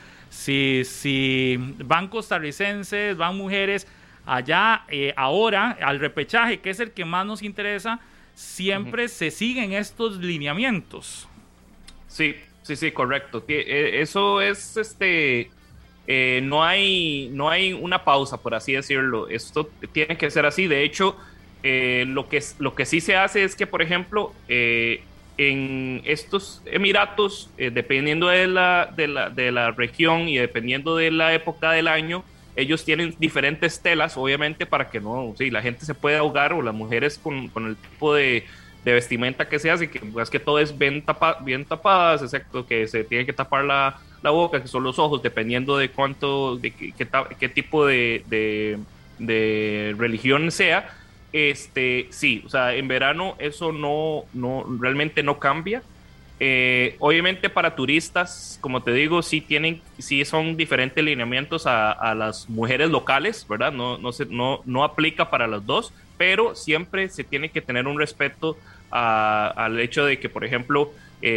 van costarricenses, van mujeres allá, ahora al repechaje, que es el que más nos interesa, siempre se siguen estos lineamientos. Sí, correcto. Eso es no hay una pausa, por así decirlo. Esto tiene que ser así. De hecho, lo que sí se hace es que, por ejemplo, en estos Emiratos, dependiendo de la región y dependiendo de la época del año, ellos tienen diferentes telas, obviamente, para que la gente se pueda ahogar, o las mujeres con el tipo de vestimenta que se hace, que es que todo es bien tapadas, excepto que se tiene que tapar la boca, que son los ojos, dependiendo de qué tipo de religión sea. Sí, o sea, en verano eso realmente no cambia. Obviamente para turistas, como te digo, sí son diferentes lineamientos a las mujeres locales, ¿verdad? No aplica para las dos, pero siempre se tiene que tener un respeto al hecho de que, por ejemplo,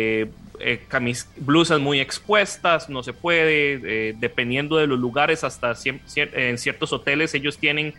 blusas muy expuestas no se puede, dependiendo de los lugares, hasta en ciertos hoteles ellos tienen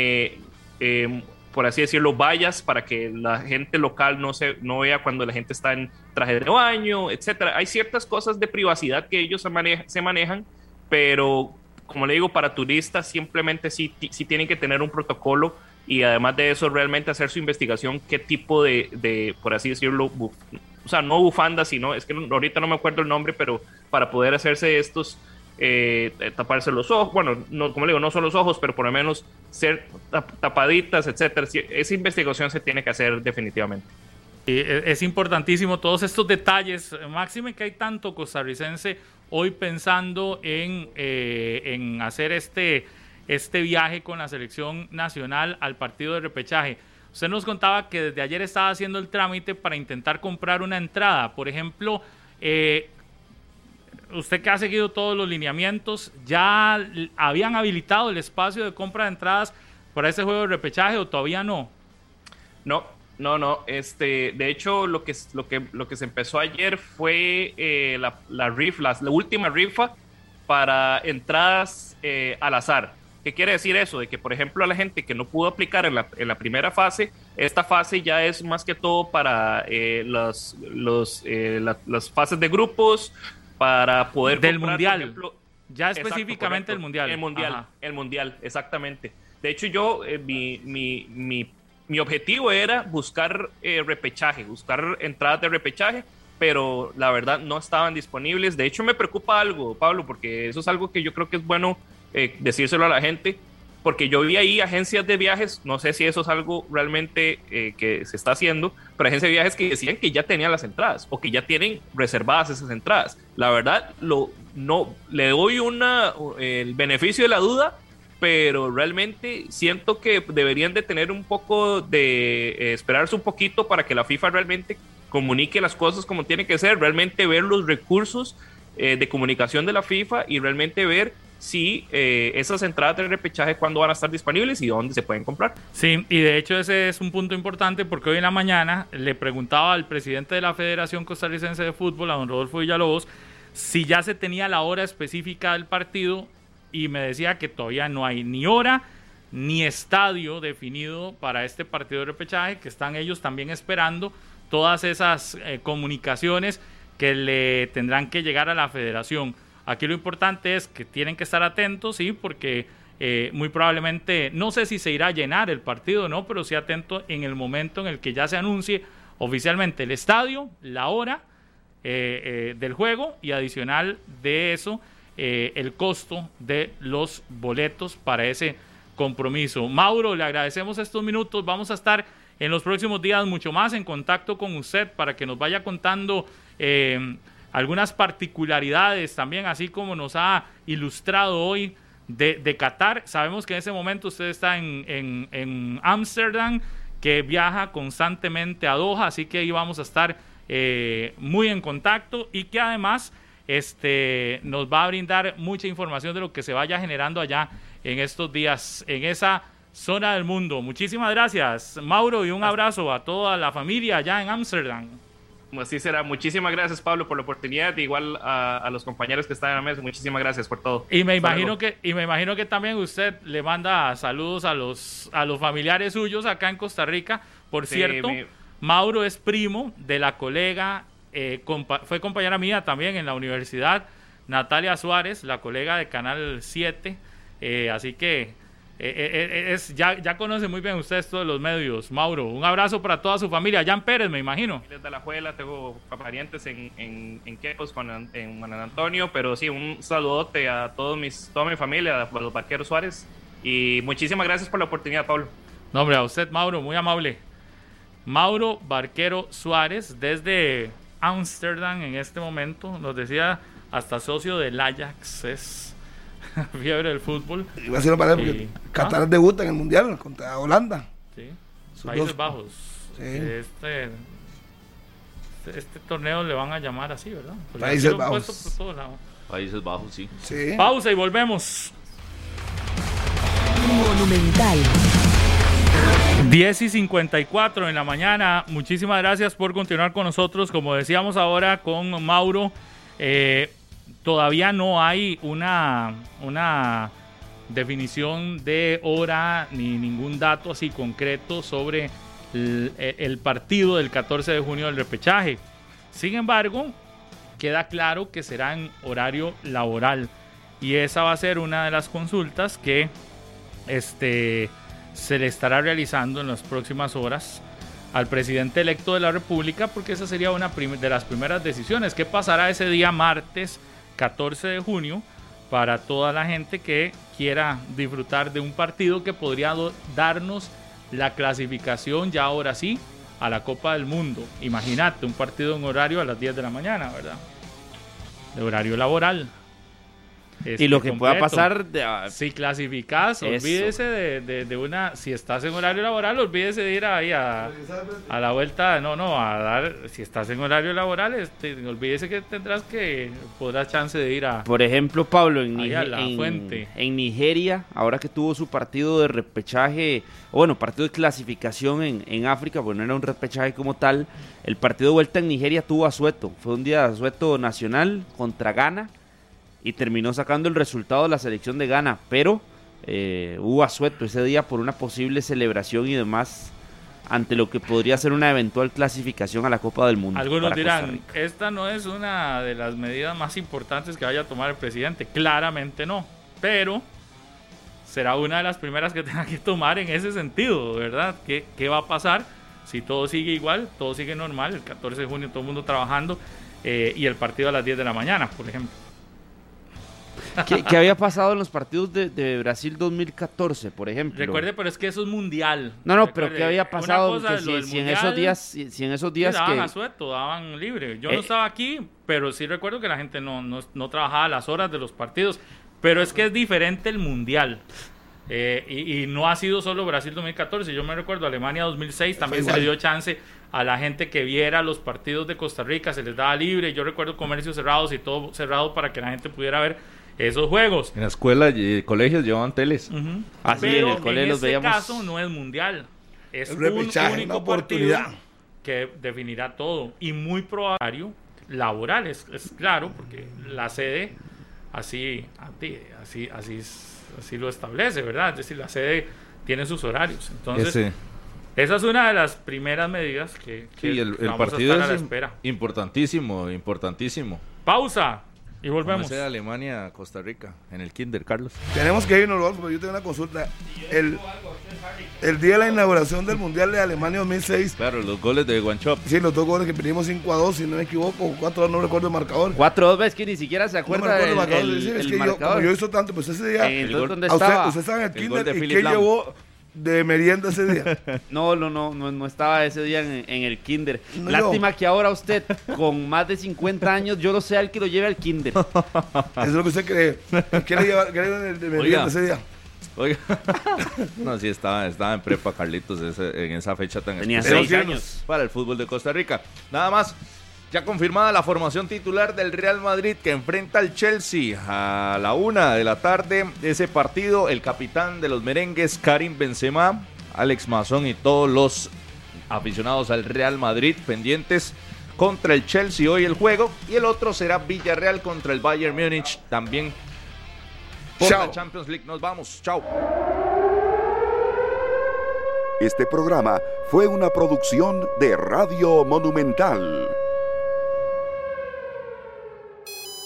por así decirlo, vallas para que la gente local no vea cuando la gente está en traje de baño, etcétera. Hay ciertas cosas de privacidad que ellos se manejan, pero como le digo, para turistas simplemente sí tienen que tener un protocolo, y además de eso realmente hacer su investigación, qué tipo de por así decirlo, o sea, no bufandas, sino, es que ahorita no me acuerdo el nombre, pero para poder hacerse estos taparse los ojos, bueno, como le digo, no son los ojos, pero por lo menos ser tapaditas, etcétera. Esa investigación se tiene que hacer definitivamente. Es importantísimo todos estos detalles, máxime que hay tanto costarricense hoy pensando en hacer este viaje con la selección nacional al partido de repechaje. Usted nos contaba que desde ayer estaba haciendo el trámite para intentar comprar una entrada. Por ejemplo, usted que ha seguido todos los lineamientos, ¿ya habían habilitado el espacio de compra de entradas para ese juego de repechaje o todavía no? No. De hecho, lo que se empezó ayer fue la última rifa para entradas al azar. ¿Qué quiere decir eso? De que, por ejemplo, a la gente que no pudo aplicar en la primera fase, esta fase ya es más que todo para las fases de grupos, para poder del comprar, mundial, por ejemplo, ya específicamente exacto, el mundial, exactamente. De hecho, yo mi objetivo era buscar repechaje, buscar entradas de repechaje, pero la verdad no estaban disponibles. De hecho, me preocupa algo, Pablo, porque eso es algo que yo creo que es bueno decírselo a la gente, porque yo vi ahí agencias de viajes, no sé si eso es algo realmente que se está haciendo, pero agencias de viajes que decían que ya tenían las entradas o que ya tienen reservadas esas entradas. La verdad, no le doy el beneficio de la duda, pero realmente siento que deberían de tener un poco de esperarse un poquito para que la FIFA realmente comunique las cosas como tiene que ser, realmente ver los recursos de comunicación de la FIFA y realmente ver si esas entradas de repechaje cuándo van a estar disponibles y dónde se pueden comprar. Sí, y de hecho ese es un punto importante porque hoy en la mañana le preguntaba al presidente de la Federación Costarricense de Fútbol, a don Rodolfo Villalobos, si ya se tenía la hora específica del partido, y me decía que todavía no hay ni hora ni estadio definido para este partido de repechaje, que están ellos también esperando todas esas comunicaciones que le tendrán que llegar a la federación. Aquí lo importante es que tienen que estar atentos, sí, porque muy probablemente, no sé si se irá a llenar el partido, no, pero sí atento en el momento en el que ya se anuncie oficialmente el estadio, la hora del juego y adicional de eso, el costo de los boletos para ese compromiso. Mauro, le agradecemos estos minutos. Vamos a estar en los próximos días mucho más en contacto con usted para que nos vaya contando algunas particularidades también, así como nos ha ilustrado hoy de Qatar. Sabemos que en ese momento usted está en Ámsterdam, que viaja constantemente a Doha, así que ahí vamos a estar muy en contacto y que además nos va a brindar mucha información de lo que se vaya generando allá en estos días, en esa zona del mundo. Muchísimas gracias, Mauro, y un abrazo a toda la familia allá en Ámsterdam. Así será. Muchísimas gracias, Pablo, por la oportunidad. Igual a los compañeros que están en la mesa, muchísimas gracias por todo. Y me imagino que también usted le manda saludos a los familiares suyos acá en Costa Rica. Por cierto, Mauro es primo de la colega, fue compañera mía también en la universidad, Natalia Suárez, la colega de Canal 7, así que ya conoce muy bien usted esto de los medios, Mauro. Un abrazo para toda su familia, Jan Pérez, me imagino. Desde La Juela tengo parientes en Quepos, en Juan Antonio, pero sí, un saludote a toda mi familia, a los Barqueros Suárez, y muchísimas gracias por la oportunidad, Pablo. No, hombre, a usted, Mauro, muy amable. Mauro Barquero Suárez, desde Ámsterdam en este momento, nos decía, hasta socio del Ajax, es fiebre del fútbol. Iba a ser para porque Qatar debuta en el Mundial contra Holanda. Sí, Países Bajos. Sí. Este torneo le van a llamar así, ¿verdad? Porque Países Bajos. Por todos lados. Países Bajos, sí. Pausa y volvemos. Monumental. 10:54 en la mañana. Muchísimas gracias por continuar con nosotros. Como decíamos ahora con Mauro, todavía no hay una definición de hora ni ningún dato así concreto sobre el partido del 14 de junio del repechaje. Sin embargo, queda claro que será en horario laboral y esa va a ser una de las consultas que se le estará realizando en las próximas horas al presidente electo de la República, porque esa sería una de las primeras decisiones. ¿Qué pasará ese día martes 14 de junio para toda la gente que quiera disfrutar de un partido que podría darnos la clasificación ya ahora sí a la Copa del Mundo? Imagínate, un partido en horario a las 10 de la mañana, ¿verdad? De horario laboral. Y lo que completo. Pueda pasar si clasificás, olvídese de una, si estás en horario laboral, olvídese de ir ahí a la vuelta, si estás en horario laboral, olvídese que podrás chance de ir a, por ejemplo, Pablo, en Nigeria, ahora que tuvo su partido de repechaje, partido de clasificación en África, no era un repechaje como tal, el partido de vuelta en Nigeria tuvo asueto, fue un día de asueto nacional contra Ghana, y terminó sacando el resultado de la selección de Ghana, pero hubo asueto ese día por una posible celebración y demás ante lo que podría ser una eventual clasificación a la Copa del Mundo. Algunos dirán, esta no es una de las medidas más importantes que vaya a tomar el presidente, claramente no, pero será una de las primeras que tenga que tomar en ese sentido, ¿verdad? ¿Qué va a pasar Si todo sigue igual, todo sigue normal, el 14 de junio todo el mundo trabajando y el partido a las 10 de la mañana, por ejemplo. ¿Qué había pasado en los partidos de Brasil 2014, por ejemplo? Recuerde, pero es que eso es mundial. No, recuerde, pero ¿qué había pasado? Si en esos días daban asueto, daban libre. Yo no estaba aquí, pero sí recuerdo que la gente no trabajaba las horas de los partidos. Pero es que es diferente el mundial. Y no ha sido solo Brasil 2014. Yo me recuerdo Alemania 2006, también se le dio chance a la gente que viera los partidos de Costa Rica, se les daba libre. Yo recuerdo comercios cerrados y todo cerrado para que la gente pudiera ver esos juegos. En la escuela y colegios llevaban teles. Así pero en el colegio los veíamos. En este caso no es mundial. Es un único oportunidad que definirá todo. Y muy probable laboral, es claro, porque la sede así lo establece, ¿verdad? Es decir, la sede tiene sus horarios. Entonces, esa es una de las primeras medidas que el vamos partido a estar a la espera. Importantísimo. Pausa y volvemos. Vamos a Alemania, Costa Rica, en el Kinder, Carlos. Tenemos que irnos, Rodolfo, pero yo tengo una consulta. El día de la inauguración del Mundial de Alemania 2006. Claro, los goles de Guanchop. Sí, los 2 goles que perdimos 5-2, si no me equivoco, 4-2, no recuerdo el marcador. 4-2, ves que ni siquiera se acuerda del marcador. Yo hizo tanto, pues ese día. ¿Dónde estaba? Usted estaba en el Kinder y ¿qué llevó de merienda ese día? No estaba ese día en el Kinder. Lástima que ahora usted, con más de 50 años, yo no sé al que lo lleve al Kinder. Eso es lo que usted cree. ¿Qué le lleva de merienda ese día? Oiga, no, sí, estaba en prepa, Carlitos, en esa fecha tan Tenía 6 años. Para el fútbol de Costa Rica. Nada más, ya confirmada la formación titular del Real Madrid que enfrenta al Chelsea a la 1 de la tarde. Ese partido, el capitán de los merengues, Karim Benzema, Alex Mazón y todos los aficionados al Real Madrid pendientes contra el Chelsea hoy el juego. Y el otro será Villarreal contra el Bayern Múnich también. Por la Champions League. Nos vamos. Chao. Este programa fue una producción de Radio Monumental.